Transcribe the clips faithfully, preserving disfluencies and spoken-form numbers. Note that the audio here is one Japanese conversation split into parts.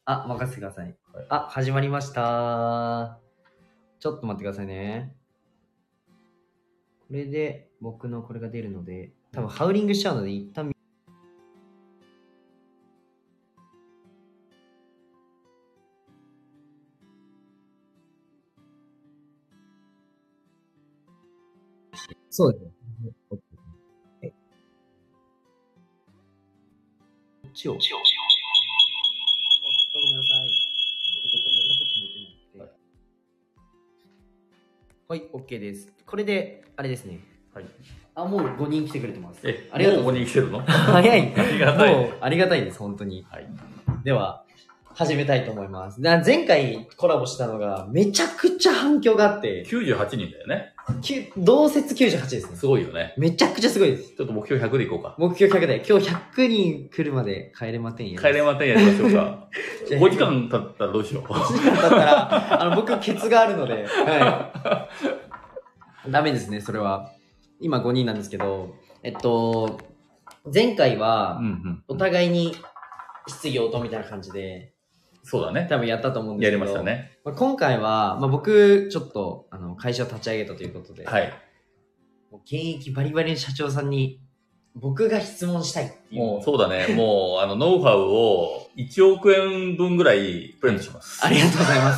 あ、任せてください。はい、あ、始まりました。ちょっと待ってくださいね。これで僕のこれが出るので、多分ハウリングしちゃうので一旦。そうですね。こっちを。ごめんなさい。はい、OK です。これで、あれですね。はい。あ、もうごにん来てくれてます。 え、ありがとうございます。もうごにん来てるの？ 早い。 ありがたい。 もう、ありがたいです、本当に。はい。では、始めたいと思います。前回コラボしたのが、めちゃくちゃ反響があって。 きゅうじゅうはちにんだよね。 同説きゅうじゅうはちですね。 すごいよね。 めちゃくちゃすごいです。 ちょっと目標ひゃくでいこうか。 目標ひゃくで。今日ひゃくにん来るまで帰れませんや。 帰れませんやりましょうか。ごじかん経ったらどうしよう。 ごじかん経ったら、あの、僕、ケツがあるので、はい。ダメですね、それは。今ごにんなんですけど、えっと、前回は、お互いに質疑応答みたいな感じで、 そうだね。 多分やったと思うんですけど。 やりましたね。 まあ、今回は、まあ、僕、ちょっと、あの、会社を立ち上げたということで、 はい。 もう現役バリバリの社長さんに、僕が質問したいっていう。 もう、そうだね。もう、あの、ノウハウをいちおくえんぶんぐらいプレゼントします。 ありがとうございます。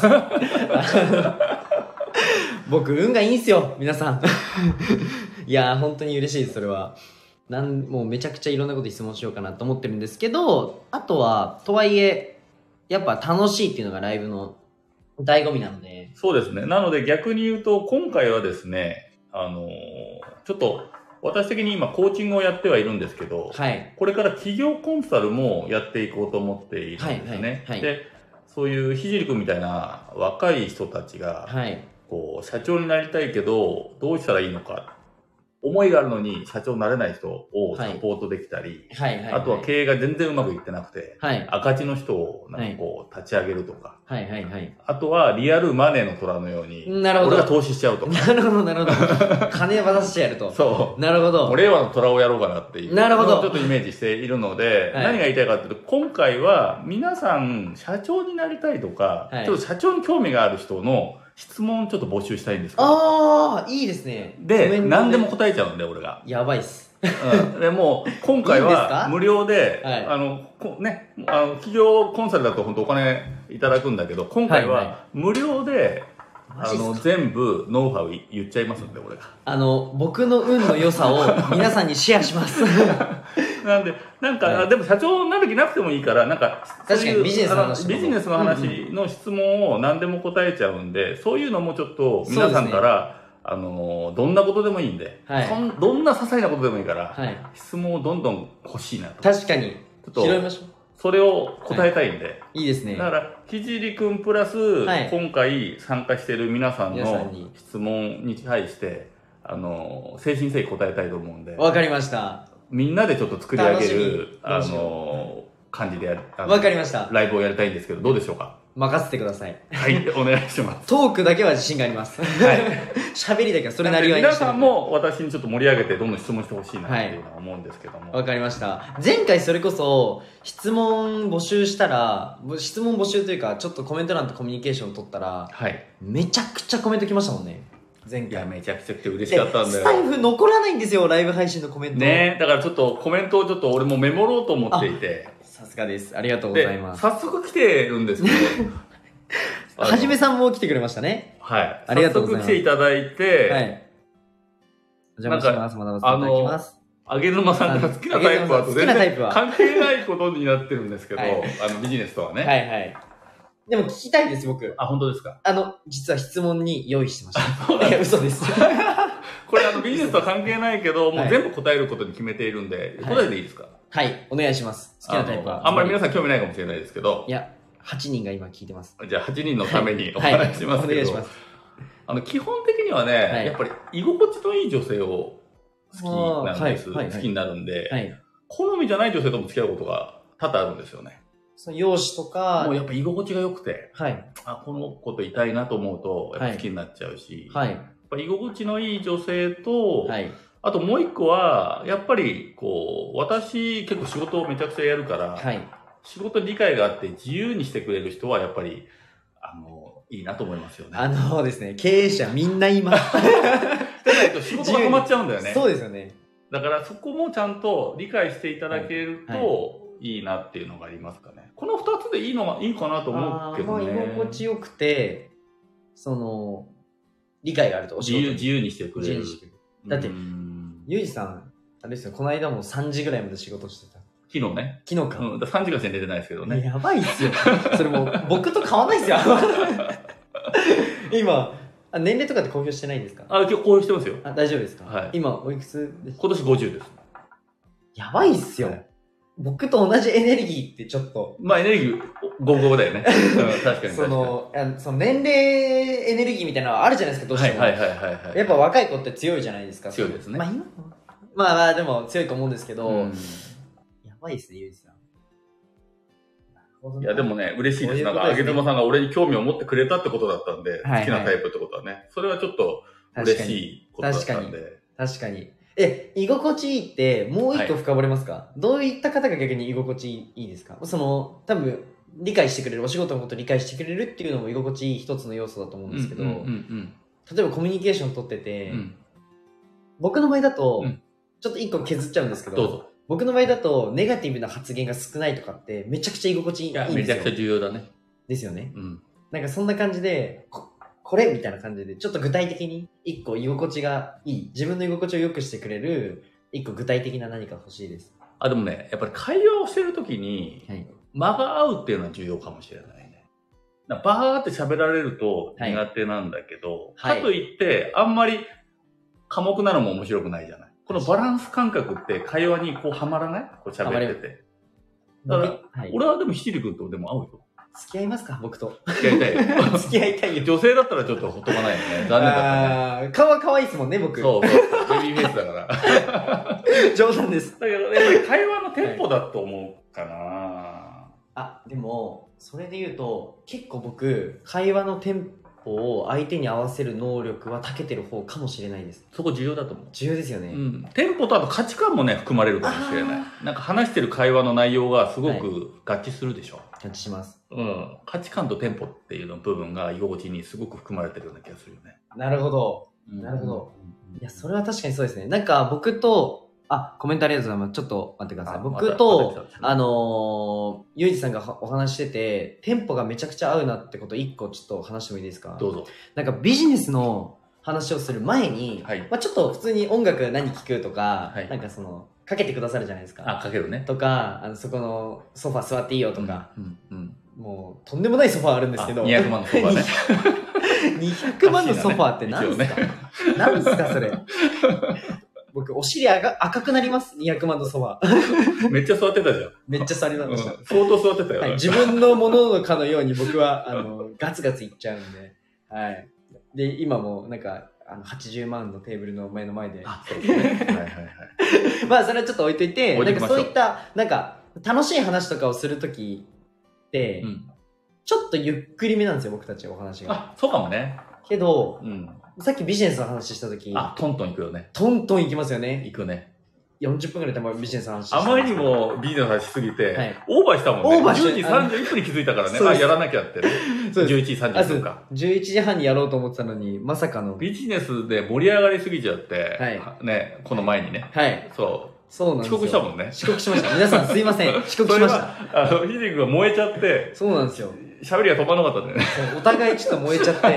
僕、運がいいんすよ、皆さん。いやー、本当に嬉しいです、それは。なん、もうめちゃくちゃいろんなこと質問しようかなと思ってるんですけど、あとは、とはいえ、やっぱ楽しいっていうのがライブの醍醐味なので。 そうですね。なので逆に言うと、今回はですね、あのー、ちょっと、私的に今コーチングをやってはいるんですけど、はい、これから企業コンサルもやっていこうと思っているんですね。はいはいはい、で、そういうひじりくんみたいな若い人たちが、はい、こう社長になりたいけどどうしたらいいのか、思いがあるのに社長になれない人をサポートできたり、はいはいはいはい、あとは経営が全然うまくいってなくて、はい、赤字の人をなんかこう立ち上げるとか、はいはいはい、あとはリアルマネーの虎のように俺が投資しちゃうとか、 なるほどなるほど、金渡してやると、 そう、 なるほど、 もう令和の虎をやろうかなっていう、なるほど、ちょっとイメージしているので、はい、何が言いたいかというと、今回は皆さん社長になりたいとか、はい、ちょっと社長に興味がある人の質問ちょっと募集したいんですけど。 ああ、いいですね。 で、何でも答えちゃうんで、俺が。 やばいっす。 うん。でも、今回は無料で、いい、はい、あの、ね、あの、企業コンサルだと本当お金いただくんだけど、今回は無料で、はいはい、あの、全部ノウハウ言っちゃいますんで、俺が。 あの、僕の運の良さを皆さんにシェアします。 なんで、なんか、はい、でも社長になる気なくてもいいから、なんか、 確かにビジネスの話、 ビジネスの話の質問を何でも答えちゃうんで、そういうのもちょっと皆さんから、ね、あの、どんなことでもいいんで、はい、どんな些細なことでもいいから、はい、質問をどんどん欲しいなと。 確かに。ちょっと拾いましょう。 それを答えたいんで。はい、いいですね。 だから、ひじりくんプラス、はい、今回参加している皆さんの質問に対して、あの、誠心誠意答えたいと思うんで。 わかりました。 みんなでちょっと作り上げる、あの、感じでやる。 わかりました。 ライブをやりたいんですけど、どうでしょうか？ 任せてください。 はい、お願いします。 トークだけは自信があります。はい。喋りだけはそれなりわいにして。皆さんも私にちょっと盛り上げてどんどん質問してほしいなっていうのは思うんですけども。 わ、はい、かりました。前回それこそ質問募集したら、質問募集というか、ちょっとコメント欄とコミュニケーション取ったら、はい。めちゃくちゃコメント来ましたもんね。前回。いや、めちゃくちゃ来て嬉しかったんだよ。 スタイフ残らないんですよ、ライブ配信のコメント。 ね、だからちょっとコメントをちょっと俺もメモろうと思っていて。 さすがです。ありがとうございます。 早速来てるんですけど。 はじめさんも来てくれましたね。 はい。ありがとうございます。早速来ていただいて。はい。 お邪魔します。まだまだいただきます。 あげぬまさんが好きなタイプはと全然関係ないことになってるんですけど、はい、あのビジネスとはね。 はいはい。でも聞きたいです、僕。 あ、本当ですか？ あの、実は質問に用意してました。いや、嘘です。 これあのビジネスとは関係ないけど、もう全部答えることに決めているんで、はい、答えていいですか？ はい、お願いします。好きなタイプは。 あんまり皆さん興味ないかもしれないですけど。 いや、はちにんが今聞いてます。 じゃあはちにんのためにお話ししますけど。はいはい、お願いします。あの、基本的にはね、はい、やっぱり居心地のいい女性を好きなんです。はいはいはい、好きになるんで、はい、好みじゃない女性とも付き合うことが多々あるんですよね。 その容姿とか。 もうやっぱ居心地が良くて、はい、あ、この子といたいなと思うと、やっぱ好きになっちゃうし、はい、やっぱ居心地のいい女性と、はい、あともう一個は、やっぱり、こう、私結構仕事をめちゃくちゃやるから、はい、 仕事に理解があって自由にしてくれる人はやっぱり、あの、いいなと思いますよね。 あのですね、経営者みんな今。 でないと仕事が止まっちゃうんだよね。 そうですよね。 だからそこもちゃんと理解していただけると、はいはい、いいなっていうのがありますかね。この二つでいいのがいいかなと思うけどね。 まあ、居心地よくて、その、理解があると自由、自由にしてくれる。 自由にしてくれる。だって、ゆうじさん、あれですよ、この間もさんじぐらいまで仕事してた。 昨日ね。 昨日か。 うん、ださんじかんしか寝てないですけどね。 やばいっすよ。それもう、僕と変わんないっすよ。今、あ、年齢とかって公表してないんですか？ あ、今日公表してますよ。 あ、大丈夫ですか？ はい。 今、おいくつですか？ 今年ごじゅうです。 やばいっすよ。はい、僕と同じエネルギーってちょっと。 まあエネルギー、ゴムゴムだよね。うん、確かに確かに。 その、その年齢エネルギーみたいなのはあるじゃないですか、どうしても。 はいはいはいはい、はい。 やっぱ若い子って強いじゃないですか。 強いですね。 まあ今まあまあでも強いと思うんですけど、うん、やばいっすね、ゆうじさん。 いやでもね、嬉しいです。ういうですね、なんか、あげずまさんが俺に興味を持ってくれたってことだったんで、はいはい、好きなタイプってことはね、それはちょっと嬉しいことだったんで。 確かに。確かに。え、居心地いいって、もう一個深掘れますか？はい、どういった方が逆に居心地いいですか？その、多分、理解してくれる、お仕事のことを理解してくれるっていうのも居心地いい一つの要素だと思うんですけど、例えばコミュニケーション取ってて、うん、僕の場合だと、うん、ちょっと一個削っちゃうんですけど、 どうぞ。 僕の場合だと、ネガティブな発言が少ないとかって、めちゃくちゃ居心地いいんですよ。 めちゃくちゃ重要だね。 ですよね。 うん。 なんかそんな感じで、こ、これみたいな感じで、ちょっと具体的に一個居心地がいい、自分の居心地を良くしてくれる、一個具体的な何か欲しいです。 あ、でもね、やっぱり会話をしてるときに、間が合うっていうのは重要かもしれないね。バーって喋られると苦手なんだけど、はい、かといって、あんまり寡黙なのも面白くないじゃない。このバランス感覚って会話にこうはまらない？こう喋ってて。だから、はい、俺はでもひちりくんとでも合うよ。 付き合いますか？僕と。 付き合いたいよ。 付き合いたいよ。 女性だったらちょっとほっとかないよね。残念だったね。 顔は可愛いですもんね、僕。 そうそう。ベビーフェイスだから。 冗談です。 だけど、やっぱり会話のテンポだと思うかな、はい、 あ、でも、それで言うと、結構僕、会話のテンポを相手に合わせる能力は長けてる方かもしれないです。 そこ重要だと思う。 重要ですよね。 うん。テンポとあと価値観もね、含まれるかもしれない。なんか話してる会話の内容がすごく合致するでしょ。はい、 合致します。 うん。価値観とテンポっていうの部分が居心地にすごく含まれてるような気がするよね。 なるほど。なるほど。うん、いや、それは確かにそうですね。なんか僕と、あ、コメントありがとうございます。ちょっと待ってください。僕と、ま、あのー、ゆうじさんがお話してて、テンポがめちゃくちゃ合うなってこと一個ちょっと話してもいいですか？ どうぞ。 なんかビジネスの話をする前に、はい、まあちょっと普通に音楽何聴くとか、はい、なんかその、かけてくださるじゃないですか。 あ、かけるね。 とか、あの、そこのソファ座っていいよとか、 うんうんうん、 もう、とんでもないソファーあるんですけど。 にひゃくまんのソファーね。 にひゃくまんのソファーって何ですか？ね、何ですかそれ。僕、お尻あが赤くなります。にひゃくまんのソファー。 めっちゃ座ってたじゃん。 めっちゃ座りました。 うん、相当座ってたよ、 はい。自分のものかのように僕は、あの、ガツガツいっちゃうんで。はい。で、今も、なんか、あの、はちじゅうまんのテーブルの前の前で。 あ、そうですね。はいはいはい。 まあ、それはちょっと置いといて、なんかそういった、なんか、楽しい話とかをするときって、うん、ちょっとゆっくりめなんですよ、僕たちお話が。 あ、そうかもね。 けど、うん、さっきビジネスの話したとき、 あ、トントン行くよね。 トントン行きますよね。 行くね。 よんじゅっぷんくらい多分ビジネスの話した。 あまりにもビジネスの話しすぎて、はい、オーバーしたもんね。オーバーして。じゅうじさんじゅういっぷんに気づいたからね。あ、やらなきゃってね。そうです。じゅういちじさんじゅっぷんか。 じゅういちじはんにやろうと思ってたのに、まさかの。 ビジネスで盛り上がりすぎちゃって、はい、ね、この前にね。 はい。 そう。 そうなんですよ。 遅刻したもんね。 遅刻しました。皆さんすいません。遅刻しました。 あの、ヒデ君が燃えちゃって、 そうなんですよ。 喋りが止まらなかったんだよね。 お互いちょっと燃えちゃって、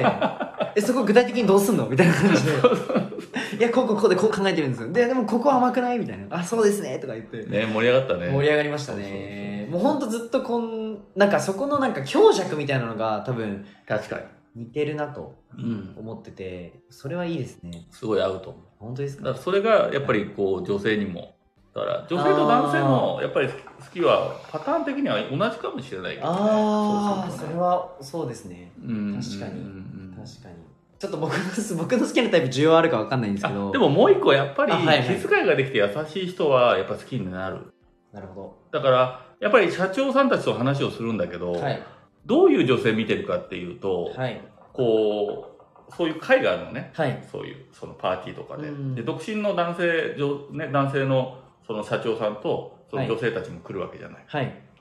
え、そこ具体的にどうすんのみたいな感じで。いや、こうこうこうでこう考えてるんですよ。で、でもここは甘くないみたいな。あ、そうですねとか言って。 ね、盛り上がったね。 盛り上がりましたね。もうほんとずっとこん、なんかそこのなんか強弱みたいなのが多分、 確かに。 似てるなと思ってて、うん、それはいいですね。 すごい合うと思う。 本当ですか？ だからそれがやっぱりこう女性にも、だから女性と男性もやっぱり好きはパターン的には同じかもしれないけど、ね、 ああ、それはそうですね。確かに、確かに。ちょっと僕の僕の好きなタイプ需要あるかわかんないんですけど、 でももう一個やっぱり気遣いができて優しい人はやっぱ好きになる。 なるほど。 だからやっぱり社長さんたちと話をするんだけど、はい、どういう女性見てるかっていうと、はい、こう。そういう会があるのね、はい、そういうそのパーティーとかで、で独身の男性、ね、男性のその社長さんとその女性たちも来るわけじゃない、はい、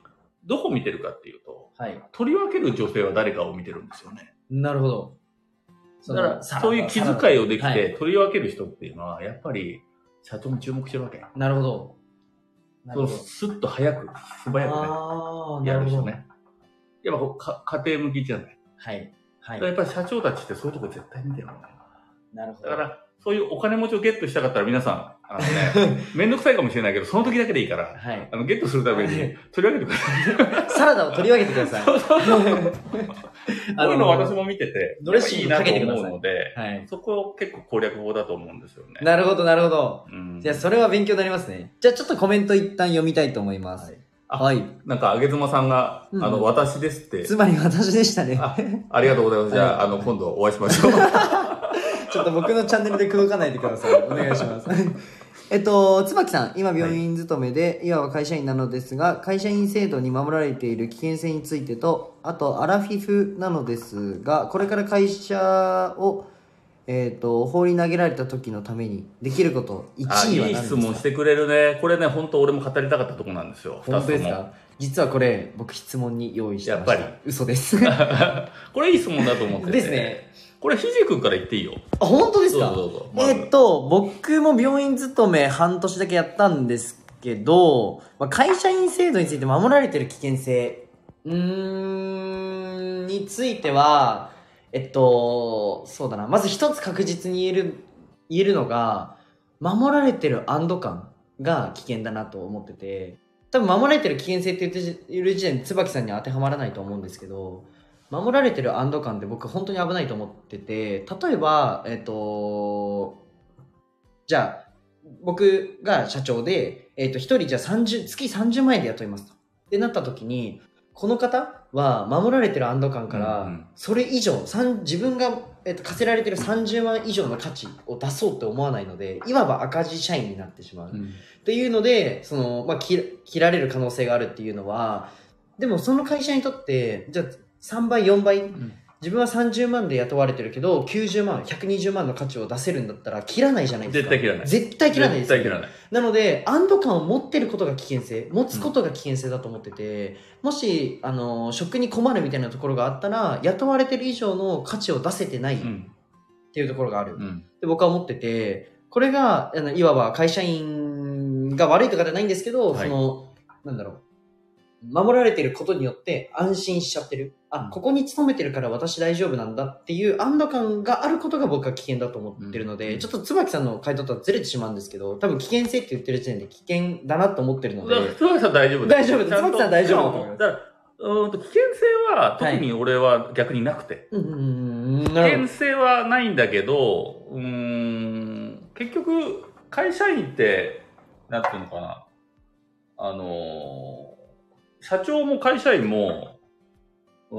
どこを見てるかっていうと、 はい。 取り分ける女性は誰かを見てるんですよね。 なるほど。 だから、そういう気遣いをできて取り分ける人っていうのは、やっぱり社長に注目してるわけ。 なるほど。 そう、スッと早く、素早くね、やる人ね。やっぱか家庭向きじゃない。 はい。はい。 やっぱり社長たちってそういうとこ絶対見てるもんね。 なるほど。 だから、そういうお金持ちをゲットしたかったら皆さん、あのね、めんどくさいかもしれないけど、その時だけでいいから、はい、あのゲットするために取り分けてください。 サラダを取り分けてください。そうそうそう。こういうの私も見てて、ドレッシングかけてください。いいなと思うので、はい、そこ結構攻略法だと思うんですよね。 なるほど、なるほど。うん、じゃあ、それは勉強になりますね。じゃあ、ちょっとコメント一旦読みたいと思います。はい。はい。 なんか、あげずまさんが、うん、あの、私ですって。 つまり私でしたね。 あ、ありがとうございます。じゃあ、はい、あの、今度お会いしましょう。 ちょっと僕のチャンネルで口説かないでください。お願いします。えっと、椿さん、今病院勤めで、いわば会社員なのですが、会社員制度に守られている危険性についてと、あと、アラフィフなのですが、これから会社を、えっと、放り投げられた時のためにできること、いちいは何ですか？ いい質問してくれるね。これね、本当俺も語りたかったところなんですよ。 本当ですか？実はこれ、僕質問に用意してました。やっぱり。嘘です。 これいい質問だと思ってて。 ですね。 これ、ひじくんから言っていいよ。 あ、本当ですか？ どうぞどうぞ。 ま、えっと、僕も病院勤め半年だけやったんですけど、まあ、会社員制度について守られてる危険性、うーん、については、えっと、そうだな。まず一つ確実に言える、言えるのが、守られてる安堵感が危険だなと思ってて、多分守られてる危険性って言っている時点で椿さんには当てはまらないと思うんですけど、守られてる安堵感って僕本当に危ないと思ってて、例えば、えっと、じゃあ、僕が社長で、えっと、一人じゃあさんじゅう、月さんじゅうまん円で雇いますと。ってなった時に、この方は守られてる安堵感から、それ以上、自分が、えっと、課せられてるさんじゅうまん以上の価値を出そうって思わないので、いわば赤字社員になってしまう。うん、っていうので、その、まあ、切られる可能性があるっていうのは、でもその会社にとって、じゃあさんばい、よんばい、うん、自分はさんじゅうまんで雇われてるけど、きゅうじゅうまん、ひゃくにじゅうまんの価値を出せるんだったら、切らないじゃないですか。 絶対切らない。 絶対切らないです、ね。 絶対切らない。 なので、安堵感を持ってることが危険性、持つことが危険性だと思ってて、うん、もし、あの、職に困るみたいなところがあったら、雇われてる以上の価値を出せてないっていうところがある。うん、で僕は思ってて、これが、あのいわば会社員が悪いとかじゃないんですけど、はい、その、なんだろう。守られてることによって安心しちゃってる。あ、ここに勤めてるから私大丈夫なんだっていう安堵感があることが僕は危険だと思ってるので、うん、ちょっと椿さんの回答とはずれてしまうんですけど、多分危険性って言ってる時点で危険だなと思ってるので。 椿さん大丈夫です。 大丈夫です。椿さん大丈夫だと思います。 だからうんと危険性は特に俺は逆になくて。はい、うん危険性はないんだけど、うーん結局会社員ってなんていうのかな、あのー。社長も会社員も、うん、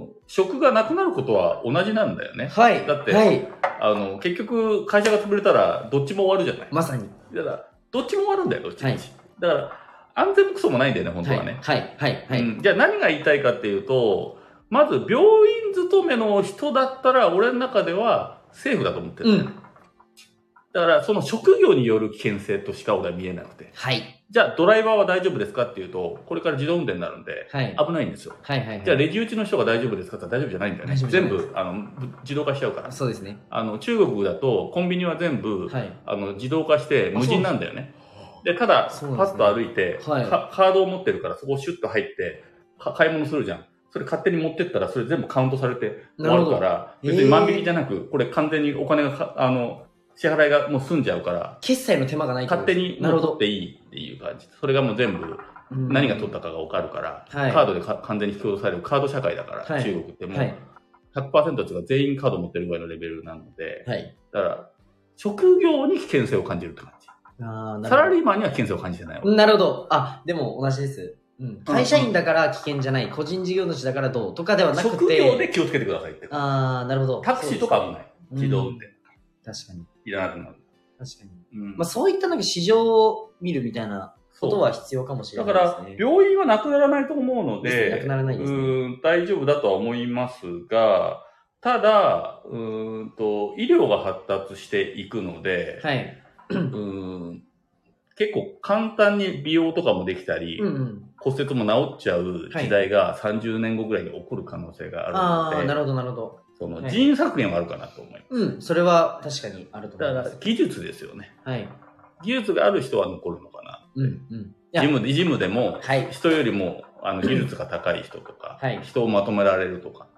職がなくなることは同じなんだよね。 はい。 だって、 はい、 あの、結局会社が潰れたらどっちも終わるじゃない。 まさに。 だから、どっちも終わるんだよ、どっちも。 はい、 だから、安全もクソもないんだよね、本当はね。 はい、はい、はい、 うん。じゃあ何が言いたいかっていうと、まず病院勤めの人だったら、俺の中ではセーフだと思ってるんだよね。うん、だから、その職業による危険性としか俺は見えなくて。 はい。 じゃあ、ドライバーは大丈夫ですかっていうと、これから自動運転になるんで、はい、危ないんですよ。 はいはいはい。 じゃあ、レジ打ちの人が大丈夫ですかって言ったら大丈夫じゃないんだよね。全部、あの、自動化しちゃうから。 そうですね。 あの、中国だと、コンビニは全部、はい、あの、自動化して無人なんだよね。で、ただ、ね、パッと歩いて、はい、カードを持ってるから、そこをシュッと入って、買い物するじゃん。それ勝手に持ってったら、それ全部カウントされて終わるから、別に万引きじゃなく、これ完全にお金がか、あの、支払いがもう済んじゃうから、 決済の手間がない勝手に取っていいっていう感じ。それがもう全部何が取ったかが分かるから、はい、カードでか完全に引き落とされるカード社会だから、はい、中国ってもう ひゃくパーセント が全員カード持ってるぐらいのレベルなので、はい、だから職業に危険性を感じるって感じ。あサラリーマンには危険性を感じてないわ。 なるほど。あ、でも同じです。うん、会社員だから危険じゃない、個人事業主だからどうとかではなくて、 職業で気をつけてくださいって。 ああ、なるほど。 タクシーとか危ない。自動運転。 確かに。 いらなくなる。 確かに。うん、まあそういったなんか市場を見るみたいなことは必要かもしれないですね。 だから病院はなくならないと思うので、 なくならないですね。 うん大丈夫だとは思いますが、ただうんと医療が発達していくので、はい、うん結構簡単に美容とかもできたり、うんうん、 骨折も治っちゃう時代がさんじゅうねんごぐらいに起こる可能性があるので、 ああ、なるほど、なるほど。 その人員削減はあるかなと思います。 うん、それは確かにあると思います。 だから技術ですよね。 はい。 技術がある人は残るのかな。 うん、うん。 ジムで、ジムでも、 はい、 人よりもあの技術が高い人とか、 はい、 人をまとめられるとか。 うん。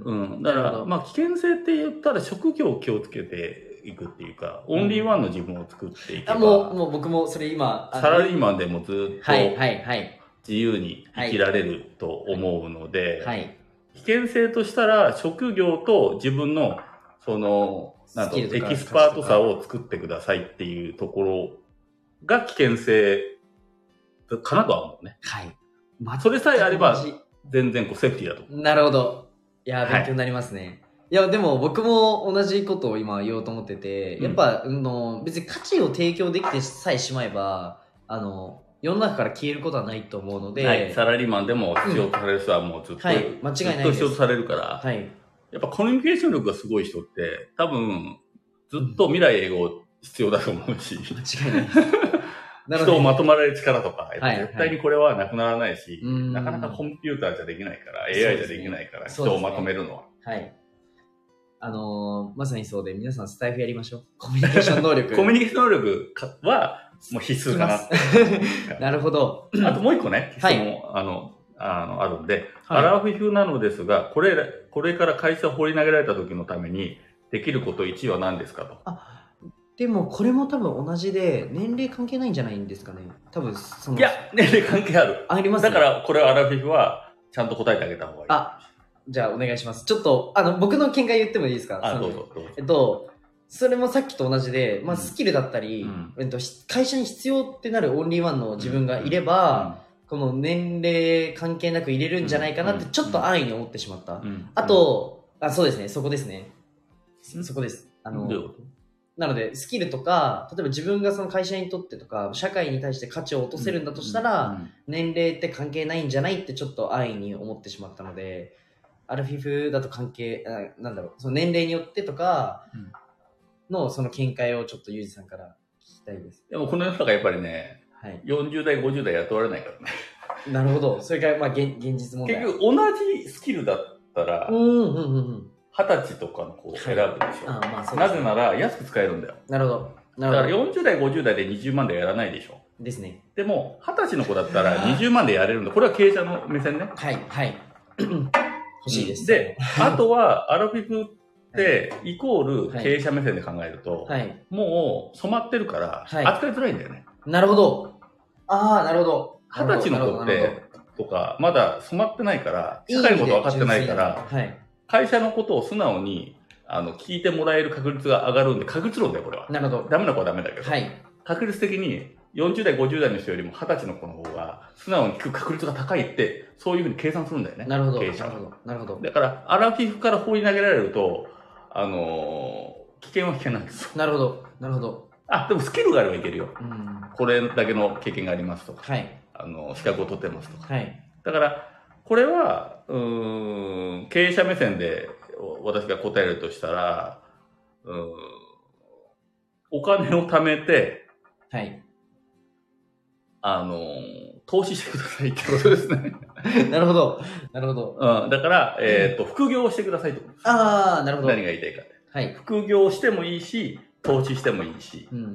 うん。だから、まあ危険性って言ったら職業を気をつけていくっていうか、オンリーワンの自分を作っていけば、 あ、もう、もう僕もそれ今、 サラリーマンでもずっと、 はい、はい、はい。 自由に生きられると思うので、 はい。 危険性としたら職業と自分のそのなんとエキスパートさを作ってくださいっていうところが危険性かなとは思うね。 はい。 まあ、それさえあれば全然こうセーフティーだと思う。 なるほど。いや、勉強になりますね。はい、いや、でも僕も同じことを今言おうと思ってて、やっぱ、うん、の別に価値を提供できてさえしまえば、あの、世の中から消えることはないと思うので、 はい、サラリーマンでも必要とされる人はもうずっと、うん、はい、間違いないです。ずっと必要とされるから、はい、やっぱコミュニケーション力がすごい人って多分ずっと未来英語必要だと思うし、間違いないです。人をまとまられる力とか、絶対にこれはなくならないし、はいはい、なかなかコンピューターじゃできないから、エーアイ じゃできないから、人をまとめるのは。 はい。あのー、まさにそうで、皆さんスタイフやりましょう。コミュニケーション能力。 コミュニケーション能力は、もう必須かな。 なるほど。 あともう一個ね、質問、はい、あの、あの、あるんで、はい、アラフィフなのですが、これ、これから会社を放り投げられた時のために、できることいちは何ですかと。 あ、でもこれも多分同じで、年齢関係ないんじゃないんですかね。多分、その。 いや、年齢関係ある。 ありますね。 だから、これはアラフィフは、ちゃんと答えてあげた方がいい。 あ、じゃあお願いします。ちょっと、あの、僕の見解言ってもいいですか？ あ、どうぞ、どうぞ。 えっと、それもさっきと同じで、まあ、スキルだったり、うんえっと、会社に必要ってなるオンリーワンの自分がいれば、うんうん、この年齢関係なく入れるんじゃないかなってちょっと安易に思ってしまった。うんうん、あと、あ、そうですね、そこですね。そこです。あの、なので、スキルとか、例えば自分がその会社にとってとか、社会に対して価値を落とせるんだとしたら、うんうん、年齢って関係ないんじゃないってちょっと安易に思ってしまったので、アラフィフだと関係、なんだろう、その年齢によってとか、うんのその見解をちょっとユージさんから聞きたいです。 でもこの世の中やっぱりね、はい、よんじゅう代、ごじゅう代雇われないからね。 なるほど。それがまあ 現, 現実問題。 結局同じスキルだったら、うんうんうんうん、はたちとかの子を選ぶでしょ。はいあまあそうですね、なぜなら安く使えるんだよ。 なるほど。なるほど。 だからよんじゅう代、ごじゅう代でにじゅうまんでやらないでしょ。 ですね。 でも、はたちの子だったらにじゅうまんでやれるんだ。これは経営者の目線ね。 はい、はい。欲しいです。 で、あとはアラフィフで、イコール経営者目線で考えると、はい、もう染まってるから、扱いづらいんだよね。 はい、なるほど。ああ、なるほど。 二十歳の子って、とか、まだ染まってないから、社会のこと分かってないから、はい、会社のことを素直に、あの、聞いてもらえる確率が上がるんで、確率論だよ、これは。 なるほど。 ダメな子はダメだけど、はい、確率的に、よんじゅう代、ごじゅう代の人よりも二十歳の子の方が、素直に聞く確率が高いって、そういうふうに計算するんだよね。 なるほど。 経営者は。 なるほど。なるほど。 だから、アラフィフから放り投げられると、あのー、危険は危険なんですよ。 なるほど。なるほど。 あ、でもスキルがあればいけるよ。うん、これだけの経験がありますとか。 はい。 あの、資格を取ってますとか。 はい。 だから、これは、うーん、経営者目線で私が答えるとしたら、うーん、お金を貯めて、 はい。 あの、投資してくださいってことですね。 なるほど。なるほど。 うん。だから、えっと、副業をしてくださいってことです。 ああ、なるほど。 何が言いたいかって。 はい。 副業してもいいし、投資してもいいし。うんうんうんうん。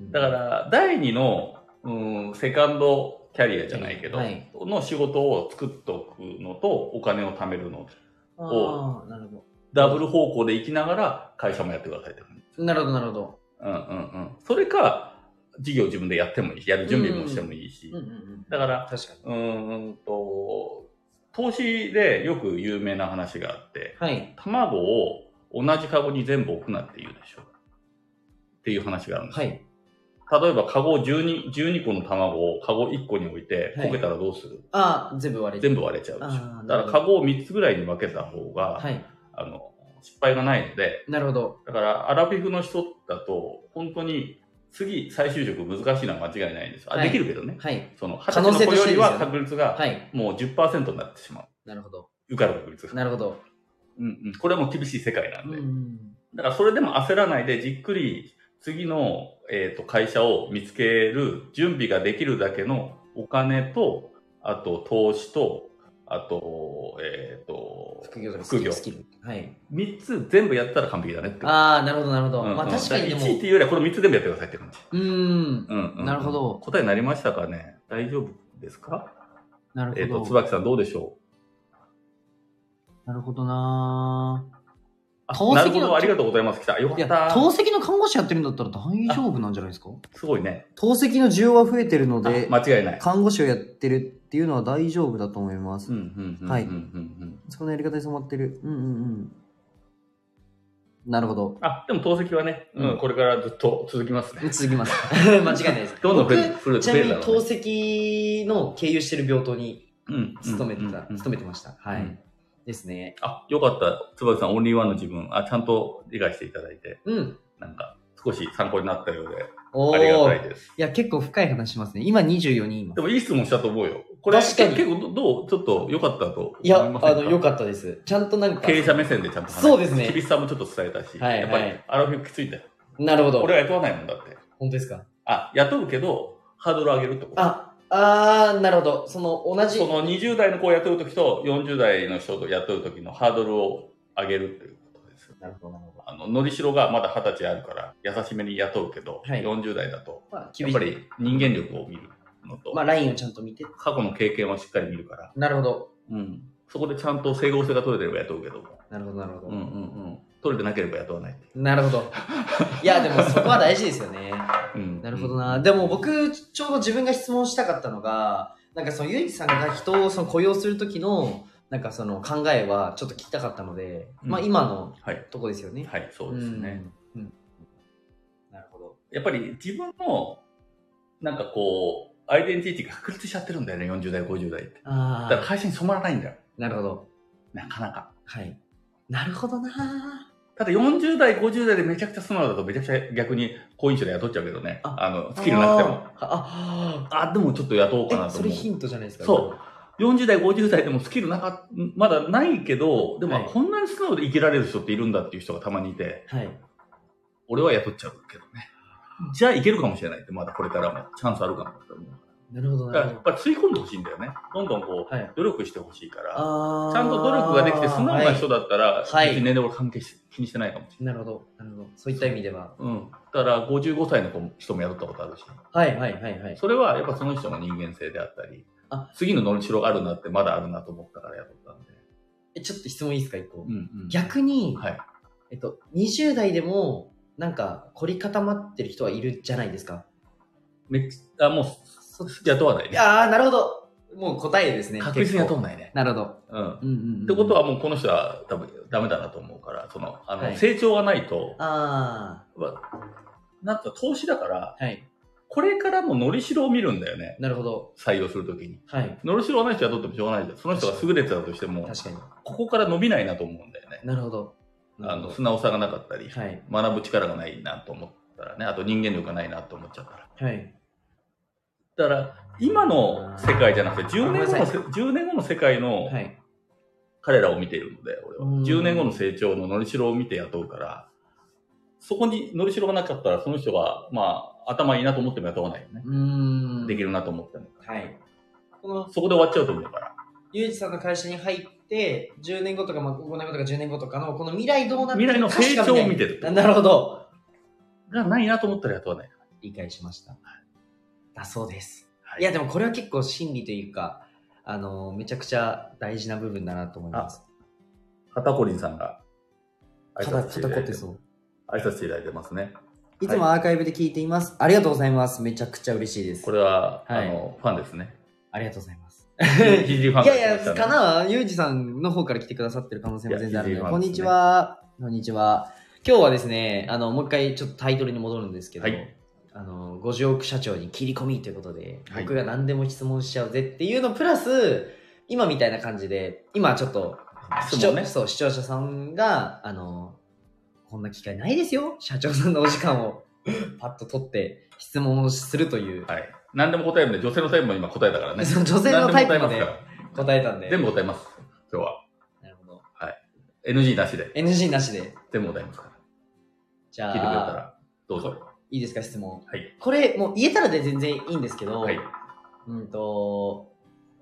だから、第二の、うん、セカンドキャリアじゃないけど、はい、の仕事を作っておくのと、お金を貯めるのを、なるほど。ダブル方向で行きながら会社もやってくださいって感じ。 なるほど、なるほど。 うんうんうん。それか、事業自分でやってもいいし、やる準備もしてもいいし。だから、確かに。うんと、投資でよく有名な話があって、はい、卵を同じカゴに全部置くなって言うでしょ。っていう話があるんです。はい、例えば、カゴじゅうに、じゅうにこの卵をカゴいっこに置いて、焦げたらどうする？ ああ、全部割れちゃう。 全部割れちゃうでしょ。だから、カゴをみっつぐらいに分けた方が、はい、あの、失敗がないので、 なるほど。 だから、アラフィフの人だと、本当に、次、再就職難しいのは間違いないんですよ。あ、はい、できるけどね。はい。その、はたちの子よりは確率が、もう じゅっパーセント になってしまう。 なるほど。 受かる確率が。 なるほど。 うんうん。これはもう厳しい世界なんで。うん、だから、それでも焦らないで、じっくり、次の、えっと、会社を見つける準備ができるだけのお金と、 あと投資と、あと、えっ、ー、と、 副業とか副業。 スキル。はい。 みっつ全部やったら完璧だねって。 ああ、なるほど、なるほど。 うんうん、 まあ確かにでも。 いちいっていうよりはこのみっつ全部やってくださいって感じ。 うーん。うんうん、なるほど。 答えになりましたかね？大丈夫ですか？ なるほど。 えっ、ー、と、椿さんどうでしょう？なるほどなぁ。 なるほど、ありがとうございます。来た。よかった。 透析の看護師やってるんだったら大丈夫なんじゃないですか？ すごいね。 透析の需要は増えてるので、 間違いない。 看護師をやってるっていうのは大丈夫だと思います。 うんうんうん。 はい。そのやり方に染まってる。うんうんうん。なるほど。 あ、でも透析はね、うん、これからずっと続きますね。 続きます。間違いないです。 どんどん増える。 僕、ちなみに透析の経由してる病棟に勤めてた、勤めてました。はい。ですね。 あ、よかった。椿さん、オンリーワンの自分、あ、ちゃんと理解していただいて。 うん。 なんか、少し参考になったようで、ありがたいです。 いや、結構深い話しますね。今にじゅうよにんいます。 でもいい質問したと思うよ。これ、確かに結構、どうちょっと良かったと思いますか？ いや、あの、良かったです。ちゃんとなんか。 経営者目線でちゃんと話して。 そうですね。 厳しさもちょっと伝えたし。 はい、 やっぱり、アラフィフきついんだよ。 なるほど。 俺は雇わないもんだって。 本当ですか？ あ、雇うけど、ハードル上げるってこと。 あ、あー、なるほど。その同じ。 そのにじゅう代の子を雇うときとよんじゅう代の人を雇うときのハードルを上げるっていうことです。 なるほど、なるほど。 あの、のりしろがまだはたちあるから優しめに雇うけど、はい、よんじゅう代だと、まあ、やっぱり人間力を見るのと、 まあ、ラインをちゃんと見て。 過去の経験はしっかり見るから。 なるほど。 うん。そこでちゃんと整合性が取れてれば雇うけども。 なるほど、なるほど。 うんうんうん。取れてなければ雇わない。 なるほど。いや、でもそこは大事ですよね。うん。なるほどな。でも僕、ちょうど自分が質問したかったのが、なんかそのゆうじさんが人をその雇用するときの、なんかその考えはちょっと聞きたかったので、うん、まあ今のとこですよね。 はい、はい、そうですね、うんうん。 なるほど。 やっぱり自分の、なんかこう、アイデンティティが確立しちゃってるんだよね、よんじゅう代、ごじゅう代って。あだから会社に染まらないんだよ。 なるほど。 なかなか。 はい。なるほどな。 ただよんじゅう代、ごじゅう代でめちゃくちゃ素直だとめちゃくちゃ逆に好印象で雇っちゃうけどね。あ, あの、スキルなくても。ああ、でもちょっと雇おうかなと思う。 それヒントじゃないですか。 そう。よんじゅう代、ごじゅう代でもスキルなか、まだないけど、でもこんなに素直で生きられる人っているんだっていう人がたまにいて、はい、俺は雇っちゃうけどね。じゃあいけるかもしれないって、まだこれからもチャンスあるかもって思う。 なるほど、なるほど。やっぱり吸い込んでほしいんだよね。どんどんこう、はい、努力してほしいから、ちゃんと努力ができて素直な人だったら、はい、別に年齢関係し、気にしてないかもしれない。 なるほど、なるほど。そういった意味では。 うん。だからごじゅうごさいの人も雇ったことあるし。 はいはいはいはい。 それはやっぱその人の人間性であったり、あ次ののりしろがあるなってまだあるなと思ったから雇ったんで。 え、ちょっと質問いいですか、一個。 うんうん、 逆に、 はい、 えっと、にじゅう代でも、なんか凝り固まってる人はいるじゃないですか。 めっちゃ、あ、もう、雇わないね。 ああ、なるほど。もう答えですね。 確実に雇わないね。 なるほど。 うん。うんうんうん、ってことはもうこの人は多分ダメだなと思うから、その、あの、はい、成長がないと、 ああ。なんか投資だから、 はい。 これからののりしろを見るんだよね。 なるほど。 採用するときに。 はい。 のりしろがない人はどうってもしょうがないじゃん。その人が優れてたとしても、 確かに。 ここから伸びないなと思うんだよね。 なるほど。 あの、素直さがなかったり、 はい、 学ぶ力がないなと思ったらね、あと人間力がないなと思っちゃったら。 はい。 だから、今の世界じゃなくて、じゅうねんごの、じゅうねんごの世界の彼らを見ているので、俺は。じゅうねんごの成長ののりしろを見て雇うから、そこにのりしろがなかったら、その人が、まあ、頭いいなと思っても雇わないよね。 うんできるなと思っても。 はい。 このそこで終わっちゃうと思うから。 ゆうじさんの会社に入って、じゅうねんごとか、まあ、ごねんごとかじゅうねんごとかの、この未来どうなってるか。未来の成長を見てる。 なるほど。 がないなと思ったら雇わない。 理解しました。だそうです。はい、いや、でもこれは結構真理というか、あの、めちゃくちゃ大事な部分だなと思います。 肩こりんさんが挨拶していただいて、そう。 挨拶していただいてますね。 いつもアーカイブで聞いています。はい、ありがとうございます。めちゃくちゃ嬉しいです。 これは、はい、あの、ファンですね。 ありがとうございます。 いやいや、かなゆうじさんの方から来てくださってる可能性も全然あるので、ね、こんにちは。こんにちは。今日はですね、あの、もう一回ちょっとタイトルに戻るんですけど、はい、あの、ごじゅうおく社長に切り込みということで、はい、僕が何でも質問しちゃうぜっていうのプラス、今みたいな感じで、今ちょっと、視聴、ね、そう視聴者さんが、あの、こんな機会ないですよ。社長さんのお時間をパッと取って質問をするという。 はい。何でも答えるんで、女性のタイプも今答えたからね。 女性のタイプまで答えたんで。 全部答えます。今日は。 なるほど。 はい。エヌジー なしで。 エヌジー なしで。 全部答えますから。 じゃあ。 聞いてくれたら、どうぞ。 いいですか、質問。 はい。 これ、もう言えたらで全然いいんですけど、 はい。 うんと、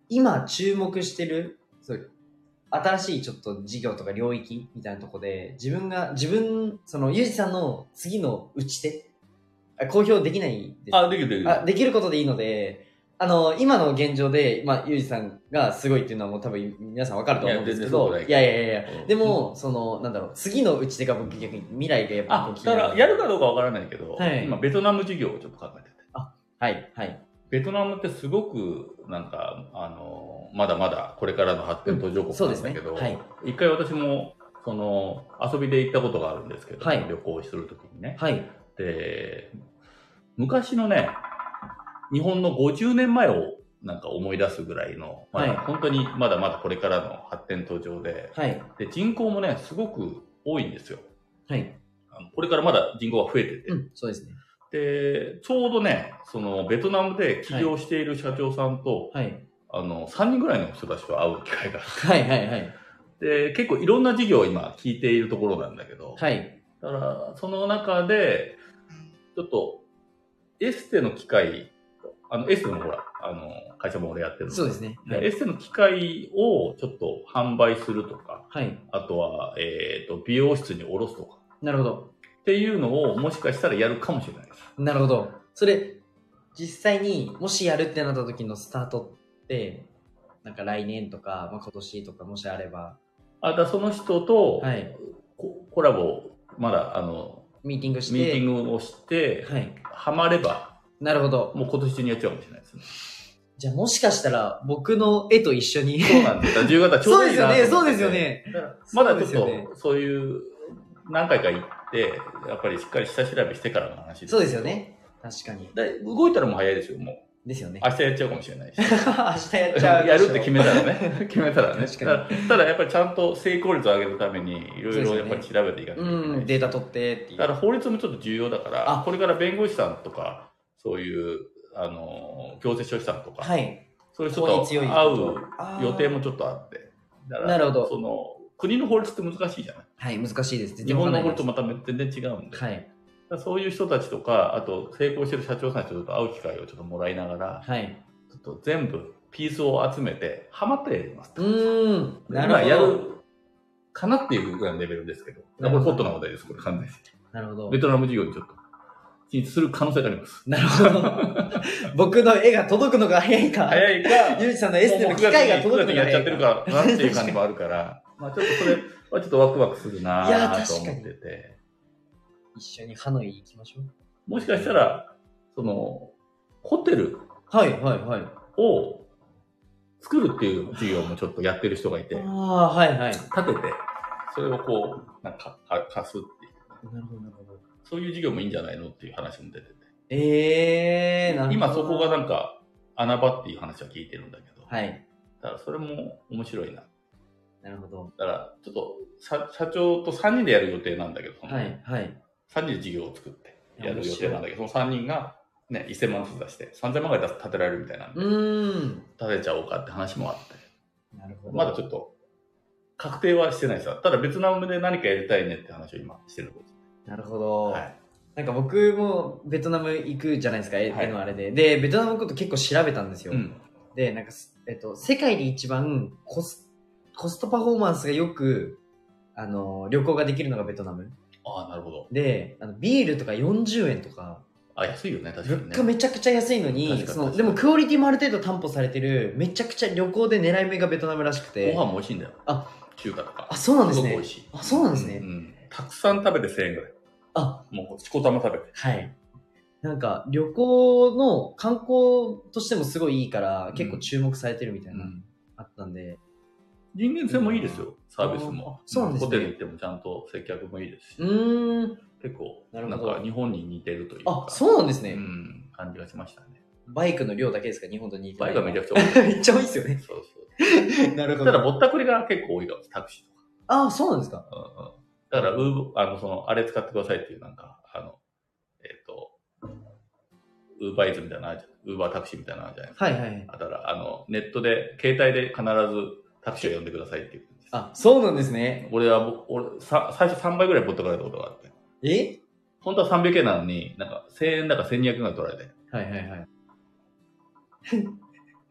今注目してる、そう新しいちょっと事業とか領域みたいなとこで、自分が、自分、その、ゆうじさんの次の打ち手、公表できないです。 あ、できるできる。 あ、できることでいいので、あの、今の現状で、まあ、ゆうじさんがすごいっていうのはもう多分皆さんわかると思うんですけど、いやいやいやいや、うん、でも、うん、その、なんだろう、次の打ち手が僕逆に未来がやっぱ気になる。だから、やるかどうかわからないけど、はい、今、ベトナム事業をちょっと考えてて。 あ、はい、はい。 ベトナムってすごく、なんか、あの、まだまだこれからの発展途上国なんだけど、うんねはい、一回私も、その、遊びで行ったことがあるんですけど、はい、旅行するときにね。はい。で、昔のね、日本のごじゅうねんまえをなんか思い出すぐらいの、まだ本当にまだまだこれからの発展途上で、はい、で人口もね、すごく多いんですよ。はい。あのこれからまだ人口が増えてて。 うん、そうですね。 で、ちょうどね、そのベトナムで起業している社長さんと、はい、あの、さんにんぐらいの人たちと会う機会があって、はいはいはい。で、結構いろんな事業を今聞いているところなんだけど、はい。だから、その中で、ちょっと、エステの機械、あの、エステのほら、あの、会社も俺やってるので。 そうですね。 はい、エステの機械をちょっと販売するとか、はい。あとは、えっと、美容室に卸すとか。 なるほど。 っていうのを、もしかしたらやるかもしれないです。 なるほど。それ、実際にもしやるってなった時のスタートって、なんか来年とか、まあ、今年とかもしあれば。 あ、だその人と、はい、コ, コラボ、まだ、あの、 ミーティングして、 ミーティングをして、はい。ハマれば、 なるほど。 もう今年中にやっちゃうかもしれないですね。 じゃあもしかしたら僕の絵と一緒に。 そうなんです。じゅうがたちょうどいいなと思って。 そうですよね。そうですよね。 まだちょっと、そういう、何回か行って、やっぱりしっかり下調べしてからの話です。 そうですよね。確かに。 で動いたらもう早いですよ、もう。 ですよね。 明日やっちゃうかもしれないし。 明日やっちゃう。 やるって決めたらね。決めたらね。確かに。ただやっぱりちゃんと成功率を上げるために、いろいろやっぱり調べていかなきゃいけない。 うん、データ取ってっていう。 だから法律もちょっと重要だから、これから弁護士さんとか、そういう、あの、行政書士さんとか、はい。そういう人と会う予定もちょっとあって。 なるほど。 その、国の法律って難しいじゃない。 はい、難しいです。 日本の法律とまた全然違うんで。はい。そういう人たちとか、あと成功してる社長さんにちょっと会う機会をちょっともらいながら、はい。ちょっと全部ピースを集めて、ハマってやります。 うーん。 なるほど。やるかなっていうぐらいのレベルですけど。これホットな話題です、これ完全に。 なるほど。 ベトナム事業にちょっと進出する可能性があります。 なるほど。僕の絵が届くのが早いか。 早いか。 ゆうじさんのエステの機械が届くのが早いか。 やっちゃってるかなっていう感じもあるから、まあちょっとそれはちょっとワクワクするなぁと思ってて。 一緒にハノイ行きましょう。 もしかしたら、その、ホテルはいはいはい。 を作るっていう事業もちょっとやってる人がいて、 ああ、はいはい。 建てて、それをこう、なんか貸すっていう。 なるほどなるほど。 そういう事業もいいんじゃないのっていう話も出てて。 ええー、なるほど。 今そこがなんか穴場っていう話は聞いてるんだけど、 はい。 だからそれも面白いな。 なるほど。 だからちょっと社社長とさんにんでやる予定なんだけど、 はいはい。 さんにんで事業を作ってやる予定なんだけど、そのさんにんがね、せんまんずつ出してさんぜんまんぐらい建てられるみたいなんで、うん建てちゃおうかって話もあって。 なるほど。 まだちょっと確定はしてないさ。ただベトナムで何かやりたいねって話を今してるんです。 なるほど。はい。なんか僕もベトナム行くじゃないですか、絵のあれで。で、ベトナムのこと結構調べたんですよ。うん、で、なんか、えっと、世界で一番コス、コストパフォーマンスがよく、あの、旅行ができるのがベトナム。 ああ、なるほど。 で、あのビールとかよんじゅうえんとか。 あ、安いよね、確かに、ね。 物価めちゃくちゃ安いのに、その、でもクオリティもある程度担保されてる、めちゃくちゃ旅行で狙い目がベトナムらしくて。 ご飯も美味しいんだよ。 あ、 中華とか。 あ、そうなんですね。 すごく美味しい。 あ、そうなんですね。 うん。たくさん食べてせんえんぐらい。 あ、 もう、しこたま食べて。 はい。なんか、旅行の観光としてもすごいいいから、結構注目されてるみたいな、うん、あったんで。 人間性もいいですよ、サービスも。 そうなんですね。 ホテル行ってもちゃんと接客もいいですし。 うーん。 結構、なんか日本に似てるというか。 あ、そうなんですね。 うん、感じがしましたね。 バイクの量だけですか、日本と似てる。 バイクがめちゃくちゃ多い。 めっちゃ多いですよね。 そうそう。なるほど。ただ、ぼったくりが結構多いかも、タクシーとか。 ああ、そうなんですか。 うんうん。だから、ウーバー、あの、その、あれ使ってくださいっていう、なんか、あの、えっと、ウーバーイーツみたいな、ウーバータクシーみたいなのあるじゃないですか。 はいはい。 だから、あの、ネットで、携帯で必ずタクシーを呼んでくださいっていう。 あ、そうなんですね。 俺は、俺、さ、最初さんばいぐらいぼったくられたことがあって。 え本当はさんびゃくえんなのに、なんか、せんえんだかせんにひゃくえんが取られて。 はいはいはい。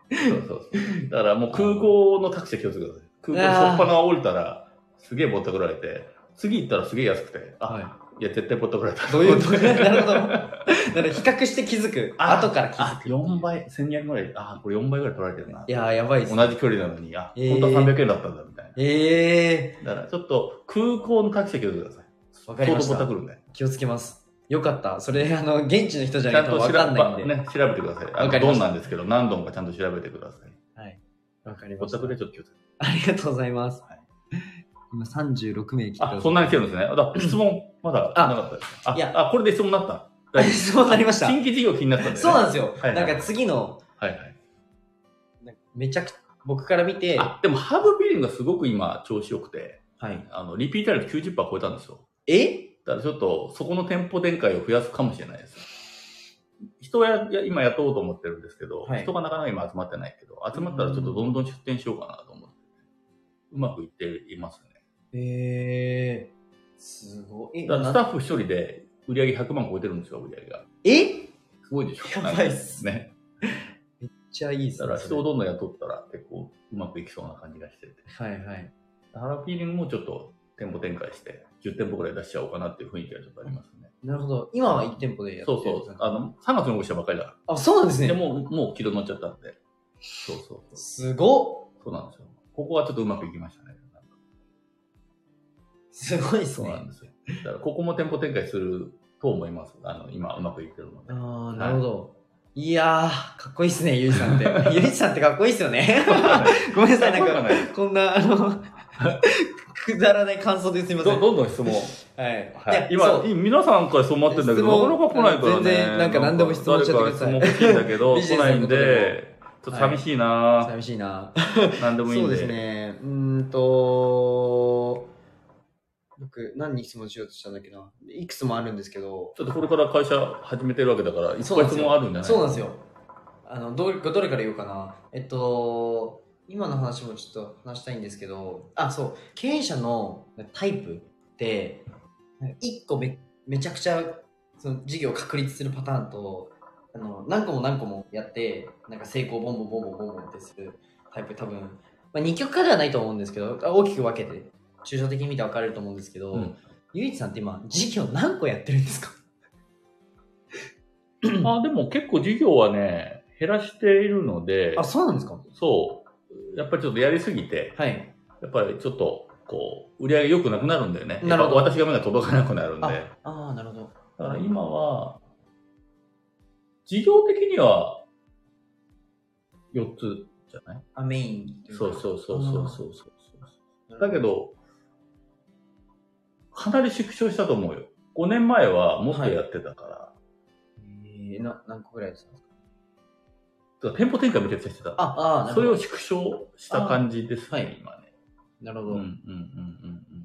そうそうそう。だからもう空港のタクシー気をつけてください。空港のしょっぱな降りたら、すげえぼったくられて、次行ったらすげえ安くて、あ、はい、いや、絶対ぼったくられた。 どういうことなるほど。だから比較して気づく。後から気づく。 よんばい、せんにひゃくえんぐらい、あ、これよんばいぐらい取られてるな。 いやー、やばいです、 ね。同じ距離なのに、あ、えー、本当はさんびゃくえんだったんだ、みたいな。 ええー。 だからちょっと空港のタクシー気をつけてください。 わかりました。 相当ぼったくるんで。 気をつけます。よかった。それ、あの、現地の人じゃないとわかんないんで。 ね、調べてください。あの、どんなんですけど、何度もかちゃんと調べてください。 はい。わかりました。 ぼったくでちょっと気をつけて。 ありがとうございます。はい、今さんじゅうろくめい来てあ、そんなに来てるんですね。あ、だ質問、まだなかったです。あ、いや、あ、これで質問になった。 質問になりました。 新規事業気になったんで、ね。 そうなんですよ。はいはい、なんか次の、 はいはい。 めちゃくちゃ、僕から見て。 あ、でもハーブビーリングがすごく今調子良くて、 はい。 あの、リピーター率 きゅうじゅっパーセント 超えたんですよ。 えだからちょっと、そこの店舗展開を増やすかもしれないです。人はや今雇おうと思ってるんですけど、はい、人がなかなか今集まってないけど、集まったらちょっとどんどん出店しようかなと思って、うまくいっていますね。 へえー、すごい。 だからスタッフ一人で売り上げひゃくまん超えてるんですよ、売り上げが。 えすごいでしょ。 やばいっすね。 めっちゃいいっすね。 だから人をどんどん雇ったら結構うまくいきそうな感じがしてて。 はいはい。 ハラフィーリングもちょっと店舗展開してじゅってんぽぐらい出しちゃおうかなっていう雰囲気がちょっとありますね。 なるほど。今はいち店舗でやってる。 そうそう。あの、さんがつにオープンしたばっかりだから。 あ、そうなんですね。 でもう、もう軌道乗っちゃったんで。そうそうそう。 すごっ。 そうなんですよ。ここはちょっとうまくいきましたね。 すごいっすね。 そうなんですよ。だからここも店舗展開すると思います。あの、今うまくいってるので。 ああ、なるほど。はい、いやー、かっこいいっすね、ゆいさんって。ゆいさんってかっこいいっすよね。ごめんなさい、なんか、こんな、あの、くだらない感想ですみません。 どんどん質問。 はい。 はい、今、皆さんから質問待ってるんだけど、なかなか来ないからね。 全然、なんか何でも質問しちゃってください。 誰か質問欲しいんだけど、来ないんで、ちょっと寂しいな、はい、 寂しいな何でもいいんで。 そうですね。うーんと、僕、何に質問しようとしたんだっけな。いくつもあるんですけど。 ちょっとこれから会社始めてるわけだから、いっぱい質問あるんじゃない？ そうなんですよ。あの、どれ、どれから言おうかな。えっと、今の話もちょっと話したいんですけど、あ、そう、経営者のタイプって、いっこ め, めちゃくちゃその事業を確立するパターンと、あの何個も何個もやって、なんか成功ボンボンボンボンボンボンってするタイプ、多分、まあ、二極化ではないと思うんですけど、大きく分けて、抽象的に見て分かれると思うんですけど、うん、ゆいちさんって今、事業何個やってるんですか？ あ、でも結構事業はね、減らしているので。 あ、そうなんですか？ そう。やっぱりちょっとやりすぎて、はい。やっぱりちょっと、こう、売り上げ良くなくなるんだよね。なるほど。私が目が届かなくなるんで。 ああ、なるほど。 だから今は、事業的には、よっつじゃない？ あ、メイン。 そうそうそうそうそうそう。だけど、かなり縮小したと思うよ。ごねんまえはもっとやってたから。はい、 えー、な、何個ぐらいですか？ 店舗展開めちゃくちゃしてた。 ああ、 それを縮小した感じですね、はい、今ね。 なるほど。うんうんうんうん。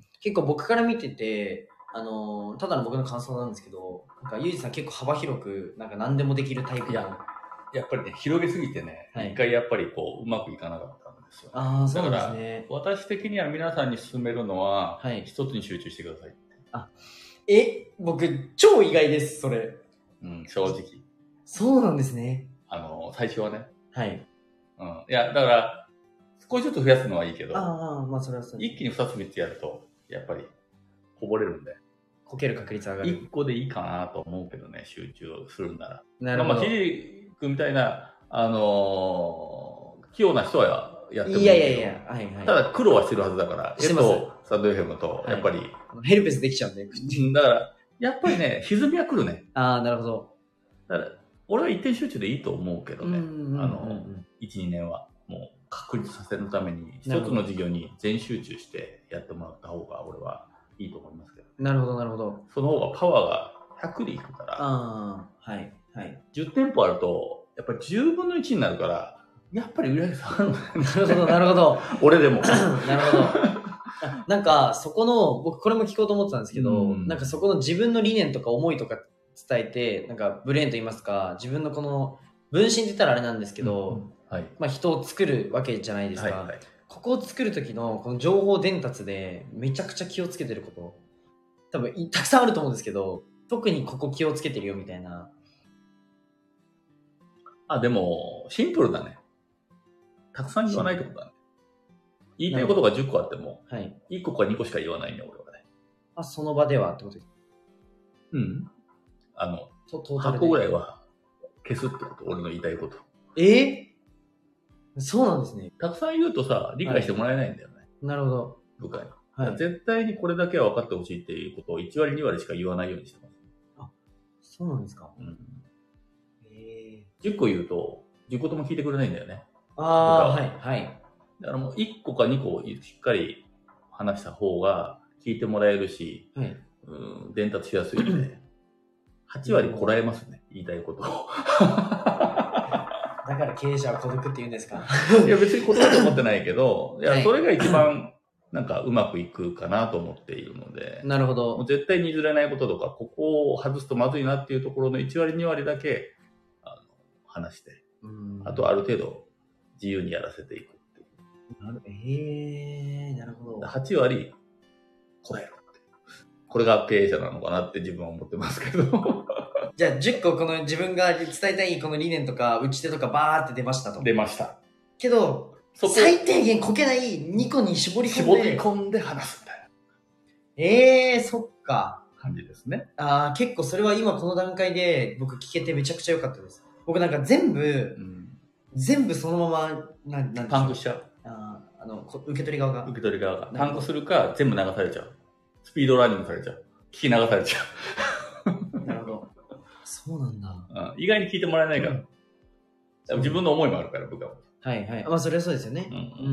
結構僕から見てて、あのー、ただの僕の感想なんですけど、なんかゆうじさん結構幅広く、なんか何でもできるタイプの。 や、やっぱりね、広げすぎてね、はい、一回やっぱりこう、うまくいかなかったんですよ。 ああ、そうですね。 私的には皆さんに勧めるのは、はい、一つに集中してください。 あ、え、僕、超意外です、それ。 うん、正直。 そうなんですね。 あの、最初はね。 はい。 うん。いや、だから、少しずつ増やすのはいいけど、 ああ、まあそれはそう。 一気に二つ三つやると、やっぱり、こぼれるんで。 こける確率上がる。 一個でいいかなと思うけどね、集中するんなら。 なるほど。 まあ、ひじ君みたいな、あのー、器用な人はやってもいいけど。 いやいやいや、はいはい。 ただ苦労はしてるはずだから、 してます。 サンドエフエムと、やっぱり、はい、 ヘルペスできちゃうんで。 だから、やっぱりね、歪みは来るね。 ああ、なるほど。 だから、俺は一点集中でいいと思うけどね。あの、いち、にねんは。もう、確立させるために、一つの事業に全集中してやってもらった方が、俺はいいと思いますけど、ね。 なるほど、なるほど。 その方がパワーがひゃくでいくから。 ああ、はい、はい。 じゅう店舗あると、やっぱりじゅうぶんのいちになるから、やっぱり売り上げ下がるんだよね。 なるほど、なるほど。 俺でも。 なるほど。なんか、そこの、僕これも聞こうと思ってたんですけど、うん、なんかそこの自分の理念とか思いとか伝えて、なんかブレーンと言いますか、自分のこの、分身って言ったらあれなんですけど、うんはい、まあ人を作るわけじゃないですか。はいはい、ここを作る時のこの情報伝達でめちゃくちゃ気をつけてること、多分たくさんあると思うんですけど、特にここ気をつけてるよみたいな。 あ、でも、シンプルだね。 たくさん言わないってことだね。言いたいことがじゅっこあっても、 はい。 いっこかにこしか言わないね、俺はね。 あ、その場ではってことですか？ うん。あの、 トトータはっルでこぐらいは消すってこと、俺の言いたいこと。 えー、そうなんですね。 たくさん言うとさ、理解してもらえないんだよね。はい、 なるほど。 部下に。 はい、 絶対にこれだけは分かってほしいっていうことをいちわりにわりしか言わないようにしてます。 あ、そうなんですか。 うん。 えー、 じゅっこ言うと、じゅっことも聞いてくれないんだよね。 ああ、はい、はい。 だからもういっこかにこしっかり話した方が聞いてもらえるし、はい、うん、伝達しやすいので、はちわりこらえますね、言いたいことを。 だから経営者は孤独って言うんですか？ いや別に孤独と思ってないけど、いや、はい、それが一番なんかうまくいくかなと思っているので。 なるほど。 もう絶対に譲れないこととか、ここを外すとまずいなっていうところのいちわりにわりだけあの話して、うんあとある程度自由にやらせていくっていう。 なるえー、なるほど。 はちわりこらえるって。これが経営者なのかなって自分は思ってますけど。 じゃあじゅっここの自分が伝えたいこの理念とか打ち手とかバーって出ましたと。 出ました。 けど、最低限こけないにこに絞り込んで。 絞り込んで話すみたいな。 ええー、そっか。 感じですね。 ああ、結構それは今この段階で僕聞けてめちゃくちゃ良かったです。僕なんか全部、うん、全部そのまま、なんなんパンクしちゃう。 ああの、受け取り側が。 受け取り側が。パンクするか、全部流されちゃう。スピードランニングされちゃう。聞き流されちゃう。なるほど。そうなんだ、 うん。意外に聞いてもらえないから。うん、自分の思いもあるから、部下は。 はいはい。まあそれはそうですよね。うん。 うん、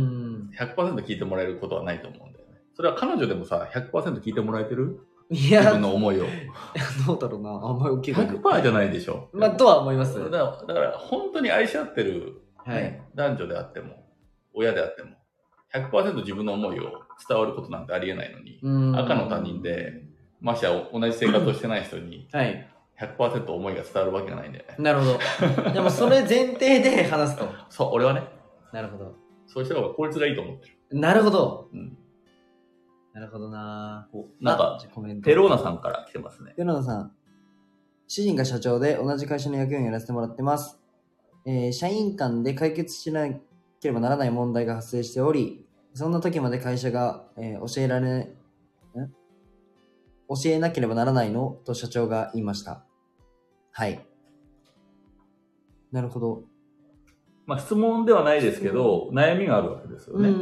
ひゃくパーセント 聞いてもらえることはないと思うんだよね。それは彼女でもさ、ひゃくパーセント 聞いてもらえてる？いや。自分の思いを。 どうだろうな。あんまり受けない。 ひゃくパーセント じゃないでしょ。 まあとは思います。 だから、だから本当に愛し合ってる、ね、はい、男女であっても、親であっても、ひゃくパーセント 自分の思いを伝わることなんてありえないのに、赤の他人で、ましてや同じ生活をしてない人に、はい。ひゃくパーセント 思いが伝わるわけがないんだよね。 なるほど。でもそれ前提で話すと。 そう、俺はね。 なるほど。 そういう人が効率がいいと思ってる。 なるほど。うん。なるほどなぁ。 なんか、ペローナさんから来てますね。 ペローナさん。主人が社長で同じ会社の役員をやらせてもらってます。えー、社員間で解決しなければならない問題が発生しており、そんな時まで会社が、えー、教えられ、ん教えなければならないのと社長が言いました。はい。なるほど。 まあ質問ではないですけど、悩みがあるわけですよね。うん。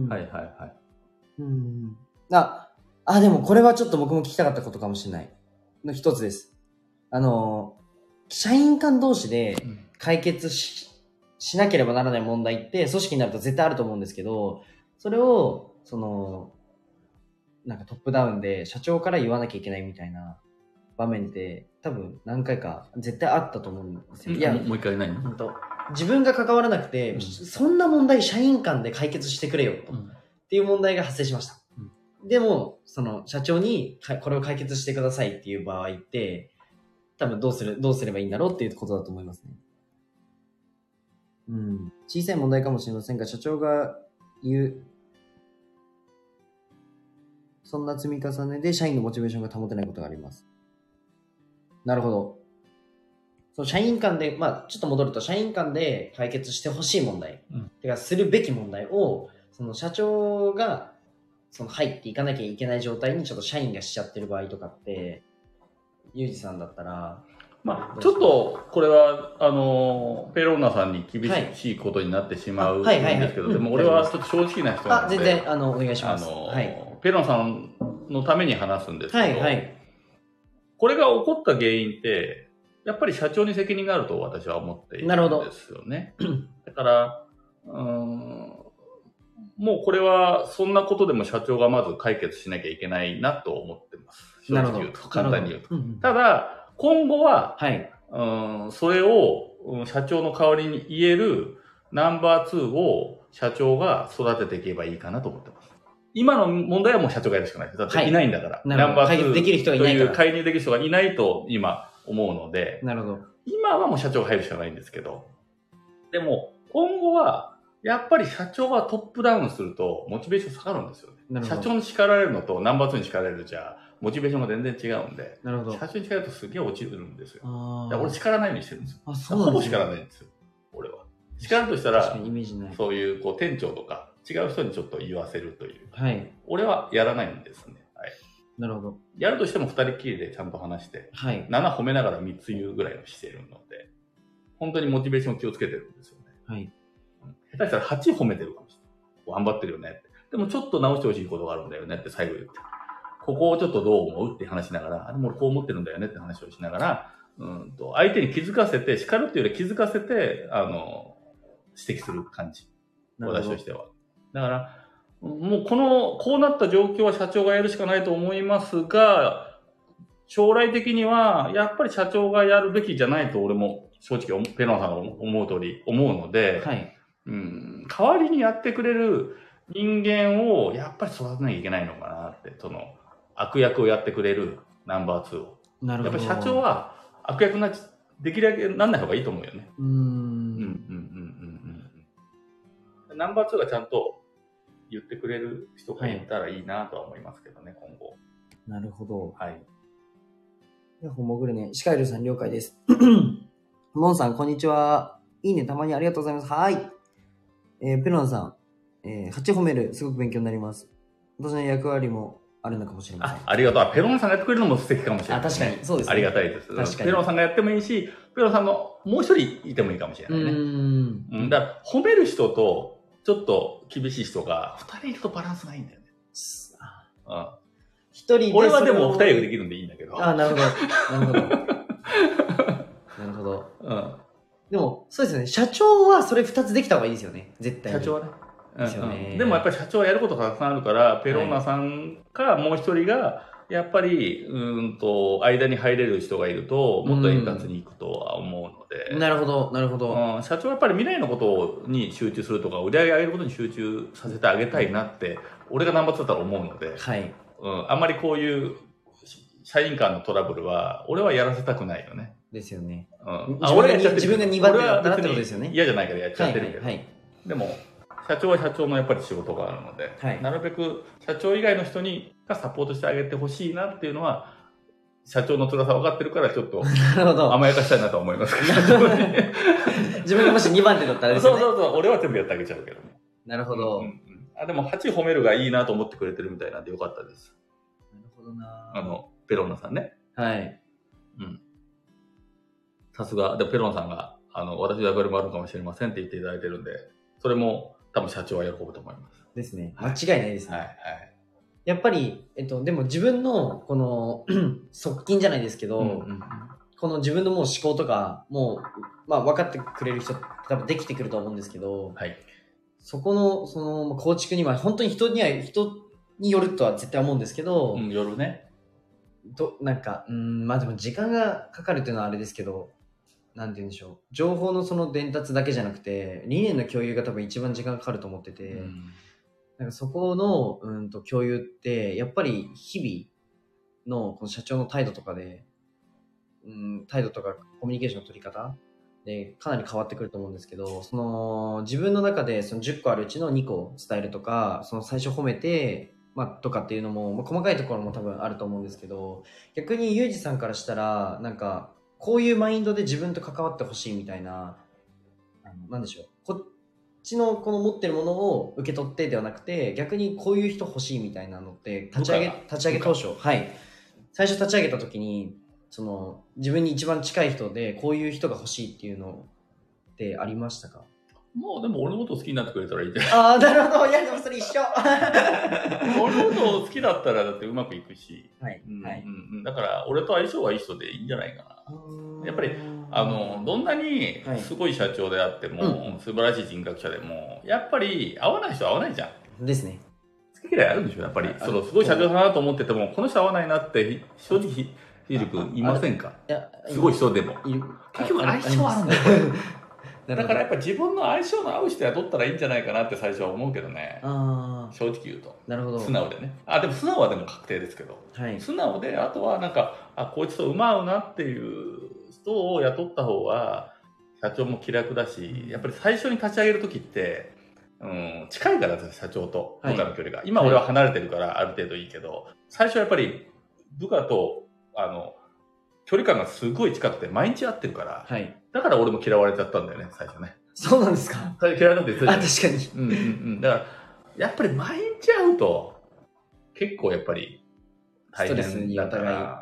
はいはいはい。 うん。あ、あ、でもこれはちょっと僕も聞きたかったことかもしれない。の一つです。あの、社員間同士で解決し、しなければならない問題って組織になると絶対あると思うんですけど、それを、その、なんかトップダウンで社長から言わなきゃいけないみたいな場面って多分何回か絶対あったと思うんですよ。 いや、もう一回何？ 本当自分が関わらなくて、うん、そんな問題社員間で解決してくれよと、うん、っていう問題が発生しました。うん、でも、その社長にこれを解決してくださいっていう場合って、多分どうする、どうすればいいんだろうっていうことだと思いますね。うん。小さい問題かもしれませんが、社長が言う、そんな積み重ねで社員のモチベーションが保てないことがあります。なるほど。その社員間で、まあちょっと戻ると、社員間で解決してほしい問題、うん、てかするべき問題を、その社長がその入っていかなきゃいけない状態にちょっと社員がしちゃってる場合とかって、ユージさんだったら、 まあちょっとこれはあのペローナさんに厳しいことになってしまうんですけど、でも俺はちょっと正直な人なので、 あ、全然あのお願いします。あの、 はい、ペローナさんのために話すんですけど、はいはい、これが起こった原因ってやっぱり社長に責任があると私は思っているんですよね。だからうーんもうこれはそんなことでも社長がまず解決しなきゃいけないなと思ってます。正直言うと、簡単に言うと。うんうん、ただ今後は、はい、うんそれを社長の代わりに言えるナンバーツーを社長が育てていけばいいかなと思ってます。今の問題はもう社長がやるしかないです。だっていないんだから。はい、ナンバーツーという介入できる人がいないと今思うので、 なるほど。 今はもう社長が入るしかないんですけど、でも今後はやっぱり社長はトップダウンするとモチベーション下がるんですよね。社長に叱られるのとナンバーツーに叱られるじゃモチベーションが全然違うんで、なるほど。社長に叱られるとすげえ落ちるんですよ。俺叱らないようにしてるんですよ。あ、そうなんですね。ほぼ叱らないんですよ。俺は。 叱るとしたら、 イメージない。 そういうこう店長とか違う人にちょっと言わせるという。 はい。 俺はやらないんですね。はい。 なるほど。 やるとしても二人きりでちゃんと話して、 はい。 なな褒めながらみっつ言うぐらいのしてるので、本当にモチベーションを気をつけてるんですよね。 はい。 下手したらはち褒めてるかもしれない。頑張ってるよねって。でもちょっと直してほしいことがあるんだよねって最後言って。ここをちょっとどう思うって話しながら、でも俺こう思ってるんだよねって話をしながら、うんと相手に気づかせて、叱るっていうより気づかせて、あの、指摘する感じ。私としては。だから、もうこの、こうなった状況は社長がやるしかないと思いますが、将来的には、やっぱり社長がやるべきじゃないと俺も正直、ペロンさんが思う通り思うので、はい、うん、代わりにやってくれる人間をやっぱり育てなきゃいけないのかなって、その悪役をやってくれるナンバーツーを。なるほど。やっぱり社長は悪役な、できるだけなんない方がいいと思うよね。うーん。うんうんうんうんうん。ナンバーツーがちゃんと言ってくれる人がいたらいいなとは思いますけどね、はい、今後。 なるほど。 はい。 ヤッホーもぐるね。シカエルさん了解です。モンさん、こんにちは。いいね、たまにありがとうございます。はい。えー、ペロンさん、えー、はち褒める、すごく勉強になります。私の役割もあるのかもしれません。 あ、ありがとう。ペロンさんがやってくれるのも素敵かもしれない、 ね。あ、確かに。そうですね。 ありがたいです。確かに。ペロンさんがやってもいいし、ペロンさんのもう一人いてもいいかもしれないね。うん。うん。だから、褒める人と、ちょっと厳しい人が、二人いるとバランスがいいんだよね。うん。一人で。俺はでも二人ができるんでいいんだけど。 あ、なるほど。なるほど。なるほど。うん。でも、そうですよね。社長はそれ二つできた方がいいですよね。絶対に。 社長はね。ですよね。でもやっぱり社長はやることがたくさんあるから、ペローナさんかもう一人が、やっぱり、うんと、間に入れる人がいると、もっと円滑にいくとは思うので。 なるほど、なるほど、 うん。社長はやっぱり未来のことに集中するとか、売り上げ上げることに集中させてあげたいなって、俺がナンバーツーだったら思うので、はい。うん。あんまりこういう、社員間のトラブルは、俺はやらせたくないよね。 ですよね。 うん。あ、俺がやっちゃってる。 自分がにばん手だったらってことですよね。 嫌じゃないからやっちゃってるけど。はい、はい。でも、社長は社長のやっぱり仕事があるので、はい、なるべく社長以外の人にがサポートしてあげてほしいなっていうのは、社長の辛さ分かってるからちょっと甘やかしたいなと思いますけど。 自分がもしにばん手だったらですね。 そうそうそう、俺は全部やってあげちゃうけどね。 なるほど。うんうん、 あでもはち褒めるがいいなと思ってくれてるみたいなんでよかったです。 なるほどな。 あの、ペロンナさんね。 はい。 うん。さすが、でペロンさんが、あの、私の役割もあるかもしれませんって言っていただいてるんで、それも、多分社長は喜ぶと思います。 ですね。間違いないですね。はい。はい。やっぱり、えっと、でも自分の、この、側近じゃないですけど、うんうんうん、この自分のもう思考とか、もう、まあ分かってくれる人、多分できてくると思うんですけど、はい。そこの、その、構築には、本当に人には、人によるとは絶対思うんですけど、 うん、よるね。 と、なんか、うん、まあでも時間がかかるっていうのはあれですけど、なんて言うんでしょう。情報のその伝達だけじゃなくて、理念の共有が多分一番時間かかると思ってて、うん、なんかそこの、うんと共有って、やっぱり日々のこの社長の態度とかで、うん、態度とかコミュニケーションの取り方でかなり変わってくると思うんですけど、その自分の中でそのじゅっこあるうちのにこ伝えるとか、その最初褒めて、まあ、とかっていうのも、まあ、細かいところも多分あると思うんですけど、逆にユージさんからしたら、なんか、こういうマインドで自分と関わってほしいみたいな、あのなんでしょう。こっちのこの持ってるものを受け取ってではなくて、逆にこういう人欲しいみたいなのって、立ち上げ、立ち上げ当初、はい。最初立ち上げた時に、その、自分に一番近い人で、こういう人が欲しいっていうのってありましたか？ もうでも俺のこと好きになってくれたらいいじゃん。 ああ、なるほど。いや、でもそれ一緒。 俺のこと好きだったらだってうまくいくし。 はい。 うんはい、 うん、だから俺と相性がいい人でいいんじゃないかな。やっぱり、あの、どんなにすごい社長であっても、はい、素晴らしい人格者でも、やっぱり合わない人は合わないじゃん。 ですね。 好き嫌いあるんでしょ、やっぱり。そのすごい社長だなと思ってても、この人合わないなって正直、ひじり君いませんか？いや、すごい人でも。結局相性あるんだよ。だからやっぱ自分の相性の合う人は取ったらいいんじゃないかなって最初は思うけどね。あ正直言うと。 なるほど。 素直でね。あ、でも素直はでも確定ですけど。はい、素直で、あとはなんか、あ、こいつと馬合うなっていう人を雇った方が、社長も気楽だし、やっぱり最初に立ち上げるときって、うん、近いからです社長と部下の距離が。はい、今俺は離れてるからある程度いいけど、最初はやっぱり部下と、あの、距離感がすごい近くて毎日会ってるから、はい、だから俺も嫌われちゃったんだよね、最初ね。 そうなんですか？ 嫌いだって言ってたじゃん。あ、確かに。 うんうんうん。だから、やっぱり毎日会うと、結構やっぱり大変だから、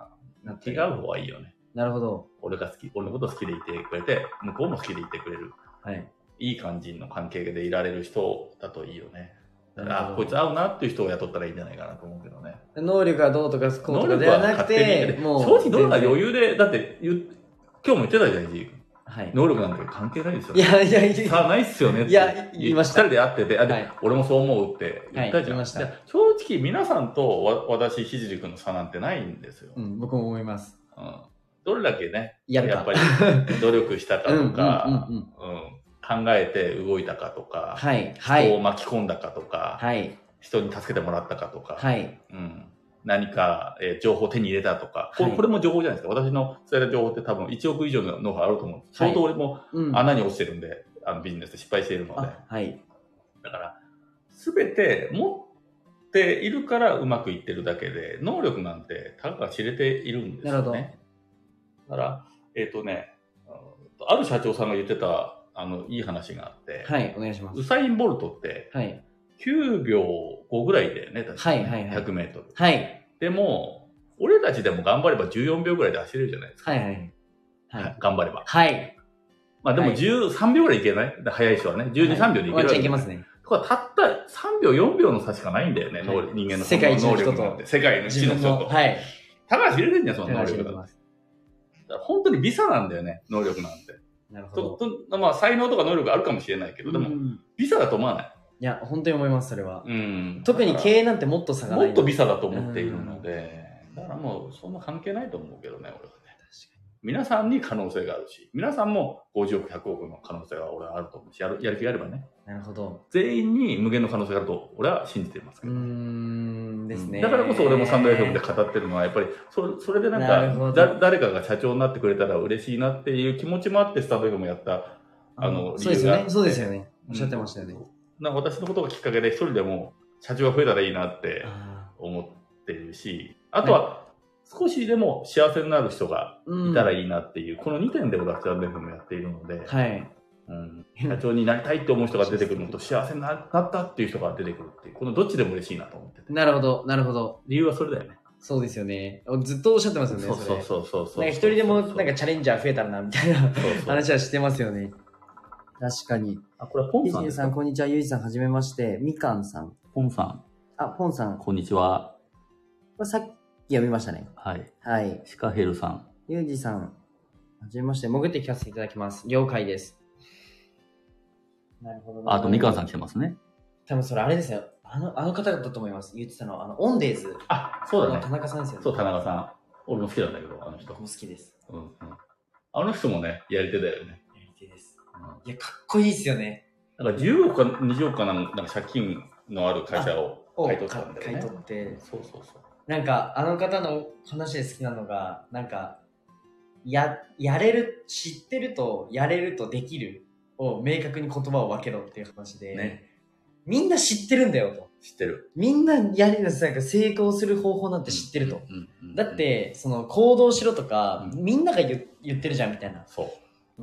違う方がいいよね。 なるほど。 俺が好き、俺のこと好きでいてくれて、向こうも好きでいてくれる。 はい。 いい感じの関係でいられる人だといいよね。だから、こいつ合うなっていう人を雇ったらいいんじゃないかなと思うけどね。 能力がどうとかこうとかではなくて、 もう。正直どんな余裕で、だって今日も言ってたじゃん、ジー君。 はい。 能力なんて関係ないですよ。 いやいやいや。 さあ、ないっすよねって。 いや、言いました。 二人で会ってて、あ、で、はい、俺もそう思うって言ったじゃん。はい、正直皆さんとわ私、ひじり君の差なんてないんですよ。 うん、僕も思います。 うん。どれだけね、 や, やっぱり努力したかとか、考えて動いたかとか、 はい、 人を巻き込んだかとか、 はい、 人に助けてもらったかとか、 はい、 うん、何か、えー、情報を手に入れたとか、はい、これも情報じゃないですか。私の伝えた情報って多分いちおく以上のノウハウあると思うんです。相当俺も穴に落ちてるんで、うん、あのビジネスで失敗しているので。 はい、だから、すべて持っているからうまくいってるだけで、能力なんてたかが知れているんですよね。だから、えっ、ー、とね、ある社長さんが言ってた、あの、いい話があって、 はい、お願いします。 ウサイン・ボルトって、 はい、 きゅうびょうごぐらいだよね、確かに、 はいはいはい、 ひゃくメートル。 はい。 でも、俺たちでも頑張ればじゅうよんびょうぐらいで走れるじゃないですか。 はいはいはい。 頑張れば。 はい。 まあでもじゅうさんびょうぐらいいけない、速い人はね。じゅうに、さんびょうでいけるわけ、 はい、いけますね。 とか、たったさんびょう、よんびょうの差しかないんだよね、はい、人間の世界一の人と。 世界の一の人と。 はい。 たかが知れてんじゃん、その能力が。本当にビザなんだよね、能力なんて。 なるほど。 ととまあ、才能とか能力あるかもしれないけど、でも、ビザだと思わない。 いや、本当に思います、それは。 うん。 特に経営なんてもっと差がない。 もっとビザだと思っているので、だからもう、そんな関係ないと思うけどね、俺はね。確かに。皆さんに可能性があるし、皆さんもごじゅうおく、ひゃくおくの可能性が俺はあると思うし、やる、やる気があればね。 なるほど。 全員に無限の可能性があると、俺は信じていますけど。 うーんですね。 だからこそ俺もサンド エフエム で語ってるのは、やっぱり、そ, それでなんかだ、誰かが社長になってくれたら嬉しいなっていう気持ちもあって、スタンド エフエム やった、あの、 理由が。そうですよね。おっしゃってましたよね。 なんか私のことがきっかけで一人でも社長が増えたらいいなって思ってるし、あとは少しでも幸せになる人がいたらいいなっていう、うん、このにてんで俺はスタンド エフエム やっているので、 はい。 うん、社長になりたいって思う人が出てくるのと幸せになったっていう人が出てくるっていう、このどっちでも嬉しいなと思ってて。 なるほど、なるほど。 理由はそれだよね。 そうですよね。ずっとおっしゃってますよね。 そうそうそうそうそう。 一人でもなんかチャレンジャー増えたらなみたいな話はしてますよね。確かに。 あ、これはポンさんですか。ゆうじさん、こんにちは。ゆうじさん、はじめまして。みかんさん。 ポンさん。 あ、ポンさん。 こんにちは。 これさっき読みましたね。 はい。 はい。 シカヘルさん。 ゆうじさん、はじめまして。潜って聞かせていただきます。了解です。なるほど。 あと、みかんさん来てますね。 多分それあれですよ。あの、あの方だと思います。言ってたのは、あの、オンデーズ。 あ、そうだね。 田中さんですよね。 そう、田中さん。俺も好きなんだけど、あの人。 僕も好きです。 うんうん。あの人もね、やり手だよね。 やり手です。うん、いや、かっこいいっすよね。 なんかじゅうおくかにじゅうおくかなんか借金のある会社を買い取ったんだよね。 買い取って。 そうそうそう。 なんか、あの方の話で好きなのが、なんか、や、やれる、知ってると、やれるとできるを明確に言葉を分けろっていう話で、ね、みんな知ってるんだよと。 知ってる。 みんなやりなんか成功する方法なんて知ってると。だって、その行動しろとか、うん、みんなが 言, 言ってるじゃんみたいな。 そう。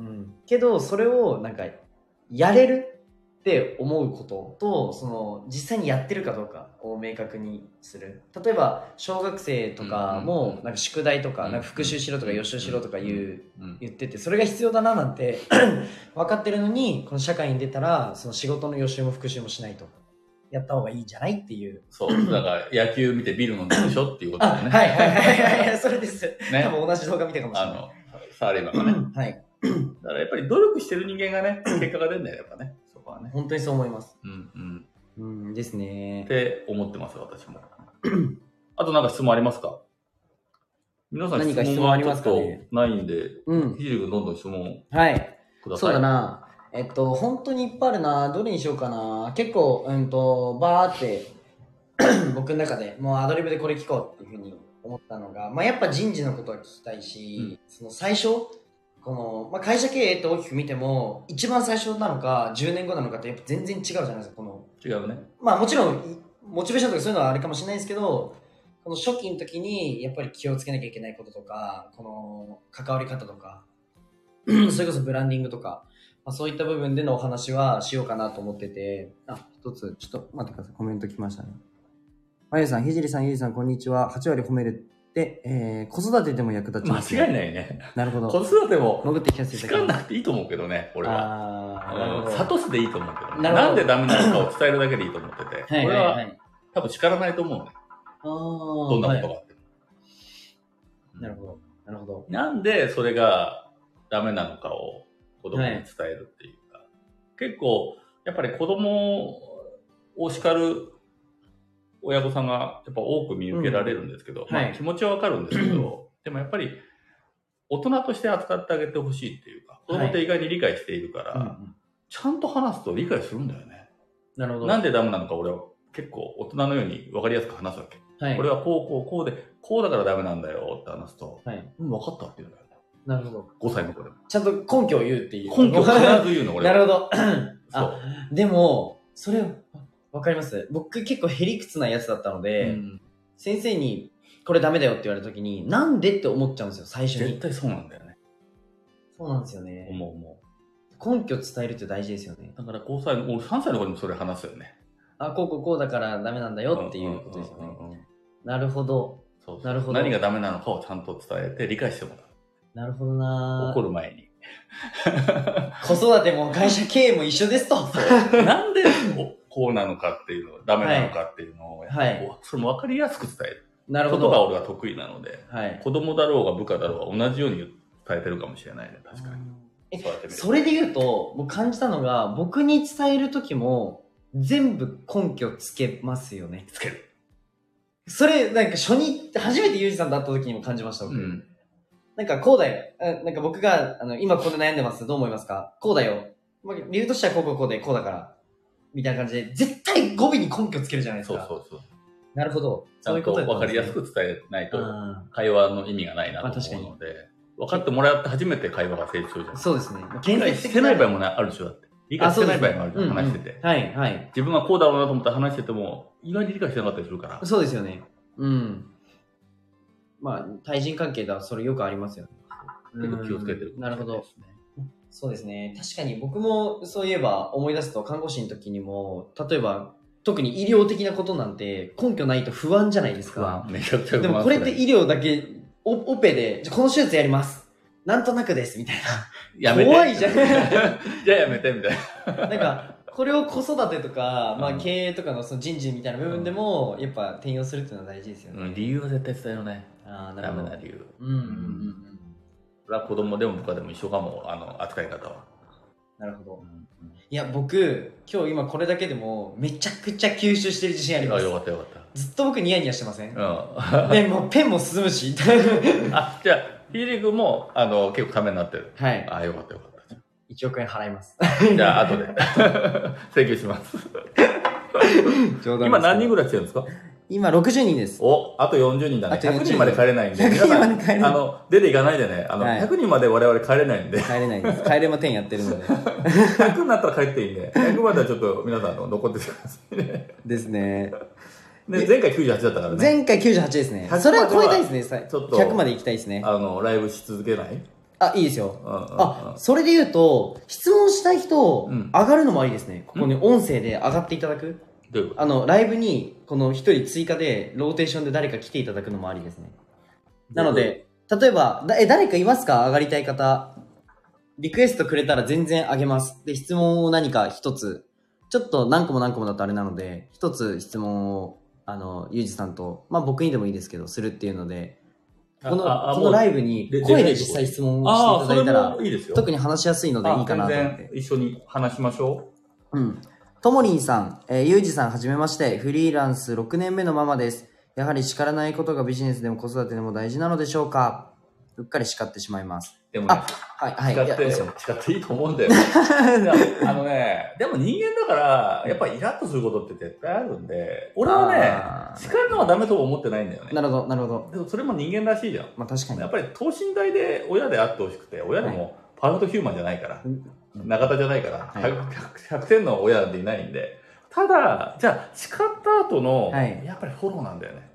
うん。けど、それをなんか、やれるって思うことと、その実際にやってるかどうかを明確にする。例えば小学生とかもなんか宿題とかなんか復習しろとか予習しろとか言う言ってて、それが必要だななんて分かってるのに、この社会に出たらその仕事の予習も復習もしないと。やった方がいいんじゃないっていう。 そう。だから野球見てビル飲んでるでしょっていうことだよね。 はいはいはいはい。それです。ね。多分同じ動画見たかもしれない。あの、 サラリーマンがね。 はい。 だからやっぱり努力してる人間がね、結果が出るんだよ、やっぱね。そこはね。 本当にそう思います。 うんうん。うんですね。 って思ってます、私も。あとなんか質問ありますか？皆さん質問はちょっとないんで、うん。ひじりくんどんどん質問はい。ください。そうだな。えっと、本当にいっぱいあるな。どれにしようかな。結構、うんと、バーって僕の中でもうアドリブでこれ聞こうっていうふうに思ったのが、まあやっぱ人事のことは聞きたいし、うん、その最初、この、まあ、会社経営って大きく見ても、一番最初なのか、じゅうねんごなのかってやっぱ全然違うじゃないですか、この。 違うね。 まあもちろん、モチベーションとかそういうのはあれかもしれないですけど、この初期の時にやっぱり気をつけなきゃいけないこととか、この関わり方とか、それこそブランディングとか、 あ、そういった部分でのお話はしようかなと思ってて、あ、一つ、ちょっと待ってください。コメント来ましたね。まゆさん、ひじりさん、ゆうじさん、こんにちは。はち割褒めるって、えー、子育てでも役立ちます。 間違いないね。 なるほど。 子育ても、 潜って聞かせていただきます。 聞かなくていいと思うけどね、俺は。 あー、なるほど。 諭すでいいと思うけど、ね、なんでダメなのかを伝えるだけでいいと思ってて、 はいはいはい、 これは多分叱らないと思うね。 あー、 どんなことがあっても、 はい。なるほど。なるほど。 なんでそれがダメなのかを子供に伝えるっていうか、はい、結構、やっぱり子供を叱る親御さんがやっぱ多く見受けられるんですけど、うん、まあ、気持ちはわかるんですけど、はい、でもやっぱり大人として扱ってあげてほしいっていうか、子供って意外に理解しているから、はい、ちゃんと話すと理解するんだよね。 なるほど。 なんでダメなのか俺は結構大人のように分かりやすく話すわけ。はい、これはこうこうこうで、こうだからダメなんだよって話すと、はい、うん、分かったって言うんだよね。 なるほど。 ごさいの子でも。 ちゃんと根拠を言うっていう。 根拠を必ず言うの、俺は。 なるほど。あ、でも、それ、わかります。僕結構へりくつなやつだったので、うん、先生にこれダメだよって言われた時に、なんでって思っちゃうんですよ、最初に。 絶対そうなんだよね。 そうなんですよね。 思う思う。根拠を伝えるって大事ですよね。 だからごさいの、俺さんさいの子にもそれ話すよね。 あ、こうこうこうだからダメなんだよっていうことですよね。なるほど。 そうそう、 なるほど。 何がダメなのかをちゃんと伝えて理解してもらう。 なるほどな。 怒る前に。 子育ても会社経営も一緒ですと。 なんでこうなのかっていうの、ダメなのかっていうのを、はい、それも分かりやすく伝える。 なるほど。 ことが俺は得意なので、はい、子供だろうが部下だろうが同じように伝えてるかもしれないね、確かに。 え、それで言うと、僕感じたのが、僕に伝えるときも、全部根拠つけますよね。 つける。 それ、なんか初日、初めてユージさんと会った時にも感じました、僕。うん、なんかこうだよ。なんか僕が、あの、今ここで悩んでます。どう思いますか？こうだよ。理由としてはこうこうこうで、こうだから。みたいな感じで、絶対語尾に根拠つけるじゃないですか。 そうそうそう。 なるほど。 そういうこと分かりやすく伝えないと、会話の意味がないなと思うので、分かってもらって初めて会話が成立するじゃないですか。 そうですね。 理解してない場合もあるでしょ、だって。理解してない場合もあるじゃん、話してて。 はいはい。 自分はこうだろうなと思って話してても、意外に理解してなかったりするから。 そうですよね。うん。まあ、対人関係ではそれよくありますよね。 結構気をつけてる。 なるほど。そうですね。確かに僕もそういえば思い出すと看護師の時にも、例えば特に医療的なことなんて根拠ないと不安じゃないですか。 めちゃくちゃ不安。 でもこれって医療だけ、オ, オペで、この手術やります。なんとなくです、みたいな。 やめて。 怖いじゃん。じゃあやめて、みたいな。なんか、これを子育てとか、まあ経営とかのその人事みたいな部分でも、やっぱ転用するっていうのは大事ですよね。 うん、理由は絶対伝えようね。 ああ、なるほど。 ダメな理由。 うんうんうんうん。 それは子供でも部下でも一緒かも、あの、扱い方は。 なるほど。うん、いや、僕、今日今これだけでも、めちゃくちゃ吸収してる自信あります。 あ、よかったよかった。 ずっと僕ニヤニヤしてません？ うん。 で、もうペンも進むし。 あ、じゃあ、ヒーリングも、あの、結構ためになってる。 はい。 あ、よかったよかった。 いちおくえん払います。 じゃあ、後で。請求します。今何人ぐらい来てるんですか？ 今ろくじゅうにんです。 お、あとよんじゅうにんだね。ひゃくにんまで帰れないんで。 ひゃくにんまで帰れない。 あの、出ていかないでね。あの、はい、ひゃくにんまで我々帰れないんで。 帰れないです。帰れまてんやってるので。ひゃくになったら帰っていいんで。ひゃくまではちょっと皆さんの残っててくださいね。 ですね。 で、前回きゅうじゅうはちだったからね。 前回きゅうじゅうはちですね。それは超えたいですね。ちょっと。ひゃくまで行きたいですね。 あの、ライブし続けない？ あ、いいですよ。あ、それで言うと、質問したい人、上がるのもありですね。ここに音声で上がっていただく。あの、ライブに、この一人追加で、ローテーションで誰か来ていただくのもありですね。なので、例えば、だえ、誰かいますか？上がりたい方。リクエストくれたら全然あげます。で、質問を何か一つ、ちょっと何個も何個もだとあれなので、一つ質問を、あの、ゆうじさんと、まあ僕にでもいいですけど、するっていうので、この、このライブに声で実際質問をしていただいたら、 いいですよ。 特に話しやすいのでいいかなと思って。 全然一緒に話しましょう。うん。ともりんさん、えー、ゆうじさんはじめまして、フリーランスろくねんめのママです。やはり叱らないことがビジネスでも子育てでも大事なのでしょうか？うっかり叱ってしまいます。 でもね、 はい、はい、 叱って、叱っていいと思うんだよ。あのね、でも人間だから、やっぱりイラッとすることって絶対あるんで、俺はね、叱るのはダメとも思ってないんだよね。 なるほど、なるほど。 でもそれも人間らしいじゃん。 まあ確かに。 やっぱり等身大で親であってほしくて、親でもパーフェクトヒューマンじゃないから、中田じゃないから、はい、ひゃくてんの親でいないんで、ただ、じゃあ、叱った後の、はい、やっぱりフォローなんだよね。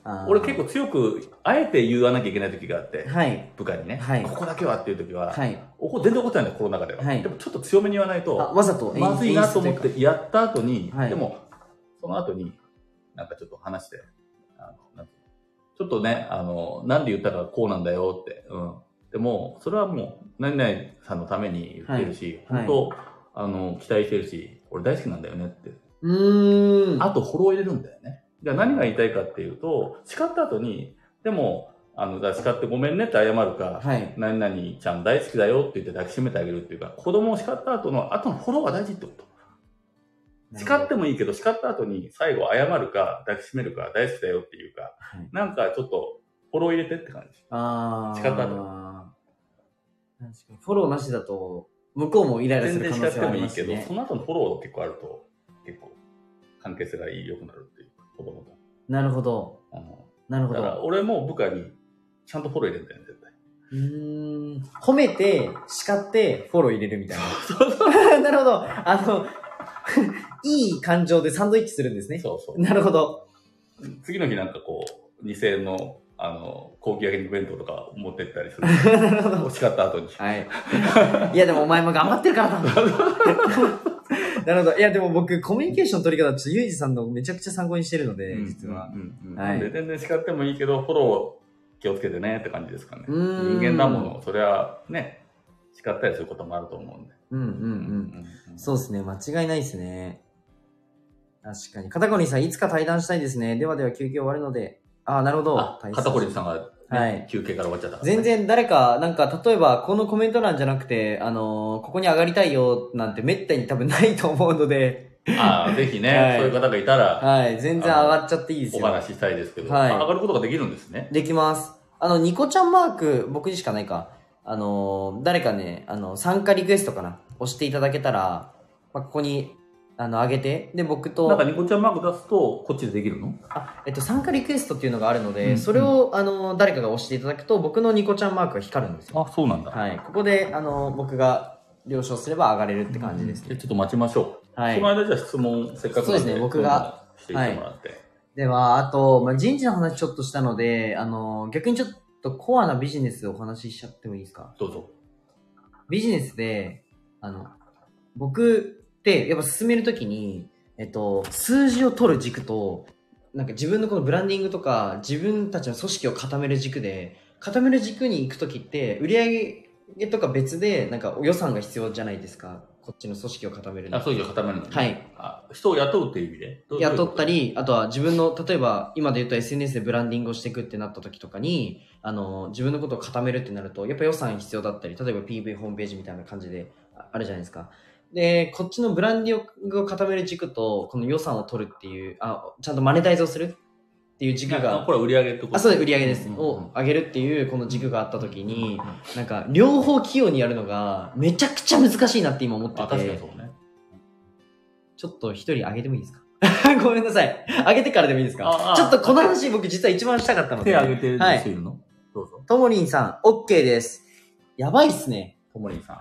俺結構強く、あえて言わなきゃいけない時があって、 はい、 部下にね、 はい、 ここだけはっていう時は、 はい、 全然怒ってないんだよ、コロナ禍では。はい、でもちょっと強めに言わないと、 わざとまずいなと思ってやった後に、はい、でも、その後に、なんかちょっと話して、あのなんちょっとね、あの、なんで言ったかこうなんだよって、うん。でも、それはもう、何々さんのために言ってるし、はい、本当、はい、あの、期待してるし、俺大好きなんだよねって。 うーん。 あと、フォロー入れるんだよね。じゃあ何が言いたいかっていうと、叱った後に、でも、あの、叱ってごめんねって謝るか、はい、何々ちゃん大好きだよって言って抱きしめてあげるっていうか、子供を叱った後の後のフォローが大事ってこと。叱ってもいいけど、叱った後に最後謝るか、抱きしめるか、大好きだよっていうか、はい、なんかちょっとフォロー入れてって感じ。ああ。叱った後。確かに。フォローなしだと、向こうもイライラする可能性はありますね。 全然叱ってもいいけど、その後のフォロー結構あると、結構関係性が良くなるっていう。子供と。 なるほど。 うん、 なるほど。 だから俺も部下にちゃんとフォロー入れるんだよね、絶対。 うーん。褒めて、叱ってフォロー入れるみたいな。そうそう。なるほど。あの、いい感情でサンドイッチするんですね。 そうそう。 なるほど。 次の日なんかこう、にせんえんの、あの、高級焼肉弁当とか持ってったりする。なるほど。叱った後に。 はい。いやでもお前も頑張ってるからな。なるほど。いや、でも僕、コミュニケーションの取り方、ちょっとユージさんのめちゃくちゃ参考にしてるので、うん、実は。 うんうんうん、はい。で、全然叱ってもいいけど、フォロー気をつけてねって感じですかね。人間だもの、それはね、叱ったりすることもあると思うんで。 うんうんうん。うんうん、そうですね。間違いないですね。確かに。片桐さん、いつか対談したいですね。ではでは休憩終わるので。ああ、なるほど。 片桐さんが、ね、はい、休憩から終わっちゃったから、 ね。全然誰か、なんか、例えば、このコメント欄じゃなくて、あのー、ここに上がりたいよ、なんてめったに多分ないと思うので。 ああ、ぜひね、はい、そういう方がいたら。 はい、全然上がっちゃっていいですよ。 お話ししたいですけど。はい。上がることができるんですね。 できます。あの、ニコちゃんマーク、僕にしかないか。あのー、誰かね、あの、参加リクエストかな。押していただけたら、まあ、ここに、あの、上げて、で、僕と。 なんかニコちゃんマーク出すと、こっちでできるの？ あ、えっと、参加リクエストっていうのがあるので、うんうん、それを、あの、誰かが押していただくと、僕のニコちゃんマークが光るんですよ。 あ、そうなんだ。 はい。ここで、あの、僕が了承すれば上がれるって感じですね。 うん、ちょっと待ちましょう。はい。その間じゃあ質問、せっかくなんで。 そうですね、僕が。 していってもらって。はい、 では、あと、まあ、人事の話ちょっとしたので、あの、逆にちょっとコアなビジネスをお話ししちゃってもいいですか？ どうぞ。 ビジネスで、あの、僕って、やっぱ進めるときに、えっと、数字を取る軸と、なんか自分のこのブランディングとか、自分たちの組織を固める軸で、固める軸に行くときって、売上とか別で、なんか予算が必要じゃないですか。こっちの組織を固めるの。あ、組織を固めるの、ね、 はい。 あ、人を雇うっていう意味で雇ったり、あとは自分の、例えば、今で言うと エスエヌエス でブランディングをしていくってなった時とかに、あの、自分のことを固めるってなると、やっぱ予算必要だったり、例えば ピーブイ ホームページみたいな感じであるじゃないですか。で、こっちのブランディングを固める軸と、この予算を取るっていう、あ、ちゃんとマネタイズをするっていう軸が。 これは売上ってことあ、そうです、売上です、うんうんうん。を上げるっていう、この軸があった時に、なんか、両方器用にやるのが、めちゃくちゃ難しいなって今思ってて。あ、 確かにそうね。 ちょっと一人上げてもいいですか？ごめんなさい。上げてからでもいいですか？ちょっとこの話僕実は一番したかったので。 手上げてる人いるの？はい、どうぞ。 ともりんさん、OK です。やばいっすね。 ともりんさん。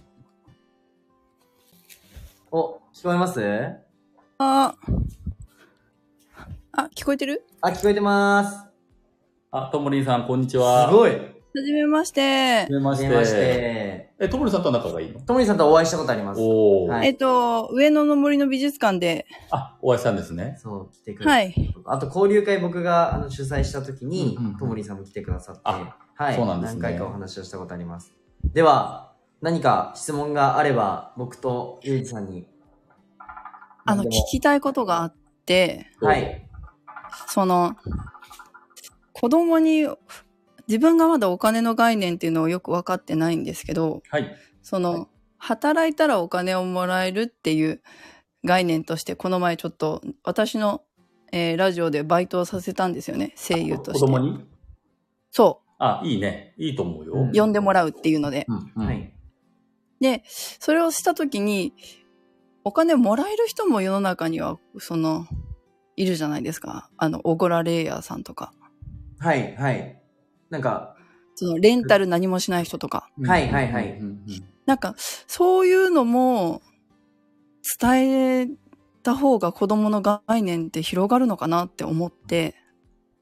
お、聞こえます？ あ、あ、聞こえてる？ あ、聞こえてます。 あ、ともりんさん、こんにちは。 すごい。 はじめまして。 はじめまして。 はじめまして。 え、ともりさんとは仲がいいの？ ともりさんとお会いしたことあります。 おー。 はい、えっと、上野の森の美術館で。 あ、お会いしたんですね。 そう、来てくれて。 はい。 あと、交流会僕があの主催した時に、ともりさんも来てくださって、はい。 そうなんですね。 何回かお話をしたことあります。では、何か質問があれば、僕とゆうじさんに。 あの、聞きたいことがあって、 はい。 その、子供に、自分がまだお金の概念っていうのをよく分かってないんですけど、 はい。 その、はい、働いたらお金をもらえるっていう概念として、この前ちょっと私の、えー、ラジオでバイトをさせたんですよね、声優として。 子供に？ そう。 あ、いいね。いいと思うよ。 呼んでもらうっていうので。 うんうん、はい。 で、それをしたときに、お金をもらえる人も世の中には、その、いるじゃないですか。あの、オゴラレイヤーさんとか。 はい、はい。なんか、 その、レンタル何もしない人とか。 はい、はい、はい。 なんか、そういうのも、伝えた方が子供の概念って広がるのかなって思って。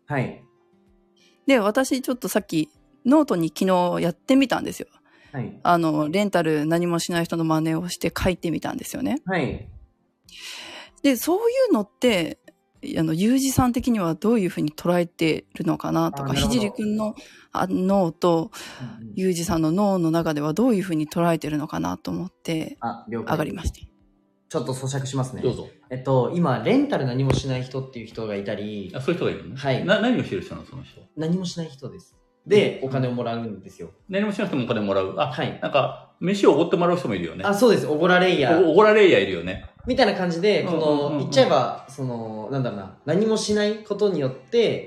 はい。 で、私ちょっとさっきノートに昨日やってみたんですよ。 はい。 あの、レンタル何もしない人の真似をして書いてみたんですよね。 はい。 で、そういうのって、あの、ユージさん的にはどういうふうに捉えてるのかなとか、ひじりくんのあ脳と、ユージさんの脳の中ではどういうふうに捉えてるのかなと思って、上がりました。 ちょっと咀嚼しますね。 どうぞ。 えっと、今、レンタル何もしない人っていう人がいたり。 あ、そういう人がいるのね。 はい。 な、何をしてる人なの、その人。 何もしない人です。で、お金をもらうんですよ。 何もしなくてもお金もらう。あ、 はい。 なんか、飯をおごってもらう人もいるよね。 あ、そうです。おごらレイヤー。 おごらレイヤーいるよね。 みたいな感じで、この、言っちゃえば、その、なんだろうな、何もしないことによって、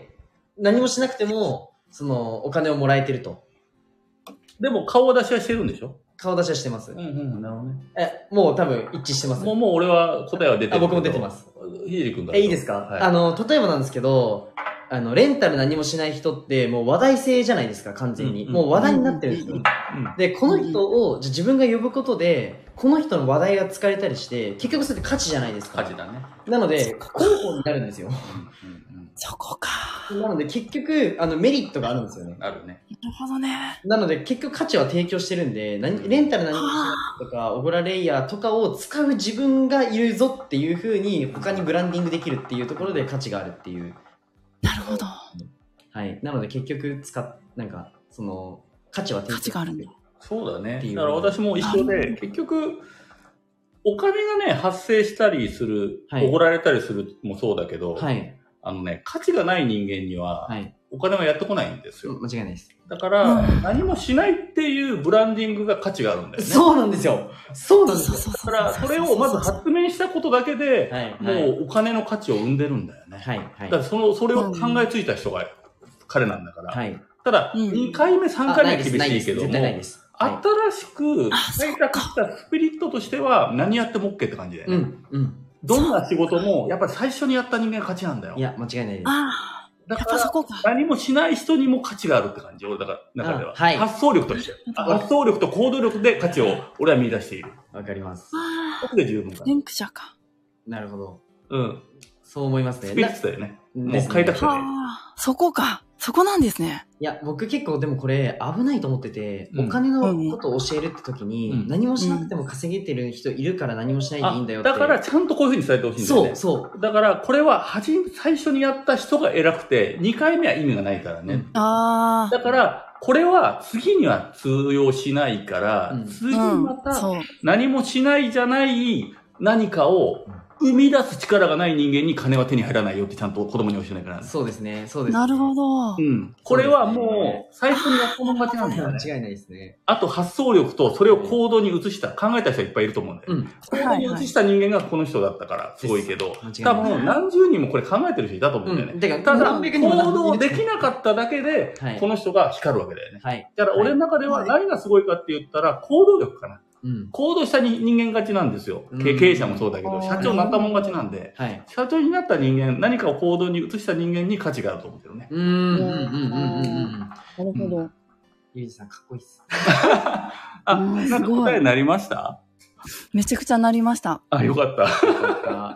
何もしなくても、その、お金をもらえてると。 でも、顔出しはしてるんでしょ？ 顔出しはしてます。 うんうん、なるほどね。 え、もう多分一致してます。 もう、もう俺は答えは出てる。 あ、僕も出てます。 ひじりくんから。 え、いいですか？はい、あの、例えばなんですけど、あの、レンタル何もしない人って、もう話題性じゃないですか、完全に。うんうん、もう話題になってるんですよ。うんうん、で、この人を、じゃ自分が呼ぶことで、この人の話題が使えたりして、結局それって価値じゃないですか。 価値だね。 なので、広報になるんですよ。 そこか。 なので、結局、あの、メリットがあるんですよね。 あるね。 なるほどね。 なので、結局価値は提供してるんで、何レンタル何もしないとか、オゴラレイヤーとかを使う自分がいるぞっていう風に、他にブランディングできるっていうところで価値があるっていう。 なるほど。 はい。なので、結局、使っ、なんか、その、価値は提供価値があるんだ。 そうだね。だから私も一緒で、結局、お金がね、発生したりする、おごられたりするもそうだけど、はい。あのね、価値がない人間には、お金はやってこないんですよ。 間違いないです。 だから、うん、何もしないっていうブランディングが価値があるんだよね。 そうなんですよ。そうなんですよ。 だから、それをまず発明したことだけで、はいはい、もうお金の価値を生んでるんだよね。はいはい、だからその、それを考えついた人が彼なんだから。はい、ただ、うん、にかいめ、さんかいめは厳しいけども、新しく開拓したスピリットとしては何やっても OK って感じだよね。うんうんどんな仕事も、やっぱり最初にやった人間が勝ちなんだよ。 いや、間違いないです。 ああ。だから、 何もしない人にも価値があるって感じ。俺、だから、中では。はい。発想力として。発想力と行動力で価値を、俺は見出している。 わかります。 そこで十分かな。 先駆者か。 なるほど。 うん。 そう思いますね。 スピリッツだよね。もう開拓者ね。 そこか。そこなんですね。 いや、僕結構でもこれ危ないと思ってて、うん、お金のことを教えるって時に、うん、何もしなくても稼げてる人いるから何もしないでいいんだよって。 だからちゃんとこういうふうに伝えてほしいんだよね。 そう、そう。 だからこれははじ、最初にやった人が偉くて、にかいめは意味がないからね。うん、 あだから、これは次には通用しないから、うん、次また何もしないじゃない何かを、生み出す力がない人間に金は手に入らないよってちゃんと子供に教えないから、ね。 そうですね。そうです、 ね。なるほど。 うん。これはもう、最初にやったもん勝ちなんだよね。 間違いないですね。 あと発想力とそれを行動に移した、考えた人はいっぱいいると思うんだよ。うん。行動に移した人間がこの人だったからすごいけど、多分何十人もこれ考えてる人いたと思うんだよね。うん、ただ、行動できなかっただけで、この人が光るわけだよね。はい。だから俺の中では何がすごいかって言ったら、行動力かな。うん、行動した人間勝ちなんですよ。経営者もそうだけど、社長になったもん勝ちなんで、はい、社長になった人間、何かを行動に移した人間に価値があると思うけどね。 うん、うん、うん、うん、うん。 なるほど。 ゆうじさん、かっこいいっす。 あ、なんか答えになりました？ めちゃくちゃなりました。 あ、よかった。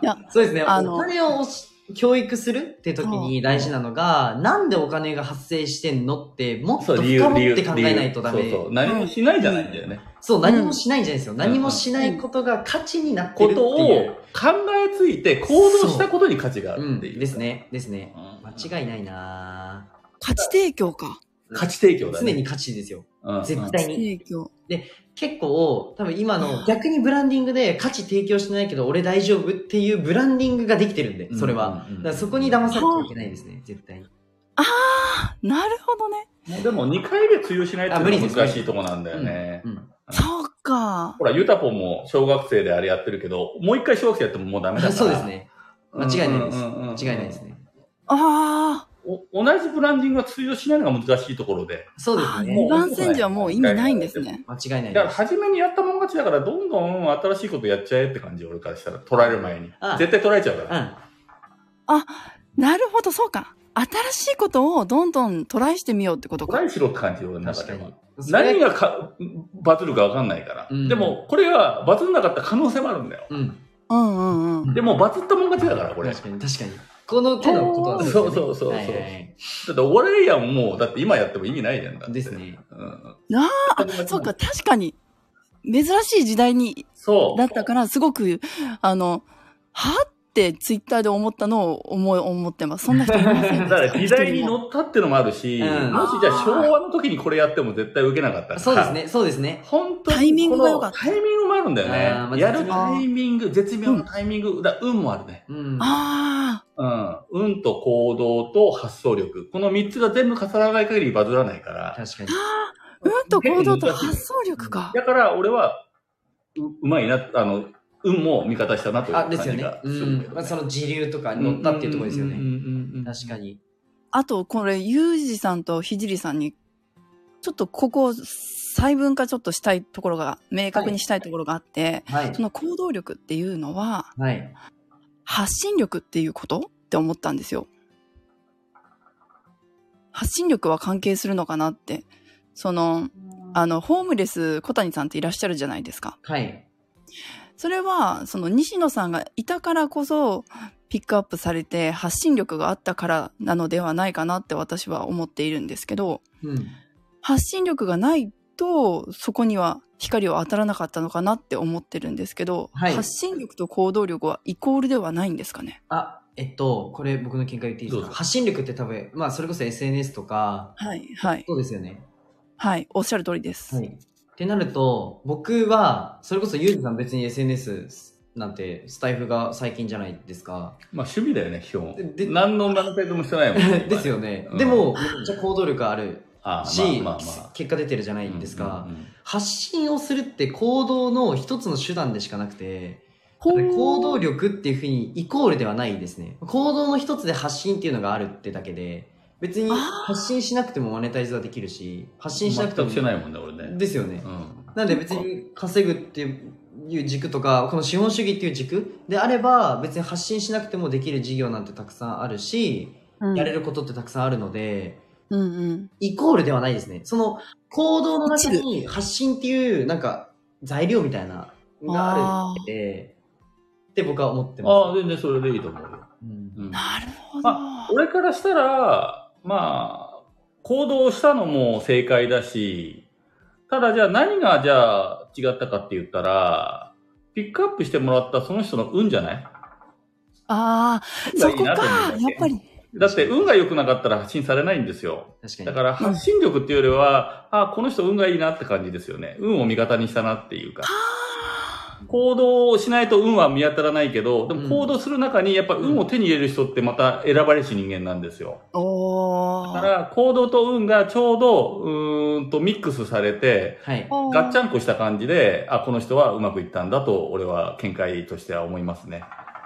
いや、そうですね。あの、お金を教育するって時に大事なのが、なんでお金が発生してんのって、もっと深掘って考えないとダメ。 そうそう。何もしないじゃないんだよね。 そう、何もしないんじゃないですよ。何もしないことが価値になってるっていう。 ことを考えついて行動したことに価値があるっていう。 うん、ですね。ですね。間違いないな価値提供か。 価値提供だね。 常に価値ですよ。絶対に。 価値提供。 で、結構、多分今の逆にブランディングで価値提供してないけど俺大丈夫っていうブランディングができてるんで、それは。だからそこに騙されちゃいけないですね、絶対に。 ああ、なるほどね。 もうでもにかいめ通用しないっていうのが難しいとこなんだよね。 そうか。 ほら、ユタポンも小学生であれやってるけど、もう一回小学生やってももうダメだから。 そうですね。間違いないです。間違いないですね。 ああ。 同じブランディングが通用しないのが難しいところで。 そうですね。 二番煎じはもう意味ないんですね。 間違いない。 だから初めにやったもん勝ちだから、どんどん新しいことやっちゃえって感じ、俺からしたら。捉える前に。絶対捉えちゃうから。うん、 あ、なるほど、そうか。新しいことをどんどんトライしてみようってことか。 トライしろって感じ、俺の中では。何がかバズるか分かんないから。うん、でも、これはバズんなかった可能性もあるんだよ。うん。 うんうんうん。 でも、バズったもん勝ちだから、これ。 確かに、確かに。 この手のことなんですよね。 そうそうそうそう。 はいはい、 だって俺やんもう、だって今やっても意味ないじゃん。だってですね。 うん、ああ、そうか、確かに。珍しい時代に、だったから、すごく、あの、はってツイッターで思ったのを思い、思ってます。そんな人いません。 だから時代に乗ったってのもあるし、うん、もしじゃあ昭和の時にこれやっても絶対受けなかったから。 そうですね、そうですね。 本当に。タイミングが良かった。 タイミングもあるんだよね。まあ、やるタイミング、絶妙のタイミング、うん、だ運もあるね。 うん、 ああ。うん。運と行動と発想力。この三つが全部重ならない限りバズらないから。 確かに。 運と行動と発想力か。 だから俺は、う、うまいな、あの、運も味方したなという感じがする、ね。 あ、ですよね。うん。まあ、その時流とかに乗ったっていうところですよね。確かに。 あと、これ、ゆうじさんとひじりさんに、ちょっとここ、細分化ちょっとしたいところが、明確にしたいところがあって、はい、その行動力っていうのは、はい、発信力っていうことって思ったんですよ。発信力は関係するのかなって。その、あの、ホームレス小谷さんっていらっしゃるじゃないですか。 はい。 それは、その西野さんがいたからこそ、ピックアップされて発信力があったからなのではないかなって私は思っているんですけど、うん、発信力がないとそこには光は当たらなかったのかなって思ってるんですけど、はい、発信力と行動力はイコールではないんですかね。 あ、えっと、これ僕の見解言っていいですか？発信力って多分、まあそれこそ エスエヌエス とか、 はい、はい。 そうですよね。 はい、おっしゃる通りです。 はい。ってなると、僕は、それこそゆうじさん別に エスエヌエス なんてスタイフが最近じゃないですか。 まあ趣味だよね、基本。で、何のマネタイズもしてないもんね。 ですよね。うん、でも、めっちゃ行動力あるし、まあまあまあ、結果出てるじゃないですか、うんうんうん。発信をするって行動の一つの手段でしかなくて、行動力っていうふうにイコールではないですね。行動の一つで発信っていうのがあるってだけで、別に発信しなくてもマネタイズはできるし、発信しなくても。 全くしてないもんね、俺ね。 ですよね。うん、なんで別に稼ぐっていう軸とか、この資本主義っていう軸であれば、別に発信しなくてもできる事業なんてたくさんあるし、うん、やれることってたくさんあるので、 うんうん、 イコールではないですね。その行動の中に発信っていうなんか材料みたいなのがあるってって僕は思ってます。 ああ、全然それでいいと思うよ。 うんうん、なるほど。 まあ、俺からしたら、まあ、行動したのも正解だし、ただじゃあ何がじゃあ違ったかって言ったら、ピックアップしてもらったその人の運じゃない？ ああ、そこか、やっぱり。 だって運が良くなかったら発信されないんですよ。 確かに。 だから発信力っていうよりは、うん、あ、この人運がいいなって感じですよね。運を味方にしたなっていうか。行動をしないと運は見当たらないけど、でも行動する中にやっぱ運を手に入れる人ってまた選ばれし人間なんですよ。 おー。 だから行動と運がちょうどうーんとミックスされて、 はい、 ガッチャンコした感じで、あ、この人はうまくいったんだと俺は見解としては思いますね。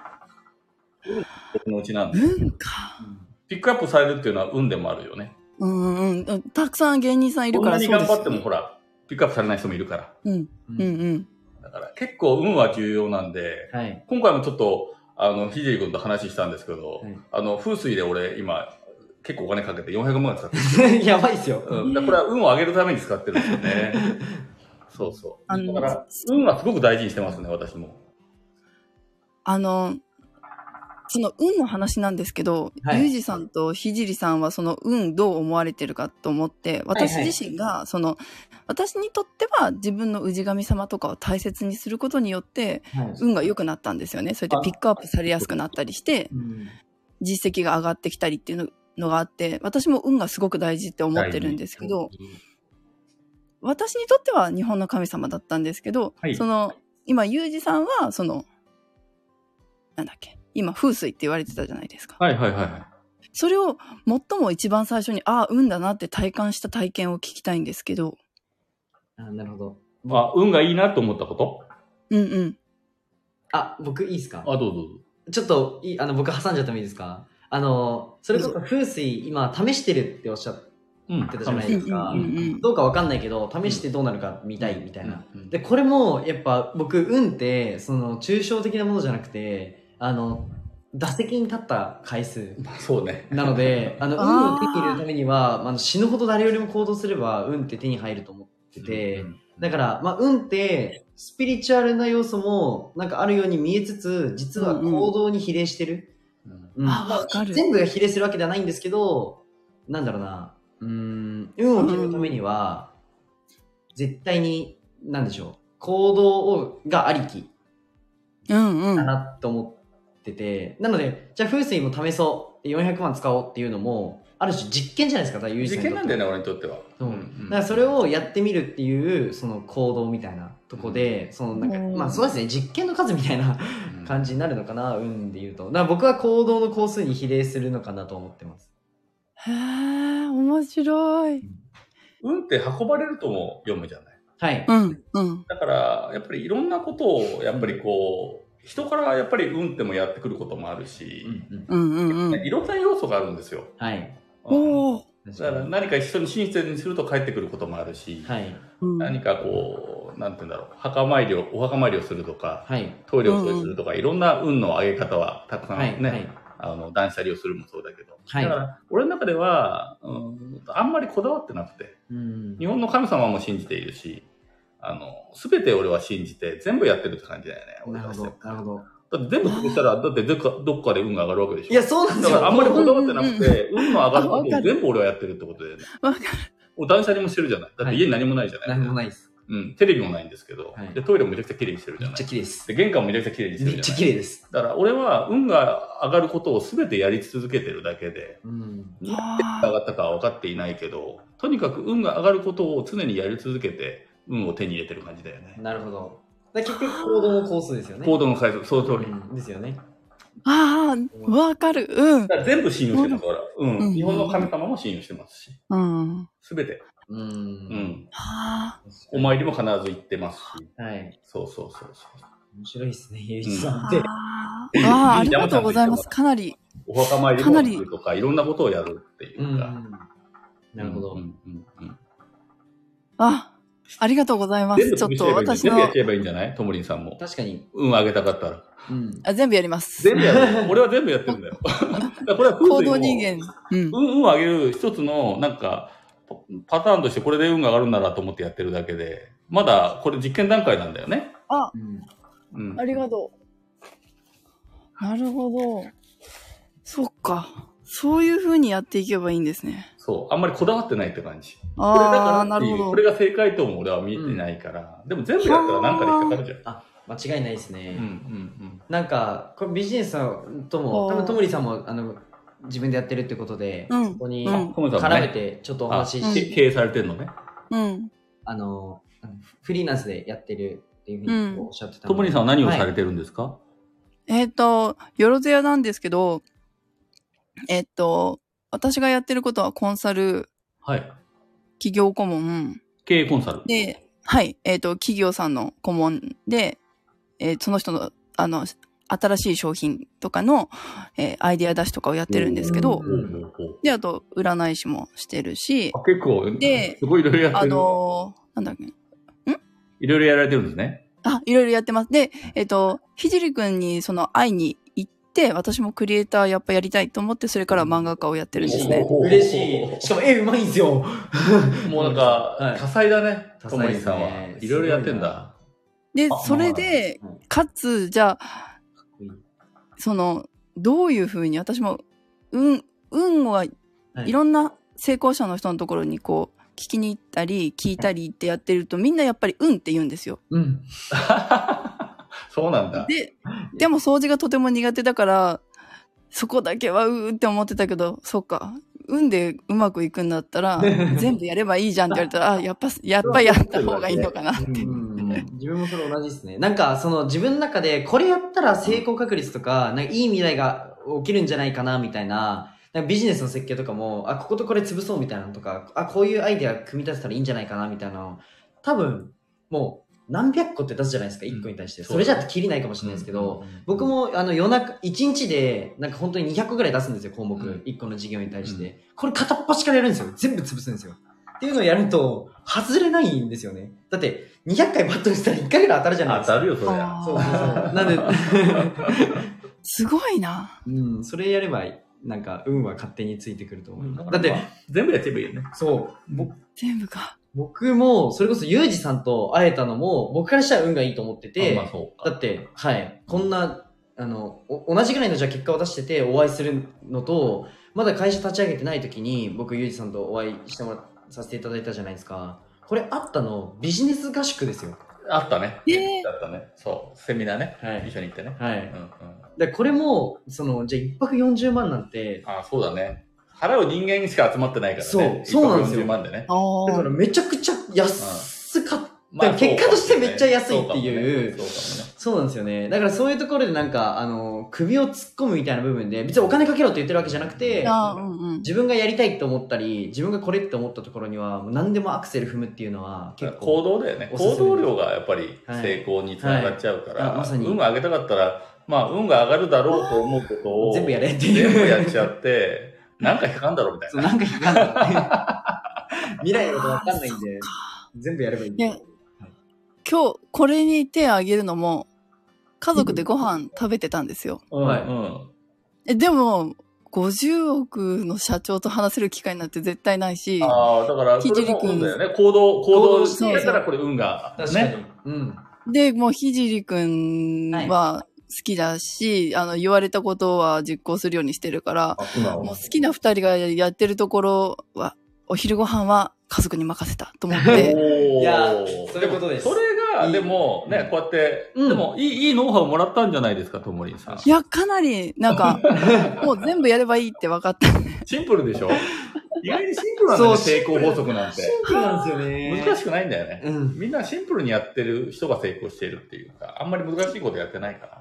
僕のうちなんで。 運か。 ピックアップされるっていうのは運でもあるよね。 うんうん。たくさん芸人さんいるからそうです、ね。 こんなに頑張ってもほら、ピックアップされない人もいるから。 うん。うんうん。 だから結構運は重要なんで、はい、今回もちょっと、あの、ひじり君と話したんですけど、はい、あの、風水で俺今、結構お金かけてよんひゃくまん使ってる。 やばいっすよ。 うん。だからこれは運を上げるために使ってるんですよね。そうそう。だから、運はすごく大事にしてますね、私も。 あの、その運の話なんですけど、はい、ゆうじさんとひじりさんはその運どう思われてるかと思って、私自身がその、私にとっては自分の氏神様とかを大切にすることによって、運が良くなったんですよね。それでピックアップされやすくなったりして、実績が上がってきたりっていうのがあって、私も運がすごく大事って思ってるんですけど、私にとっては日本の神様だったんですけど、はい、その、今、ゆうじさんは、その、なんだっけ、今、風水って言われてたじゃないですか。 はいはいはい。 それを最も一番最初に、ああ、運だなって体感した体験を聞きたいんですけど。 あ、なるほど。 あ、運がいいなと思ったこと？ うんうん。 あ、僕いいですか？ あ、どうぞどうぞ。 ちょっといい、あの、僕挟んじゃってもいいですか？あの、それこそ風水、今、試してるっておっしゃってたじゃないですか。どうかわかんないけど、試してどうなるか見たいみたいな。で、これも、やっぱ僕、運って、その、抽象的なものじゃなくて、あの、打席に立った回数。 そうね。 なので、あの、運を手に入れるためには、あの死ぬほど誰よりも行動すれば、運って手に入ると思ってて、うんうん、だから、まあ、運って、スピリチュアルな要素も、なんかあるように見えつつ、実は行動に比例してる。うん、 うん、 あ、わかる。 全部が比例するわけではないんですけど、なんだろうな、うーん、運を決めるためには、絶対に、なんでしょう、行動をがありきうんうん。 だなと思ってて、なので、じゃあ風水も試そう、よんひゃくまん使おうっていうのも、ある種実験じゃないですか、 実験なんだよね、俺にとっては。 そう、うん、だからそれをやってみるっていうその行動みたいなとこで、うん、そのなんか、まあそうですね、実験の数みたいな感じになるのかな、運で言うと。だから僕は行動の工数に比例するのかなと思ってます。 へー、面白い。 運って運ばれるとも読むじゃない。 はい。 うんうん。 だからやっぱりいろんなことをやっぱりこう、人からやっぱり運ってもやってくることもあるし、 うんうんうん、 いろんな要素があるんですよ。 はい。 おー。 だから何か一緒に親切にすると帰ってくることもあるし、 はい、 何かこう、なんていうんだろう、墓参りを、お墓参りをするとか、 はい、 トイレをするとか、うん、いろんな運の上げ方はたくさんね、 はいはい、 あの、断捨離をするもそうだけど、 はい、 だから俺の中では、うん、あんまりこだわってなくて、うん、日本の神様も信じているし、あの、すべて俺は信じて全部やってるって感じだよね。 なるほど、なるほど。 だって全部潰したら、だってどっか、どっかで運が上がるわけでしょ。 いや、そうなんですよ。 だからあんまりこだわってなくて、うんうん、運の上がることを全部俺はやってるってことでね。 わかる。 もう断捨離もしてるじゃない。だって家に何もないじゃない。 はい、何もないです。 うん。テレビもないんですけど、はい、でトイレもめちゃくちゃ綺麗にしてるじゃない。 めっちゃ綺麗です。 で、玄関もめちゃくちゃ綺麗にしてるじゃない。 めっちゃ綺麗です。 だから俺は運が上がることを全てやり続けてるだけで、うん。なんで上がったかは分かっていないけど、とにかく運が上がることを常にやり続けて、運を手に入れてる感じだよね。 なるほど。だ結局行動のコースですよね。 行動の回数、その通り。 うん、ですよね。 ああ、わかる。うん。 だから全部信用してますから。うん。うん、日本の神様も信用してますし。 うん。 すべて。 うん。うん。 はあ。 お参りも必ず行ってますし。 はい。 そうそうそうそう。 面白いですね、ゆうじさんって。 ああ、ありがとうございます。かなり。 お墓参りもするとか、いろんなことをやるっていうか。うん、 なるほど。うんうんうん、 あ。ありがとうございます。ちょっと私の。 全部やっちゃえばいいんじゃないともりんさんも。 確かに。 運上げたかったら。 うん。あ、全部やります。 全部やる。俺は全部やってるんだよ。だこれは行動人間。 うん。運を上げる一つの、なんか、パターンとしてこれで運が上がるんだなと思ってやってるだけで、まだこれ実験段階なんだよね。 あ、うん。ありがとう。なるほど。そっか。そういう風にやっていけばいいんですね。 そう。あんまりこだわってないって感じ。 ああ、なるほど。 これが正解とも俺は見てないから。うん、でも全部やったら何かで引っかかるじゃん。 あ、間違いないですね。 うんうんうん。 なんか、これビジネスさんとも、多分ともりさんも、あの、自分でやってるってことで、うん、そこに絡めてちょっとお話しして。 経営されてるのね。 うん。 あの、フリーランスでやってるっていうふうにおっしゃってたので。 ともりさんは何をされてるんですか？はい、 えっと、よろずやなんですけど、えっと、私がやってることはコンサル、 はい。 企業顧問。 経営コンサル。 で、はい。えっと、企業さんの顧問で、えー、その人の、あの、新しい商品とかの、えー、アイディア出しとかをやってるんですけど、で、あと、占い師もしてるし、 あ結構、 で、 すごいいろいろやってる。 あのー、なんだっけ、んいろいろやられてるんですね。 あ、いろいろやってます。で、えっと、ひじりくんにその会いに行って、私もクリエイターやっぱやりたいと思って、それから漫画家をやってるんですね。 嬉しい。しかも絵うまいんですよ。 もうなんか、はい、多彩だね、ともりさんは。いろいろやってんだ。 で、それで、かつ、じゃあ、その、どういうふうに、私も、運、運はいろんな成功者の人のところにこう、聞きに行ったり、聞いたりってやってると、みんなやっぱり運って言うんですよ。 うん。 そうなんだ。 で、でも掃除がとても苦手だから、そこだけはうーって思ってたけど、そっか。運でうまくいくんだったら、全部やればいいじゃんって言われたら、あ、やっぱ、やっぱやった方がいいのかなって。 うんうん、自分もそれ同じですね。なんか、その自分の中で、これやったら成功確率とか、なんかいい未来が起きるんじゃないかな、みたいな、なんかビジネスの設計とかも、あ、こことこれ潰そうみたいなのとか、あ、こういうアイデア組み立てたらいいんじゃないかな、みたいなの、多分、もう、何百個って出すじゃないですか、いっこに対して。それじゃって切りないかもしれないですけど、僕もあの夜中、いちにちでなんか本当ににひゃっこぐらい出すんですよ、項目。いっこの事業に対して。これ片っ端からやるんですよ。全部潰すんですよ。っていうのをやると、外れないんですよね。だって、にひゃっかいバットにしたらいっかいぐらい当たるじゃないですか。 当たるよ、そりゃ。 そうそうそう。なんで、 すごいな。 うん、それやれば、なんか、運は勝手についてくると思う。だって、 全部やっちゃえばいいよね。 そう。 全部か。 僕も、それこそユージさんと会えたのも、僕からしたら運がいいと思ってて、 まあそうだって、はい、こんなあの、同じぐらいのじゃあ結果を出しててお会いするのと、まだ会社立ち上げてない時に僕、ゆうじさんとお会いしてもらさせていただいたじゃないですか。これあったのビジネス合宿ですよ。 あったね。 えー、 だったね。そう。セミナーね。 はい。 一緒に行ってね。 はい。 うんうん、 でこれも、その、じゃあ一泊よんじゅうまんなんて。 ああ、そうだね。払う人間しか集まってないからね。 そう、そうなんですよ。 よんじゅうまんでね。 だからめちゃくちゃ安かった。まあ、結果としてめっちゃ安いっていう。 そうかもね。そうかもね。 そうなんですよね。だからそういうところでなんか、あの、首を突っ込むみたいな部分で、別にお金かけろって言ってるわけじゃなくて、うんうん、自分がやりたいって思ったり、自分がこれって思ったところには、何でもアクセル踏むっていうのは結構。 行動だよね。行動量がやっぱり成功につながっちゃうから、はいはい、まさに運が上げたかったら、まあ、運が上がるだろうと思うことを、 全部やれっていう。 全部やっちゃって、なんか引っかんだろうみたいな。 そう、なんか引っかんだろう。未来のことわかんないんで、全部やればいい。 今日これに手を挙げるのも家族でご飯食べてたんですよ。 はい。 えでもごじゅうおくの社長と話せる機会なんて絶対ないし。 ああ、だからひじりくんだよね。行動行動してたらこれ運が確かに。うん。 でもうひじりくんは好きだし、はい、あの言われたことは実行するようにしてるから、もう好きな二人がやってるところはお昼ご飯は家族に任せたと思って。 いや、そういうことです。 それが、でもね、こうやって、でもいい、いいノウハウもらったんじゃないですか、ともりんさん。 いや、かなり、なんか、もう全部やればいいって分かった。 シンプルでしょ？意外にシンプルなんだよね、成功法則なんて。 シンプルなんですよね。 難しくないんだよね。みんなシンプルにやってる人が成功しているっていうか、あんまり難しいことやってないから。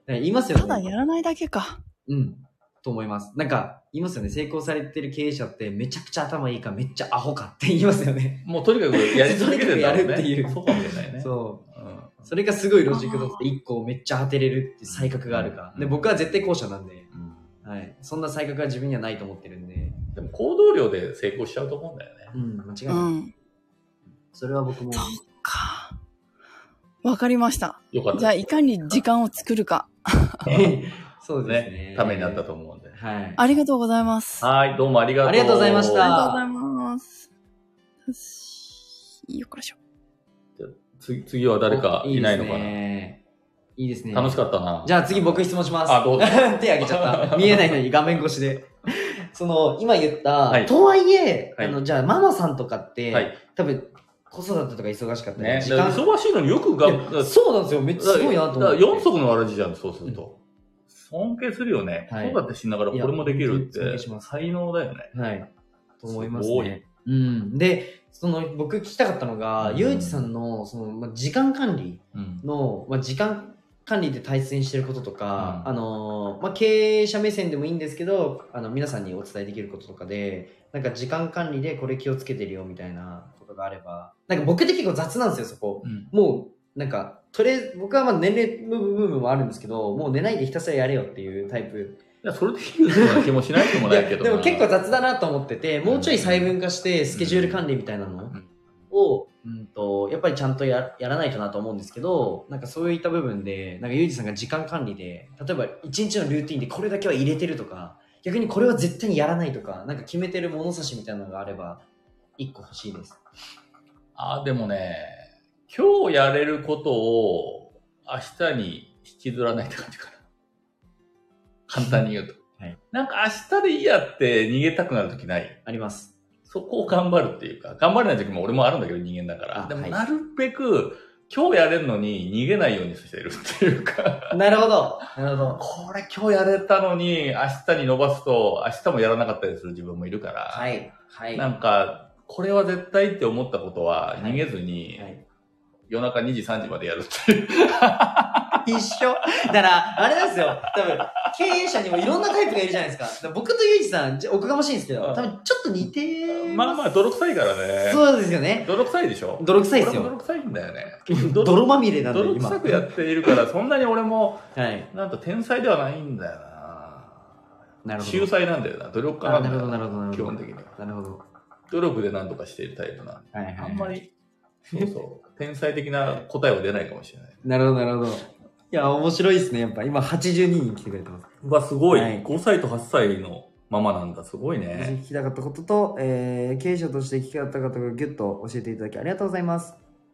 言いますよね。 ただやらないだけか。 うん。と思います。なんか、言いますよね。成功されてる経営者ってめちゃくちゃ頭いいかめっちゃアホかって言いますよね。 もうとにかくやり続けてるんだろうね。 やるっていう。 そうかもしれないね。 そう。うん、それがすごいロジックとって一個めっちゃ当てれるっていう才覚があるか。うん、で、僕は絶対後者なんで、うん、はい。そんな才覚は自分にはないと思ってるんで。 でも行動量で成功しちゃうと思うんだよね。 うん、間違いない。うん、それは僕も。 そっか。わかりました。 よかった。 じゃあ、いかに時間を作るか。 そうですね。 ためになったと思うんで。 はい。 ありがとうございます。 はい、どうもありがとう。 ありがとうございました。 ありがとうございます。よし。よっこらしょ。 じゃあ次、次は誰かいないのかな？ いいですね。 楽しかったな。 じゃあ次僕質問します。 あ、どうぞ。 手挙げちゃった。見えないのに画面越しで。その、今言った、はい、とはいえ、はい、あの、じゃあママさんとかって、はい、多分、子育てとか忙しかったり、 ね、時間忙しいのによくがそうなんですよ。めっちゃすごいなと思って。 四足のわらじじゃん、そうすると。うん、尊敬するよね。子育てしながらこれもできるって、才能だよね。 はい。と思いますね。うん。で、その、僕聞きたかったのが、ゆういちさんの、その、まあ、時間管理の、うん、まあ、時間管理で大切にしてることとか、うん、あの、まあ、経営者目線でもいいんですけど、あの、皆さんにお伝えできることとかで、なんか時間管理でこれ気をつけてるよみたいなことがあれば、なんか僕って結構雑なんですよ、そこ。うん、もう、なんか、とりあえず、僕はまあ年齢部分もあるんですけど、もう寝ないでひたすらやれよっていうタイプ。 いや、それでいいような気もしないでもないけど。 でも結構雑だなと思ってて、もうちょい細分化してスケジュール管理みたいなのを、うんと、やっぱりちゃんと や, やらないとなと思うんですけど、なんかそういった部分で、なんかゆうじさんが時間管理で、例えば一日のルーティンでこれだけは入れてるとか、逆にこれは絶対にやらないとか、なんか決めてる物差しみたいなのがあれば、一個欲しいです。 あ、でもね、今日やれることを明日に引きずらないって感じかな。簡単に言うと。はい、なんか明日でいいやって逃げたくなるときない？ あります。 そこを頑張るっていうか、頑張れないときも俺もあるんだけど人間だから。でもなるべく今日やれるのに逃げないようにしてるっていうか。 なるほど。なるほど。 これ今日やれたのに明日に伸ばすと明日もやらなかったりする自分もいるから。 はい。はい。 なんか、これは絶対って思ったことは逃げずに、はいはい、夜中にじさんじまでやるっていう。 一緒。だから、あれなんですよ。多分、経営者にもいろんなタイプがいるじゃないですか。僕とゆうじさん、おこがましいんですけど、多分ちょっと似てまあまあ、泥臭いからね。 そうですよね。 泥臭いでしょ？ 泥臭いですよ。 泥臭いんだよね。 泥まみれなんで、 今。泥臭くやっているから、そんなに俺も、はい、なんと天才ではないんだよな。なるほど。秀才なんだよな。努力家なんだよな。なるほど、なるほど。基本的には。 なるほど。 努力で何とかしているタイプな。はいはいはい、あんまり、そうそう。天才的な答えは出ないかもしれない。 なるほど、なるほど。いや、面白いですね。やっぱ今はちじゅうににん来てくれてます。 うわ、すごい、はい。ごさいとはっさいのママなんだ。すごいね。 聞きたかったことと、えー、経営者として聞きたかったことをギュッと教えていただきありがとうございます。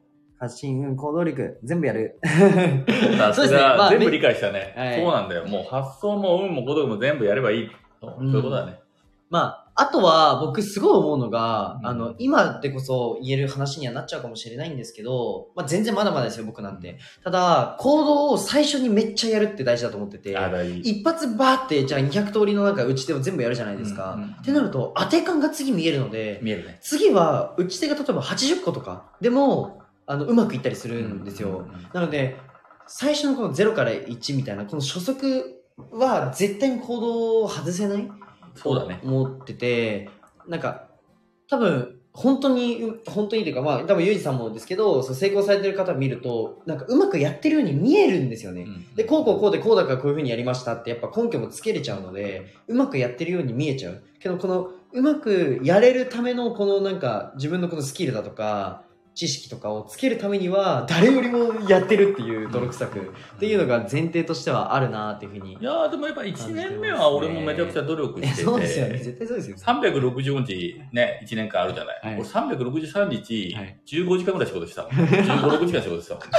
発信、うん、行動力、全部やる。 そうですね。まあ、全部理解したね、はい。そうなんだよ。もう発想も運も行動力も全部やればいい。そういうことだね。 うん、まあ、あとは僕すごい思うのが、うん、あの、今でこそ言える話にはなっちゃうかもしれないんですけど、まあ全然まだまだですよ、僕なんて。ただ、行動を最初にめっちゃやるって大事だと思ってて、一発バーって、じゃあにひゃく通りのなんか打ち手を全部やるじゃないですか。うんうん、ってなると、当て感が次見えるので、 見えるね。 次は打ち手が例えばはちじゅっことか、でも、あの、うまくいったりするんですよ。うんうんうん、なので、最初のこのゼロからいちみたいな、この初速は絶対に行動を外せない。 そうだね。 思ってて、なんか、多分、本当に、本当にというか、まあ、多分、ゆうじさんもですけど、そう成功されてる方を見ると、なんか、うまくやってるように見えるんですよね。うん、で、こうこうこうで、こうだからこういう風にやりましたって、やっぱ根拠もつけれちゃうので、うまくやってるように見えちゃう。けど、この、うまくやれるための、このなんか、自分のこのスキルだとか、知識とかをつけるためには誰よりもやってるっていう泥臭くっていうのが前提としてはあるなっていうふうに、 いやーでもやっぱいちねんめは俺もめちゃくちゃ努力してて、 そうですよね、絶対そうですよ、 さんびゃくろくじゅうごにちねいちねんかんあるじゃない、はい、俺さんびゃくろくじゅうさんにちじゅうごじかんぐらい仕事したもん、じゅうご、ろくじかん仕事したもん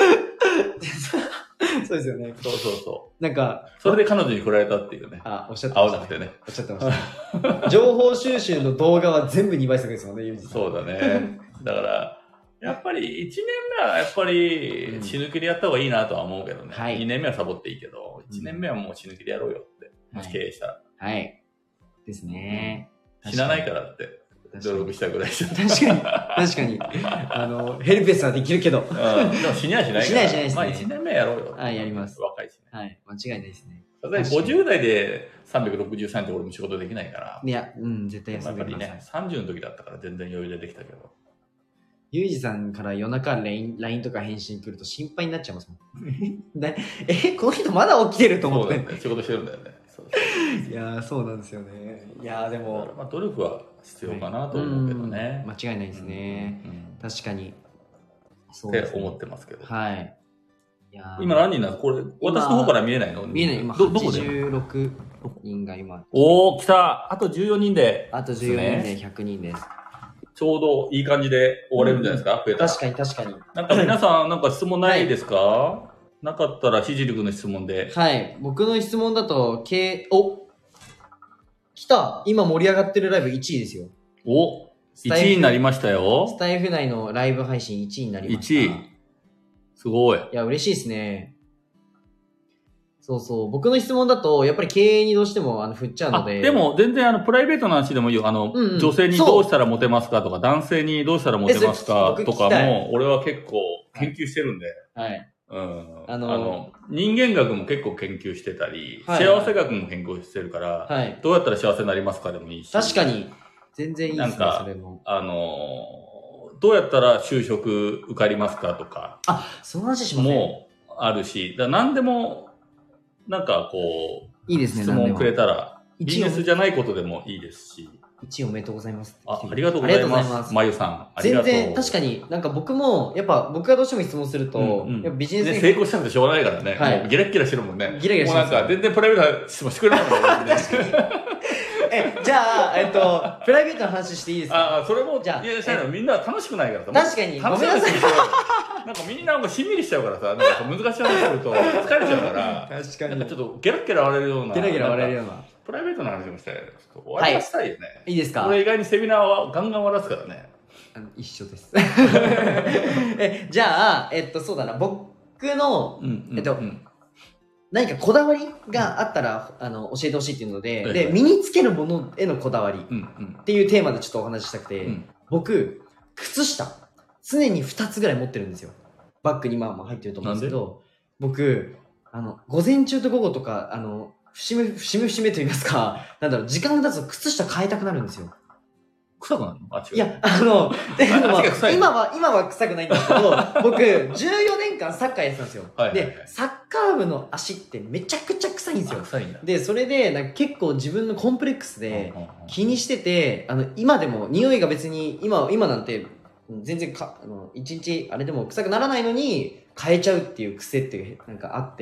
そうですよね。 そうそうそう。 なんか、 それで彼女に振られたっていうね。 あ、おっしゃってました、 ね。合わなくてね。 おっしゃってました。情報収集の動画は全部にばい速ですもんね、ユージさん。 そうだね。だから、やっぱりいちねんめはやっぱり死ぬ気でやった方がいいなとは思うけどね。はい、にねんめはサボっていいけど、いちねんめはもう死ぬ気でやろうよって、もし経営したら。 はい。はい、ですね。 死なないからって。努力したぐらいじゃん。 確かに、確かに。あの、ヘルペスはできるけど。うん。 でも死にはしないから。 死にはしないですね。 まあいちねんめやろうよ。 はい、やります。 若いしね。 はい、間違いないですね。 ただごじゅう代でさんびゃくろくじゅうさんって俺も仕事できないから。 いや、うん、絶対休んでください。 やっぱりね、さんじゅうの時だったから全然余裕でできたけど。 ユージさんから夜中 ライン, ラインとか返信来ると心配になっちゃいますもん。え、この人まだ起きてると思って。 そうだね、仕事してるんだよね。そういやー、そうなんですよね。いやー、でも。 まあ、努力は必要かなと思うけどね。 はい、間違いないですね。うんうん、確かに。 そうですね。って思ってますけど。 はい。いや今何人なのこれ、私の方から見えないの見えない。今、ど、どこではちじゅうろくにんが今。 おー、来た。あとじゅうよにんで。 あとじゅうよにんでひゃくにんです。 ちょうどいい感じで終われるんじゃないですか、うん、増えたら。 確かに確かに。 なんか皆さん、なんか質問ないですか、はい、なかったら、ひじりくんの質問で。 はい。僕の質問だと、K、お来た今盛り上がってるライブいちいですよ。 おいちいになりましたよ。 スタイフ内のライブ配信いちいになりました。 いちい。すごい。 いや、嬉しいですね。そうそう。僕の質問だと、やっぱり経営にどうしてもあの振っちゃうので。 でも、全然あの、プライベートな話でもいいよ。あの、うんうん、女性にどうしたらモテますかとか、男性にどうしたらモテますかとかも、俺は結構研究してるんで。 はい。 うん。あの、あの人間学も結構研究してたり、はいはい、幸せ学も研究してるから、はい、どうやったら幸せになりますかでもいいし。 確かに。全然いいですね、 なんか、 それも。 あの、どうやったら就職受かりますかとか。 あ、その話しますね。 もあるし、だ何でも、なんかこう、 いいですね、 質問くれたら、ビジネスじゃないことでもいいですし。 いちいおめでとうございます。 あ、ありがとうございます。まゆさん。 ありがとう。全然、確かに、なんか僕も、やっぱ僕がどうしても質問すると、うんうん、やっぱビジネス、 ね、成功したんでしょうがないからね。はい。もうギラッギラしてるもんね。 ギラギラしてる。 もうなんか全然プライベートな質問してくれないもんね。 確かに。え、じゃあ、えっと、プライベートの話していいですか？ あ、それも、じゃあ、いや、したいのみんな楽しくないからさ。確かに。 ごめんなさい。なんかみんななんかしんみりしちゃうからさ、なんか難しい話すると疲れちゃうから、 確かに。 なんかちょっとゲラッゲラ笑えるような。 ゲラゲラ笑えるような。 プライベートの話もしたい。ちょっと終わらせたいよね。はい、 いいですか？ 俺意外にセミナーはガンガン終わらすからね。 あの一緒です。え、じゃあ、えっと、そうだな、僕の、うんうん、えっと、うん何かこだわりがあったら、うん、あの教えてほしいっていうので、うん、で身につけるものへのこだわりっていうテーマでちょっとお話ししたくて、うん、僕靴下常にふたつぐらい持ってるんですよ。バッグにまあまあ入ってると思うんですけど、僕あの午前中と午後とかあの節目節目節目と言いますか、なんだろう時間が経つと靴下変えたくなるんですよ。 臭くなるの？あ、違う。 いや、あの、でも今は、今は臭くないんですけど、僕、じゅうよねんかんサッカーやってたんですよ。はいはいはい、で、サッカー部の足ってめちゃくちゃ臭いんですよ。 臭いんだ。 で、それで、なんか結構自分のコンプレックスで気にしてて、あの、今でも、匂いが別に、今、今なんて、全然か、あの、一日、あれでも臭くならないのに、変えちゃうっていう癖っていう、なんかあって、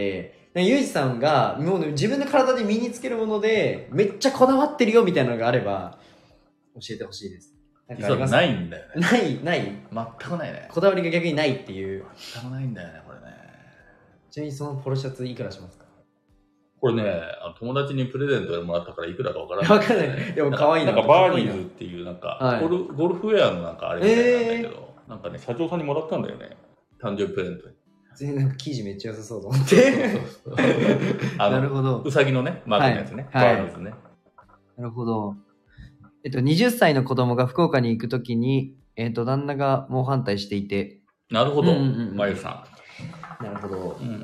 ゆうじさんが、もう自分の体で身につけるもので、めっちゃこだわってるよみたいなのがあれば、教えてほしいです。 実はないんだよね。 ない、ない全くないね。 こだわりが逆にないっていう。 全くないんだよね、これね。 ちなみにそのポロシャツいくらしますか？ これね、あの友達にプレゼントでもらったからいくらかわからない。 わかんない。でも可愛いな。なんかバーニーズっていうなんか、はい、ゴル、ゴルフウェアのなんかあれみたいなんだけど、えー、なんかね、社長さんにもらったんだよね。誕生日プレゼントに。 全然なんか生地めっちゃ良さそうと思って。そうそうそうなるほど。 うさぎのね、マークのやつね。はい、バーニーズね。 なるほど。えっと、はたちの子供が福岡に行くときに、えっと、旦那が猛反対していて。 なるほど、うんうんうん、まゆさん。なるほど。うん、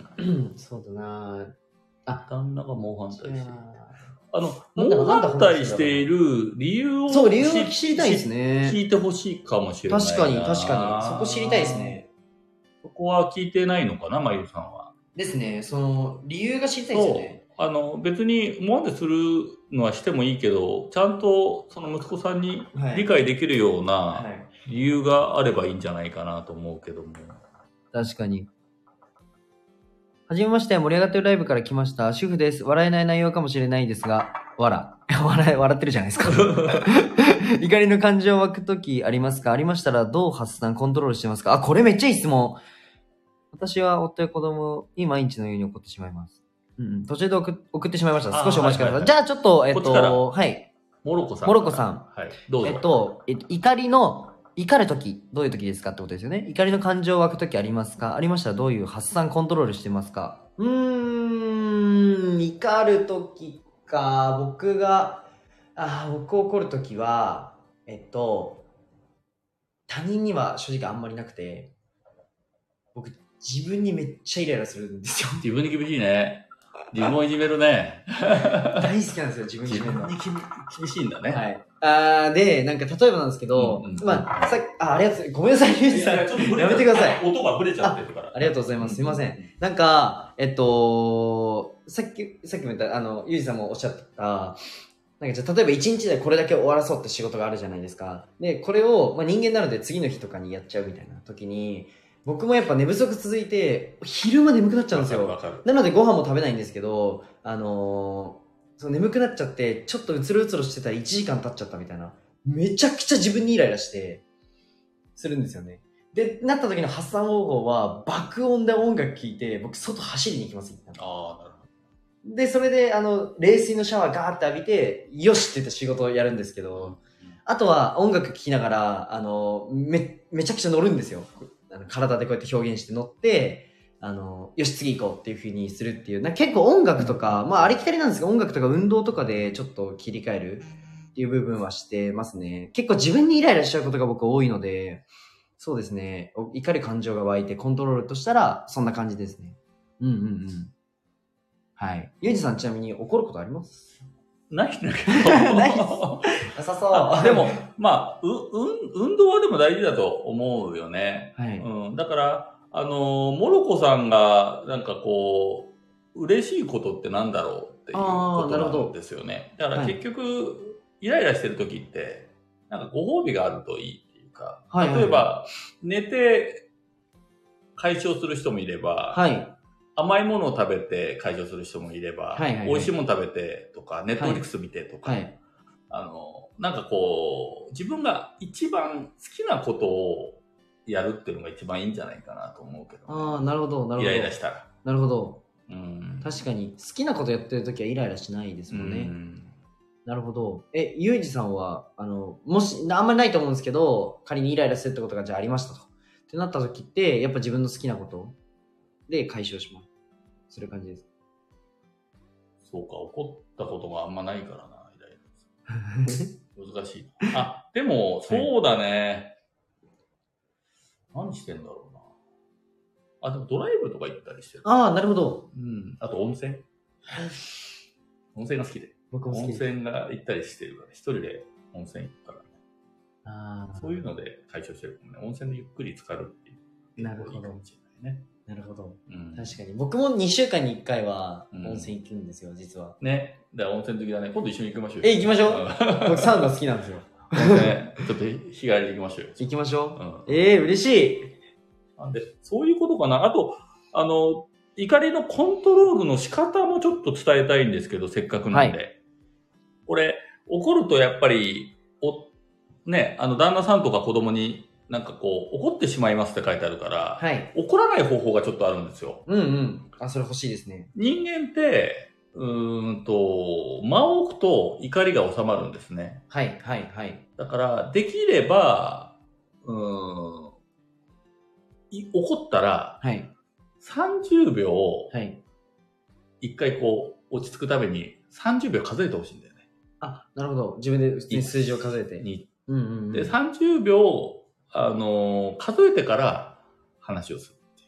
そうだなあ、旦那が猛反対していて。あの、猛反対している理由を。 そう、理由を知りたいですね。 聞いてほしいかもしれないな。 確かに、確かに。そこ知りたいですね。 そこは聞いてないのかな、まゆさんは。 ですね。その、理由が知りたいですよね。 あの、別に、猛反対するのはしてもいいけど、ちゃんと、その息子さんに理解できるような理由があればいいんじゃないかなと思うけども。 確かに。はじめまして、盛り上がってるライブから来ました。主婦です。笑えない内容かもしれないですが、笑。笑、笑ってるじゃないですか。怒りの感情湧くときありますか？ありましたら、どう発散、コントロールしてますか？あ、これめっちゃいい質問。私は夫や子供に毎日のように怒ってしまいます。うん、途中で 送, 送ってしまいました。少しお待ちください。はいはいはい、じゃあちょっと、えっと、はい。 モロコさん。 モロコさん。 はい。どうぞ。 えっと、えっと、怒りの、怒るとき、どういうときですかってことですよね。怒りの感情湧くときありますか？ありましたらどういう発散コントロールしてますか？うーん、怒るときか、僕が、あ僕怒るときは、えっと、他人には正直あんまりなくて、僕、自分にめっちゃイライラするんですよ。 自分に厳しいね。自分をいじめるね。 大好きなんですよ、自分にいじめるの。 自分に厳しいんだね。 はい。あで、なんか例えばなんですけど、うんうん、まあ、さあ、ありがとうございます。ごめんなさい、リュウジさん。やめてください。 音がブレちゃってるから。 あ, ありがとうございます。すいません。なんか、えっと、さっき、さっきも言った、あの、ユージさんもおっしゃった、なんかじゃあ例えば一日でこれだけ終わらそうって仕事があるじゃないですか。で、これを、まあ、人間なので次の日とかにやっちゃうみたいな時に、僕もやっぱ寝不足続いて、昼間眠くなっちゃうんですよ。なのでご飯も食べないんですけど、あのー、そう眠くなっちゃって、ちょっとうつるうつるしてたらいちじかん経っちゃったみたいな。めちゃくちゃ自分にイライラして、するんですよね。で、なった時の発散方法は、爆音で音楽聴いて、僕外走りに行きます。 ああ、なるほど。で、それで、あの、冷水のシャワーガーって浴びて、よしって言って仕事をやるんですけど、うん、あとは音楽聴きながら、あの、め、めちゃくちゃ乗るんですよ。あの体でこうやって表現して乗って、あの、よし次行こうっていう風にするっていう、なんか結構音楽とか、まあありきたりなんですけど、音楽とか運動とかでちょっと切り替えるっていう部分はしてますね。結構自分にイライラしちゃうことが僕多いので、そうですね、怒る感情が湧いてコントロールとしたら、そんな感じですね。うんうんうん。はい。ゆうじさんちなみに怒ることあります？ ないんだけど。 ないなさそう。 でも、まあ、う、うん、運動はでも大事だと思うよね。 はい。 うん。だから、あの、モロコさんが、なんかこう、嬉しいことってなんだろうっていうことなんですよね。だから結局、はい、イライラしてる時って、なんかご褒美があるといいっていうか、はいはいはい、例えば、寝て解消する人もいれば、 はい。 甘いものを食べて解消する人もいれば、はいはいはい、美味しいもの食べてとか、ネットフリックス見てとか、はい、あの、なんかこう、自分が一番好きなことをやるっていうのが一番いいんじゃないかなと思うけど、ね。 ああ、なるほど、なるほど。 イライラしたら。 なるほど。 うん、 確かに、好きなことやってるときはイライラしないですもんね。うん、なるほど。え、ゆうじさんは、あの、もし、あんまりないと思うんですけど、仮にイライラするってことがじゃあありましたと。ってなったときって、やっぱ自分の好きなことで解消します。する感じです。 そうか、怒ったことがあんまないからな、イライラする。難しいな。あ、でも、そうだね。はい、何してんだろうな。あ、でもドライブとか行ったりしてる。 ああ、なるほど。 うん。あと温泉温泉が好きで。 僕も好きです。 温泉が行ったりしてるから、一人で温泉行ったらね。 ああ。 そういうので解消してるかもね。温泉でゆっくり浸かるっていう。 なるほど。 いいかもしれないね。 なるほど、 うん。 確かに。僕もにしゅうかんにいっかいは温泉行くんですよ、うん、実は。 ね。だから温泉好きだね。今度一緒に行きましょうよ。 え、行きましょう。僕サウナ好きなんですよ。 ね、ちょっと日帰りで行きましょうよ。 行きましょう。うん、ええー、嬉しい。 なんで、そういうことかな。あと、あの、怒りのコントロールの仕方もちょっと伝えたいんですけど、せっかくなんで。はい、これ、怒るとやっぱり、お、 ね、あの、旦那さんとか子供になんかこう、怒ってしまいますって書いてあるから、 はい。 怒らない方法がちょっとあるんですよ。 うんうん。あ、それ欲しいですね。 人間って、うーんと、間を置くと怒りが収まるんですね。 はい、はい、はい。 だから、できれば、うーん、怒ったら、 はい。 さんじゅうびょう、 はい。 一回こう、落ち着くためにさんじゅうびょう数えてほしいんだよね。 あ、なるほど。自分で普通に数字を数えて。 に。 うんうんうん。 で、さんじゅうびょう、あのー、数えてから話をするっていう。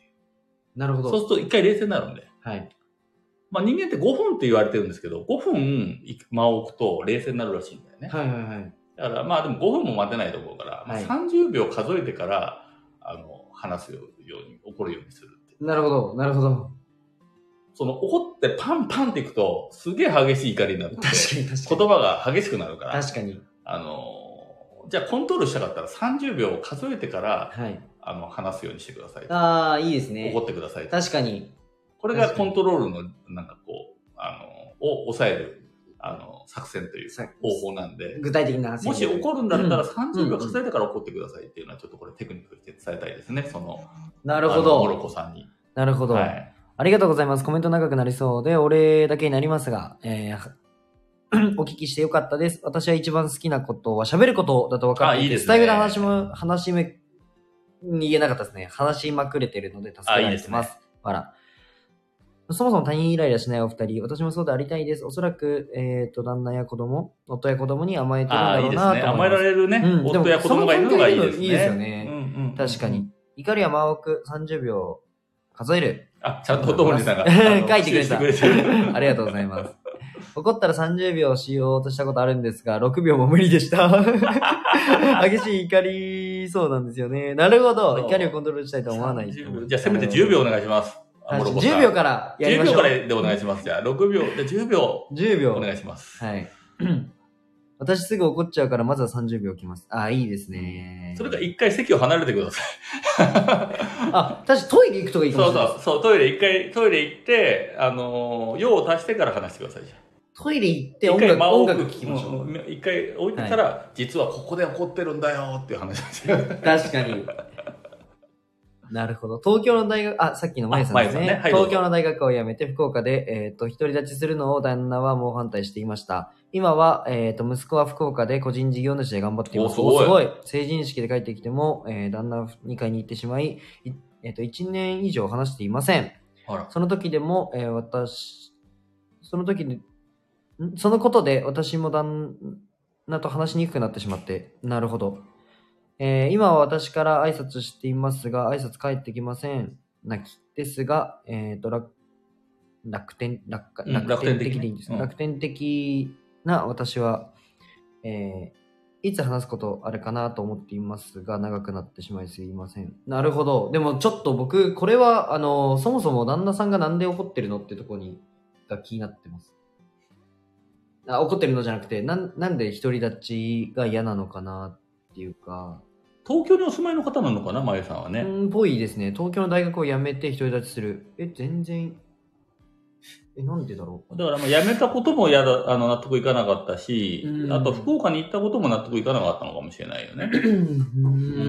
なるほど。 そうすると一回冷静になるんで。 はい。 まあ人間ってごふんって言われてるんですけど、ごふん間を置くと冷静になるらしいんだよね。 はいはいはい。 だからまあでもごふんも待てないと思うから、はい、さんじゅうびょう数えてから、あの、話すように、怒るようにするっていう。 なるほど、なるほど。 その怒ってパンパンっていくと、すげえ激しい怒りになって、 確かに確かに。 言葉が激しくなるから。 確かに。 あの、じゃあコントロールしたかったらさんじゅうびょう数えてから、 はい。 あの、話すようにしてください。 ああ、いいですね。 怒ってください。 確かに。 これがコントロールの、なんかこう、あの、を抑える、あの、作戦という方法なんで。 具体的な。 もし怒るんだったらさんじゅうびょう数えてから怒ってくださいっていうのはちょっとこれテクニックとして伝えたいですね。その、 なるほど。 モロコさんに。 なるほど。はい。ありがとうございます。コメント長くなりそうで、お礼だけになりますが、えー、お聞きしてよかったです。私は一番好きなことは喋ることだと分かっていて、いいですね、スタイルの話も、話め、言えなかったですね。話しまくれてるので助けられてます。あ、いいですね。そもそも他人イライラしないお二人、私もそうでありたいです。おそらく、えっと、旦那や子供、夫や子供に甘えてるんだろうなと思います。 あ、いいですね。甘えられるね、うん、夫や子供がいるのがいいですね。 いいですよね。うんうんうん、確かに。怒りは間を置くさんじゅうびょう数える。 あ、ちゃんとともりさんが書いてくれた。ありがとうございます。怒ったらさんじゅうびょうしようとしたことあるんですが、ろくびょうも無理でした。激しい怒りそうなんですよね。なるほど。怒りをコントロールしたいと思わない。じゃあせめてじゅうびょうお願いします。 じゅうびょうからやりましょう。 じゅうびょうからでお願いします。じゃあろくびょうでじゅうびょう。 じゅうびょう。 お願いします。 はい。私すぐ怒っちゃうからまずはさんじゅうびょうきます。あ、いいですね。 それか一回席を離れてください。 あ、確かトイレ行くとかいいかもしれない。 そうそう、そう、トイレ一回、トイレ行って、あのー、用を足してから話してくださいじゃん。 トイレ行って音楽、音楽聴きましょう。 一回置いてたら、はい、実はここで怒ってるんだよっていう話ですよ。 確かに。なるほど。東京の大学、あ、さっきのまゆさんですね。ねはい、東京の大学を辞めて福岡で、えっと、独り立ちするのを旦那は猛反対していました。今は、えっと、息子は福岡で個人事業主で頑張っています。すごい。すごい。成人式で帰ってきても、えー、旦那にかいに行ってしまい、いえっと、いちねん以上話していません。その時でも、えー、私、その時に、そのことで私も旦那と話しにくくなってしまって、なるほど。えー、今は私から挨拶していますが、挨拶返ってきません。泣き。ですが、えっと、楽、楽天、楽、楽天的でいいんですか、うん、楽天的な私は、えー、いつ話すことあるかなと思っていますが、長くなってしまいすいません。なるほど。でもちょっと僕、これは、あの、そもそも旦那さんがなんで怒ってるのってとこに、が気になってます。あ、怒ってるのじゃなくて、なん、なんで独り立ちが嫌なのかなっていうか、 東京にお住まいの方なのかな、まゆさんはね。 うん、ぽいですね。東京の大学を辞めて独り立ちする。え、全然、え、なんでだろう。 だから、まあ、辞めたこともやだ、あの、納得いかなかったし、あと、福岡に行ったことも納得いかなかったのかもしれないよね。 うん、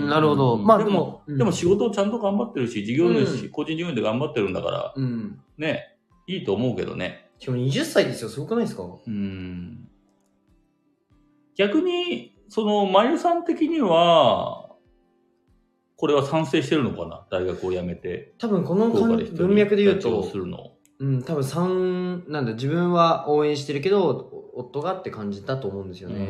なるほど。まあ、でも、 でも、でも仕事をちゃんと頑張ってるし、事業主、うん、個人事業主で頑張ってるんだから、うん、ね、いいと思うけどね。 しかもはたちですよ。すごくないですか？ うん。逆に、その、まゆさん的には、これは賛成してるのかな、大学を辞めて。 多分この文脈で言うと、 するのうん、多分三、なんだ、自分は応援してるけど、夫がって感じだと思うんですよね。うんうん、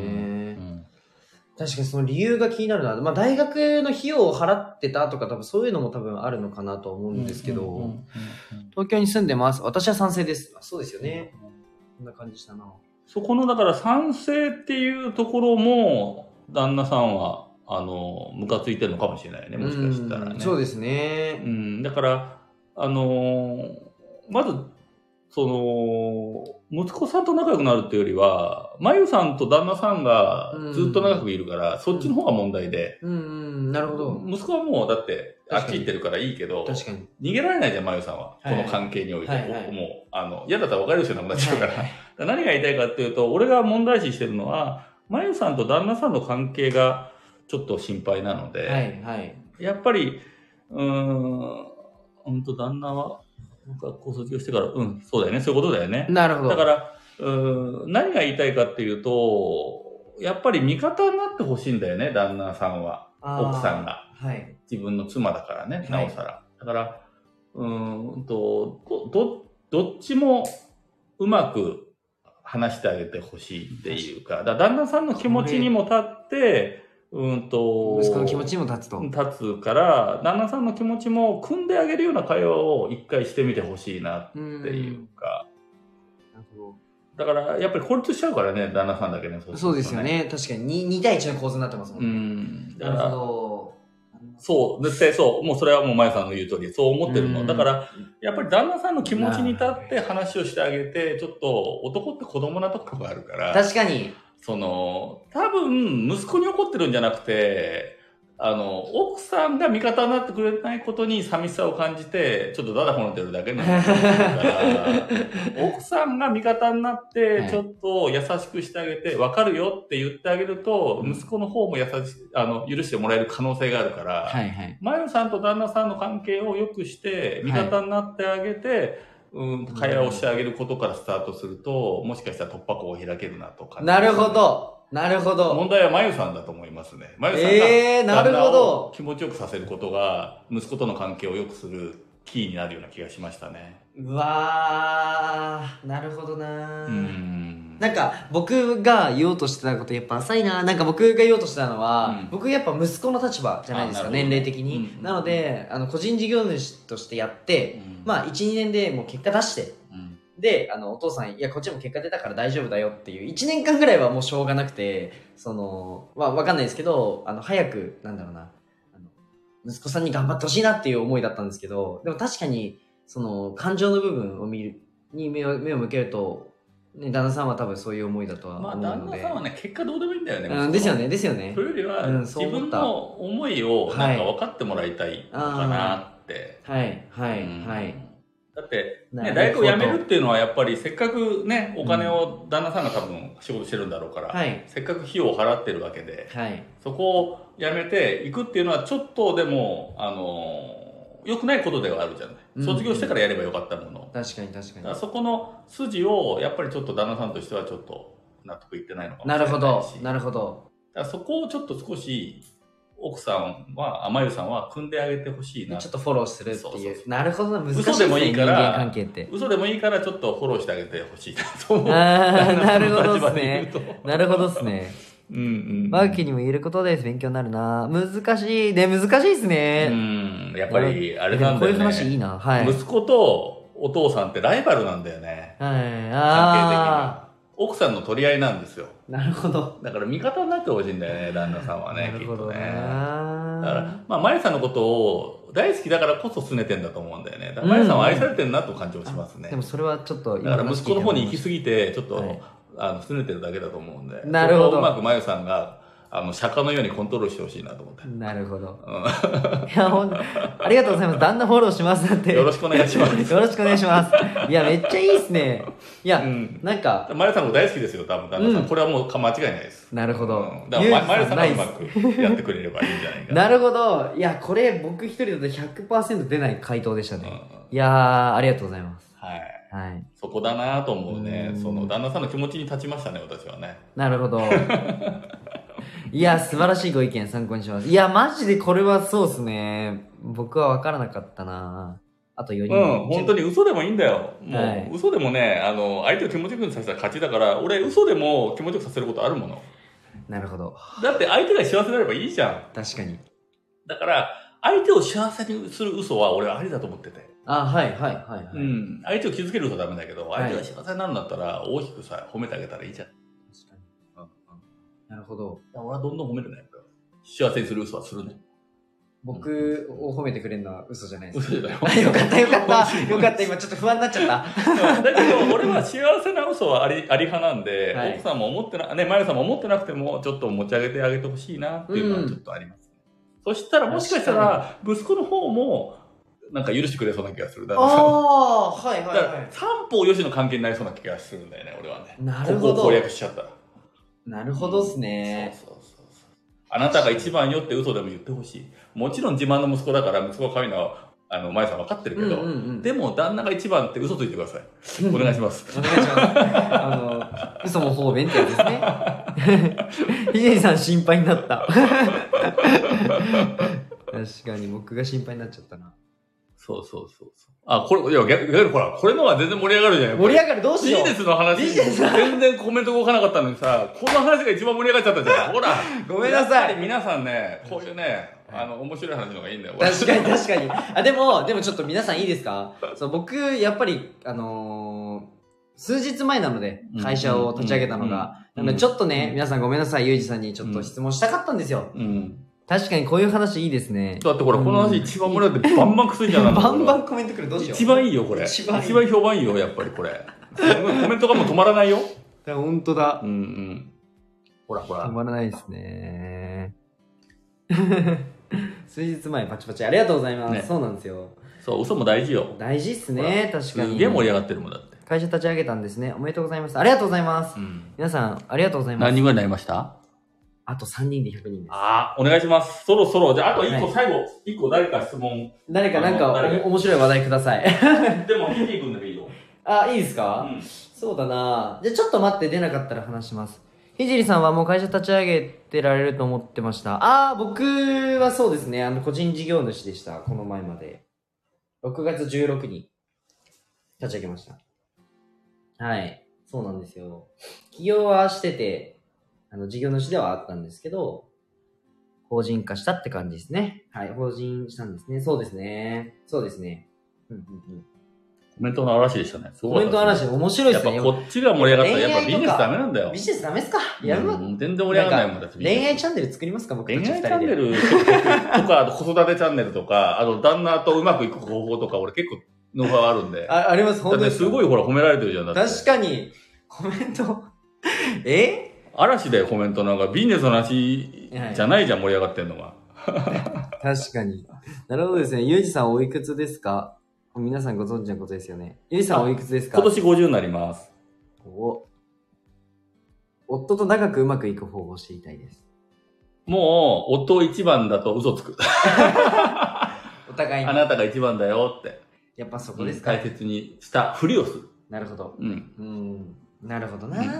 確かにその理由が気になるな。まあ大学の費用を払ってたとか、多分そういうのも多分あるのかなと思うんですけど、東京に住んでます。私は賛成です。そうですよね。こんな感じしたな。 そこの、だから賛成っていうところも、旦那さんは、あの、ムカついてるのかもしれないね、もしかしたらね。 そうですね。 うん、だから、あのー、まず、その、息子さんと仲良くなるっていうよりは、まゆさんと旦那さんがずっと長くいるから、そっちの方が問題で。 うん、うん、なるほど。 息子はもう、だって、あっち行ってるからいいけど、確かに逃げられないじゃん、まゆさんは。はい、この関係において。はいはい、もう、あの、嫌だったら別れる人なくなっちゃうから。はいはい、何が言いたいかっていうと、俺が問題視してるのは、 まゆさんと旦那さんの関係がちょっと心配なので、 はいはい、 やっぱり、うーん、本当旦那は学校卒業してから、うん、そうだよね、そういうことだよね。 なるほど。 だから、うーん、何が言いたいかっていうと、やっぱり味方になってほしいんだよね、旦那さんは。奥さんが。 はい。 自分の妻だからね、なおさら。はい、だから、うーんと、ど、どっちもうまく話してあげてほしいっていうか、だ旦那さんの気持ちにも立って、うんと、 息子の気持ちにも立つと。 立つから、旦那さんの気持ちも組んであげるような会話を一回してみてほしいなっていうか。なるほど。だから、やっぱり孤立しちゃうからね、旦那さんだけね。 そう、ね、そうですよね。確かに 2, に対いちの構図になってますもんね。うん。なるほど。 そう、絶対そう。もうそれはもうまゆさんの言う通り、そう思ってるの。だから、やっぱり旦那さんの気持ちに立って話をしてあげて、ちょっと男って子供なところがあるから。 確かに。 その、多分、息子に怒ってるんじゃなくて、あの、奥さんが味方になってくれないことに寂しさを感じて、ちょっとダダこねてるだけなんだから、奥さんが味方になって、ちょっと優しくしてあげて、わかるよって言ってあげると、うん、息子の方も優しあの、許してもらえる可能性があるから、はいはい、まゆさんと旦那さんの関係を良くして、味方になってあげて、はい、うん、会話をしてあげることからスタートすると、もしかしたら突破口を開けるなとか、ね。 なるほど。なるほど。 問題はまゆさんだと思いますね。まゆさんが旦那を気持ちよくさせることが、息子との関係を良くするキーになるような気がしましたね。 うわー、なるほどなー。うんなんか僕が言おうとしてたことやっぱ浅いな。なんか僕が言おうとしたのは、うん、僕やっぱ息子の立場じゃないですか、年齢的に。うん、なので、あの個人事業主としてやって、うん、まあいち、にねんでもう結果出して、うんで、あの、お父さん、いや、こっちも結果出たから大丈夫だよっていう、いちねんかんぐらいはもうしょうがなくて、その、まあ、わかんないですけど、あの、早く、なんだろうな、あの、息子さんに頑張ってほしいなっていう思いだったんですけど、でも確かに、その、感情の部分を見る、に目を、目を向けると、ね、旦那さんは多分そういう思いだとは思うので。 まあ、旦那さんはね、結果どうでもいいんだよね。 うん、ですよね、ですよね。 というよりは、うん、自分の思いを、なんか分かってもらいたいのかなって。 はい、はい、うん、はい。 だって、ね、大学を辞めるっていうのはやっぱりせっかくね、お金を旦那さんが多分仕事してるんだろうから、うんはい、せっかく費用を払ってるわけで、はい、そこを辞めていくっていうのはちょっとでも、あの、良くないことではあるじゃない。うん、卒業してからやればよかったもの。 確かに確かに。 だからそこの筋をやっぱりちょっと旦那さんとしてはちょっと納得いってないのかもしれないし。 なるほど、なるほど。 だからそこをちょっと少し、奥さんは、まゆさんは組んであげてほしいな。 ちょっとフォローするっていう。そうそうそうなるほどな、難しいですね。嘘でもいいから、人間関係って。 嘘でもいいからちょっとフォローしてあげてほしいなと思う。 ああ、なるほどですね。なるほどですね。 うんうん。 マーキーにも言えることです。勉強になるな。難しい。ね、難しいですね。 うん。やっぱり、あれなんだよね。 こういう話いいな。はい。 息子とお父さんってライバルなんだよね。 はい。 関係的に。奥さんの取り合いなんですよ。 なるほど。 だから味方になってほしいんだよね、旦那さんはね。 なるほどね。 きっとね。だから、まあ、まゆさんのことを大好きだからこそ拗ねてんだと思うんだよね。だからまゆさんは愛されてるなと感じもしますね。 でもそれはちょっと、 だから息子の方に行き過ぎて、ちょっと、はい、あの、拗ねてるだけだと思うんで。 なるほど。 うまくまゆさんが、あの、釈迦のようにコントロールしてほしいなと思って。 なるほど。うん、いや、ほんありがとうございます。旦那フォローしますなんて。 よろしくお願いします。 よろしくお願いします。いや、めっちゃいいっすね。いや、うん、なんか。 まゆさんも大好きですよ、多分、旦那さん。うん、これはもう間違いないです。 なるほど。 うん、だから、まゆさんがうまくやってくれればいいんじゃないかな。 なるほど。いや、これ僕一人だと ひゃくパーセント 出ない回答でしたね。うん、いやー、ありがとうございます。 はい。 はい。 そこだなと思うね。その、旦那さんの気持ちに立ちましたね、私はね。 なるほど。いや、素晴らしいご意見参考にします。いや、マジでこれはそうっすね。僕は分からなかったなあとよにん。 うん、本当に嘘でもいいんだよ。もう、はい、嘘でもね、あの、相手を気持ちよくさせたら勝ちだから、俺、嘘でも気持ちよくさせることあるもの。 なるほど。 だって相手が幸せになればいいじゃん。 確かに。 だから、相手を幸せにする嘘は俺はありだと思ってて。 あ、はい、はい、はい、はい。 うん。相手を傷つける嘘はダメだけど、相手が幸せになるんだったら、大きくさ、褒めてあげたらいいじゃん。 確かに。うんうん、なるほど。 俺はどんどん褒めるね。幸せにする嘘はするね。 僕を褒めてくれるのは嘘じゃないですか。嘘じゃない。 よかったよかった。よかった。今ちょっと不安になっちゃった。 だけど、俺は幸せな嘘はあり、あり派なんで、はい、奥さんも思ってな、ね、まゆさんも思ってなくても、ちょっと持ち上げてあげてほしいなっていうのはちょっとあります、ねうん。そしたらもしかしたら、息子の方も、なんか許してくれそうな気がする。 ああ、はいはいはい。 三方よしの関係になりそうな気がするんだよね、俺はね。 なるほど。 ここを攻略しちゃったら。 なるほどっすね。 そうそうそうそう。あなたが一番よって嘘でも言ってほしい。もちろん自慢の息子だから息子が可愛いのは、あの、まゆさん分かってるけど、うんうんうん、でも旦那が一番って嘘ついてください。お願いします。 お願いします。あの、嘘も方便ってやつですね。ひでじさん心配になった。確かに僕が心配になっちゃったな。 そうそうそうそう。あ、これ、いや、逆にほら、これのは全然盛り上がるじゃない。 盛り上がる、どうしよう。 ビジネスの話。ビジネス全然コメント動かなかったのにさ、この話が一番盛り上がっちゃったじゃん。ほら。 ごめんなさい。 皆さんね、こういうね、あの、面白い話の方がいいんだよ。 確かに確かに。あ、でも、でもちょっと皆さんいいですか？そう、僕、やっぱり、あのー、数日前なので、会社を立ち上げたのが。なので、ちょっとね、皆さんごめんなさい、ゆうじさんにちょっと質問したかったんですよ。うん。確かにこういう話いいですね。 だってほら、この話一番盛り上がってバンバンくすいじゃん。 バンバンコメントくる、どうしよう。 一番いいよ、これ。一番一番評判いいよ、やっぱりこれ。すごいコメントがもう止まらないよ。 ほんとだ。 うんうん。ほらほら。 止まらないですね。数日前パチパチありがとうございます。ね、そうなんですよ。 そう、嘘も大事よ。 大事っすね、確かに。 すげえ盛り上がってるもんだって。 会社立ち上げたんですね。おめでとうございます。ありがとうございます。うん、皆さん、ありがとうございます。 何人ぐらいになりました？ あとさんにんでひゃくにんです。 ああ、お願いします。そろそろ、じゃあ、あといっこ、はい、最後、いっこ誰か質問。 誰かなんか面白い話題ください。 でも、ヒデ君だけいいよ。 あ、いいですか？うん、そうだな。じゃあ、ちょっと待って、出なかったら話します。ひじりさんはもう会社立ち上げてられると思ってました。ああ、僕はそうですね。あの、個人事業主でした。この前まで。ろくがつじゅうろくにち立ち上げました。はい。そうなんですよ。起業はしてて、あの、事業主ではあったんですけど、法人化したって感じですね。はい。法人したんですね。そうですね。そうですね。うんうんうん。 コメントの嵐でしたね。 コメントの嵐、面白いですね。 やっぱこっちが盛り上がったら、やっぱビジネスダメなんだよ。 ビジネスダメっすか？やるわ。 全然盛り上がらないもんだって。 恋愛チャンネル作りますか？僕たち恋愛チャンネルとか、子育てチャンネルとか、あと旦那とうまくいく方法とか、俺結構ノウハウあるんで。 あ、あります、 本当に。すごいほら褒められてるじゃん。だって確かに。コメント。え？ 嵐だよ、コメントなんか。ビジネスの話じゃないじゃん、盛り上がってんのが。 確かに。なるほどですね。ゆうじさんおいくつですか？皆さんご存知のことですよね。ゆうじさんおいくつですか？ 今年ごじゅうになります。 お。夫と長くうまくいく方法を知りたいです。 もう、夫一番だと嘘つく。 お互いに。 あなたが一番だよって。 やっぱそこですか？ 大切にしたふりをする。 なるほど。 うん。 うん。なるほどな。 うんうんうん。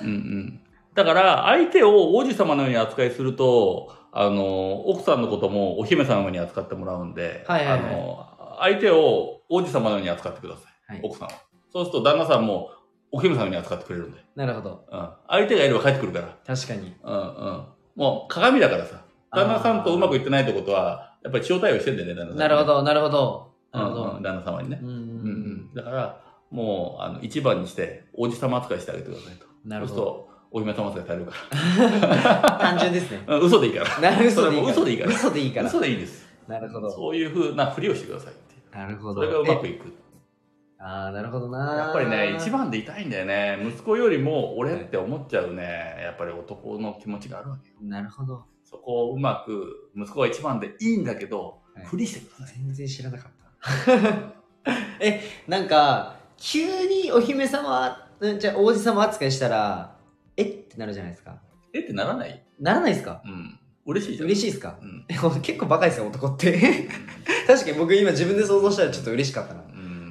だから、相手を王子様のように扱いすると、あの、奥さんのこともお姫様のように扱ってもらうんで、 はいはいはい、 あの、相手を王子様のように扱ってください。はい、奥さんは。そうすると旦那さんもお姫様のように扱ってくれるんで。 なるほど。 うん。相手がいれば帰ってくるから。 確かに。 うんうん。もう鏡だからさ。旦那さんとうまくいってないってことは、やっぱり塩対応してんだよね、旦那さん、ね。 なるほど、なるほど。 なるほど。うんうん、旦那様にね。うんうんうん。だから、もう、あの、一番にして、王子様扱いしてあげてくださいと。 なるほど。 そうすると、お姫様扱いされるから。 単純ですね。 うん、嘘でいいから。 なるほど。 嘘でいいから。 嘘でいいから。 嘘でいいです。 なるほど。 そういう風なふりをしてくださいっていう。 なるほど。 それがうまくいく。 ああ、なるほどな。 やっぱりね、一番でいたいんだよね。息子よりも俺って思っちゃうね。やっぱり男の気持ちがあるわけよ。 なるほど。 そこをうまく、息子が一番でいいんだけど、はい、ふりしてください。 全然知らなかった。え、なんか、急にお姫様、じゃあ王子様扱いしたら、えってなるじゃないですか。 えってならない？ ならないですか？ うん。嬉しいじゃん。 嬉しいですか？うん。結構バカですよ、男って。確かに僕今自分で想像したらちょっと嬉しかったな。うん。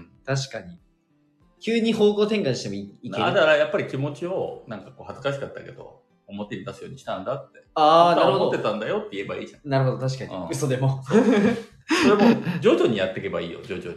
確かに。急に方向転換してもいいける。 だからやっぱり気持ちを、なんかこう恥ずかしかったけど、表に出すようにしたんだって。 ああ、なるほど。 思ってたんだよって言えばいいじゃん。 なるほど、確かに。うん、嘘でも。 それも徐々にやっていけばいいよ、徐々に。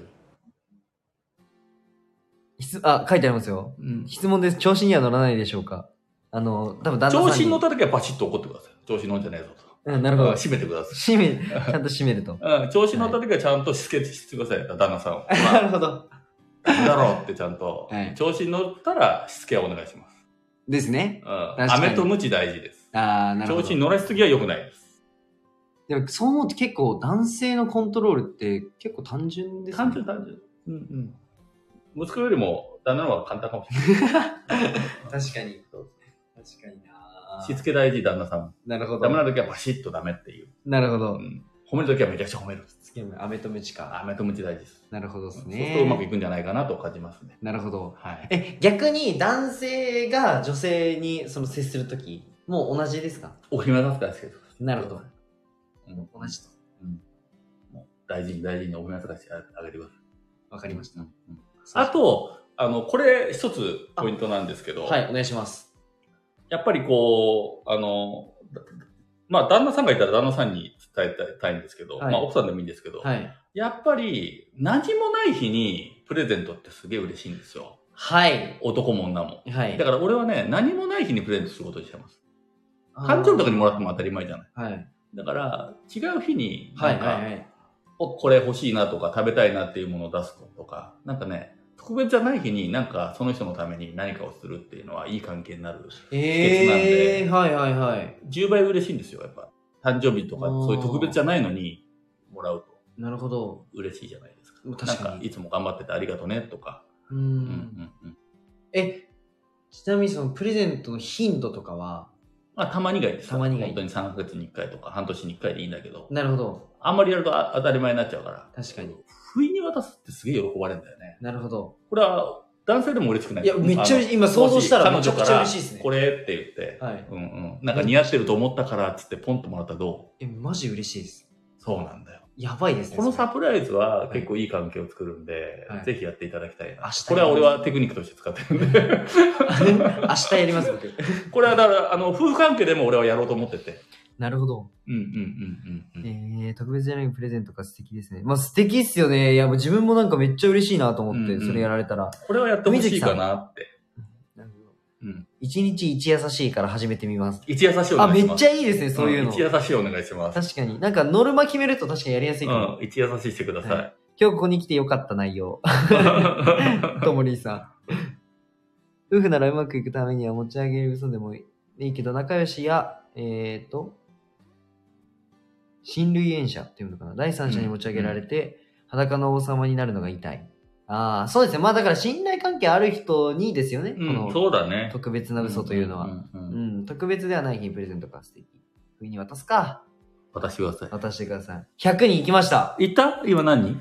あ、書いてありますよ。うん、質問です。調子には乗らないでしょうか？あの、多分旦那さんに。 調子に乗った時はパシッと怒ってください。調子に乗んじゃねえぞと。 うん、なるほど。 締めてください。 締め、ちゃんと締めると。 うん、調子に乗った時はちゃんとしつけしてください、旦那さんを。 なるほど。 だろうってちゃんと、はい、調子に乗ったらしつけはお願いします。 ですね。 うん。飴とムチ大事です。 ああ、なるほど。 調子に乗らしすぎは良くないです。 でも、そう思うと結構男性のコントロールって結構単純ですね。 単純単純。うんうん。息子よりも旦那の方が簡単かもしれない。確かに。確かにな。 しつけ大事、旦那さん。 なるほど。 ダメな時はバシッとダメっていう。 なるほど。 うん、褒める時はめちゃくちゃ褒める。 つけめ、飴とムチか。 飴とムチ大事です。 なるほどですね。 そうするとうまくいくんじゃないかなと感じますね。 なるほど。 はい。 え、逆に男性が女性にその接するとき、 もう同じですか？ お姫様扱いですけど。 なるほど。 うん、 同じと。 うん。もう大事に大事にお姫様扱いしてあげてください。 わかりました。うんうん、あと、あの、これ一つポイントなんですけど。 はい、お願いします。 やっぱりこう、あの、まあ、旦那さんがいたら旦那さんに伝えたいんですけど、はい、まあ、奥さんでもいいんですけど、はい、やっぱり何もない日にプレゼントってすげえ嬉しいんですよ。 はい。 男も女も。 はい。 だから俺はね、何もない日にプレゼントすることにしてます。誕生日とかにもらっても当たり前じゃない。はい。だから、違う日に、なんか、はいはいはい、これ欲しいなとか食べたいなっていうものを出すとか、なんかね、特別じゃない日になんかその人のために何かをするっていうのはいい関係になる秘訣なんで、 えー、はいはいはい。 じゅうばい嬉しいんですよ、やっぱ。誕生日とかそういう特別じゃないのにもらうと。 なるほど。 嬉しいじゃないですか。 確かに。 なんかいつも頑張っててありがとねとか。 うん。うんうんうん。え、ちなみにそのプレゼントの頻度とかはまあ、たまにがいいです。 たまにがいい。 本当にさんかげつにいっかいとか半年にいっかいでいいんだけど。 なるほど。 あんまりやると当たり前になっちゃうから。 確かに。 不意に渡すってすげえ喜ばれるんだよね。 なるほど。 これは男性でも嬉しくない？ いや、めっちゃ嬉しい。今想像したらめちゃくちゃ嬉しいですね。 これって言って、はい。うんうん。なんか似合ってると思ったからっつってポンともらったらどう？ え、マジ嬉しいです。 そうなんだよ。 やばいですね。 このサプライズは結構いい関係を作るんで、はい、ぜひやっていただきたいな。これは俺はテクニックとして使ってるんで。 明日やります、僕。 これはだから、あの、夫婦関係でも俺はやろうと思ってて。 なるほど。 うんうんうんうん、うん。 えー、特別じゃないプレゼントが素敵ですね。まあ素敵っすよね。いや、もう自分もなんかめっちゃ嬉しいなと思って、うんうん、それやられたら。 これはやってほしいかなって。 うん。一日一優しいから始めてみます。 一優しいお願いします。 あ、めっちゃいいですね、そういうの。 うん、一優しいお願いします。 確かに。なんかノルマ決めると確かにやりやすいかも。 うん、一優しいしてください。はい、 今日ここに来てよかった内容。ともりーさん。夫婦ならうまくいくためには持ち上げる嘘でもいいけど、仲良しや、えーと、親類縁者っていうのかな。第三者に持ち上げられて、うん、裸の王様になるのが痛い。ああ、そうですね。まあだから信頼関係ある人にですよね。 うん、このそうだね。 特別な嘘というのは。うん、うんうん、特別ではない日にプレゼントが素敵。不意に渡すか。 渡してください。 渡してください。ひゃくにん行きました。 行った？今何人？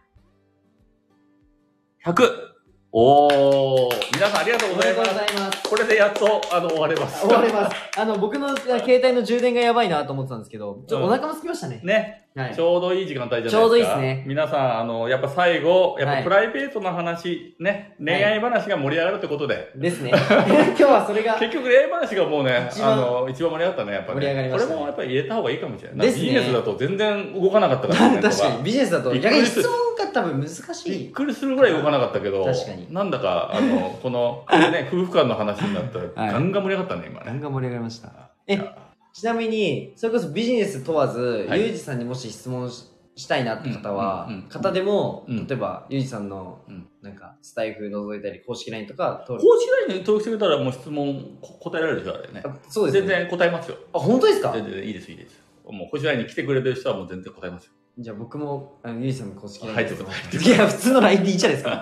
ひゃく! おー、皆さんありがとうございます。ありがとうございます。これでやっと、あの、終われます。 終われます。あの、僕の携帯の充電がやばいなと思ってたんですけど、ちょっとお腹も空きましたね。 ね。はい、ちょうどいい時間帯じゃないですか。 ちょうどいいですね。 皆さん、あの、やっぱ最後、やっぱプライベートな話、ね、恋愛話が盛り上がるってことで。 ですね。今日はそれが。 結局恋愛話がもうね、あの、一番盛り上がったね、やっぱり、ね。 盛り上がりました、ね。 これもやっぱり入れた方がいいかもしれない。ですね。ビジネスだと全然動かなかったからね。 確かに。ビジネスだと逆に質問が多分難しい。 びっくりするぐらい動かなかったけど、 確かに。 なんだか、あの、この、ね、夫婦間の話になったら、ガンガン盛り上がったね、今ね。 ガンガン盛り上がりました。え、ちなみに、それこそビジネス問わず、ゆうじさんにもし質問し、したいなって方は、うんうんうん、方でも、うん、例えば、ゆうじさんの、うん、なんか、スタイフ覗いたり、公式 ライン とか登録。公式 ライン に登録してくれたらもう質問答えられるでしょ、あれね。 そうですね。 全然答えますよ。 あ、本当ですか？ 全然いいです、いいです。もう公式 ライン に来てくれてる人はもう全然答えますよ。 じゃあ僕も、あのゆうじさんの公式 ライン入ってください。 いや、普通の ライン でいいじゃないですか。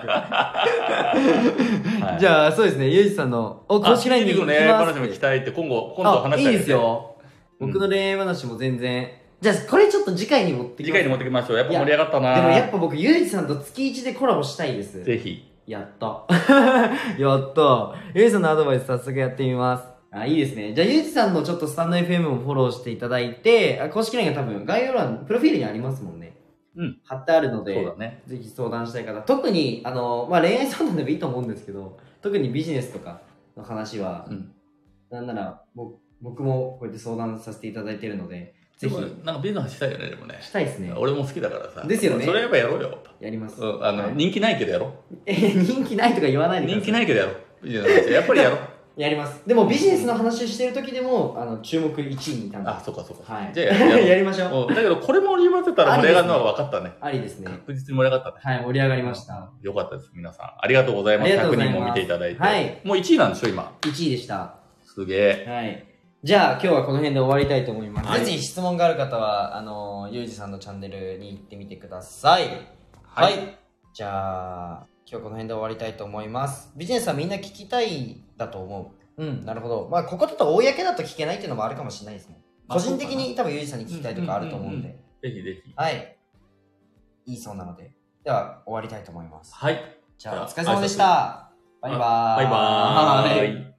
はい、じゃあ、そうですね、ゆうじさんの、お、公式 ライン に行きます。 恋愛話も聞きたいって、今後、今度話したい。 いいですよ。僕の恋愛話も全然、じゃあ、これちょっと次回に持ってきます。 次回に持ってきましょう。やっぱ盛り上がったな。 でもやっぱ僕、ゆうじさんと月いちでコラボしたいです。 ぜひ。 やった。やった。ゆうじさんのアドバイス早速やってみます。あ、いいですね。じゃあ、ゆうじさんのちょっとスタンド エフエム をフォローしていただいて、あ、公式 ライン が多分概要欄、プロフィールにありますもんね。 うん。 貼ってあるので、 そうだね。 ぜひ相談したい方。特に、あの、まあ、恋愛相談でもいいと思うんですけど、特にビジネスとかの話は、うん、なんなら、僕、僕もこうやって相談させていただいているので、ぜひ。 なんかビジネスしたいよね、でもね。 したいですね。 俺も好きだからさ。 ですよね。 それやっぱやろうよ。 やります。 うん、あの、はい、人気ないけどやろう。 え、人気ないとか言わないでください。 人気ないけどやろう。ビジネスやっぱりやろう。 やります。でもビジネスの話してる時でも、あの、注目いちいにいたんで。 あ、そうかそうか。 はい。 じゃあや, やりましょう。 だけど、これ盛り上がってたら盛り上がるのは分かったね。 ありですね。 確実に盛り上がったね。 はい、盛り上がりました。 よかったです、皆さん。ありがとうございます。ひゃくにんも見ていただいて。 はい。 もういちいなんでしょ、今。 いちいでした。 すげえ。 はい。じゃあ、今日はこの辺で終わりたいと思います。はい、ぜひ質問がある方は、あの、ゆうじさんのチャンネルに行ってみてください。はい。はい、じゃあ、今日この辺で終わりたいと思います。ビジネスはみんな聞きたいだと思う。うん、なるほど。まあ、ここだと公だと聞けないっていうのもあるかもしれないですね。個人的に多分ゆうじさんに聞きたいとかあると思うんで。 ぜひぜひ。 はい。いいそうなので。では、終わりたいと思います。 はい。 じゃあ、お疲れ様でした。バイバーイ。 バイバーイ。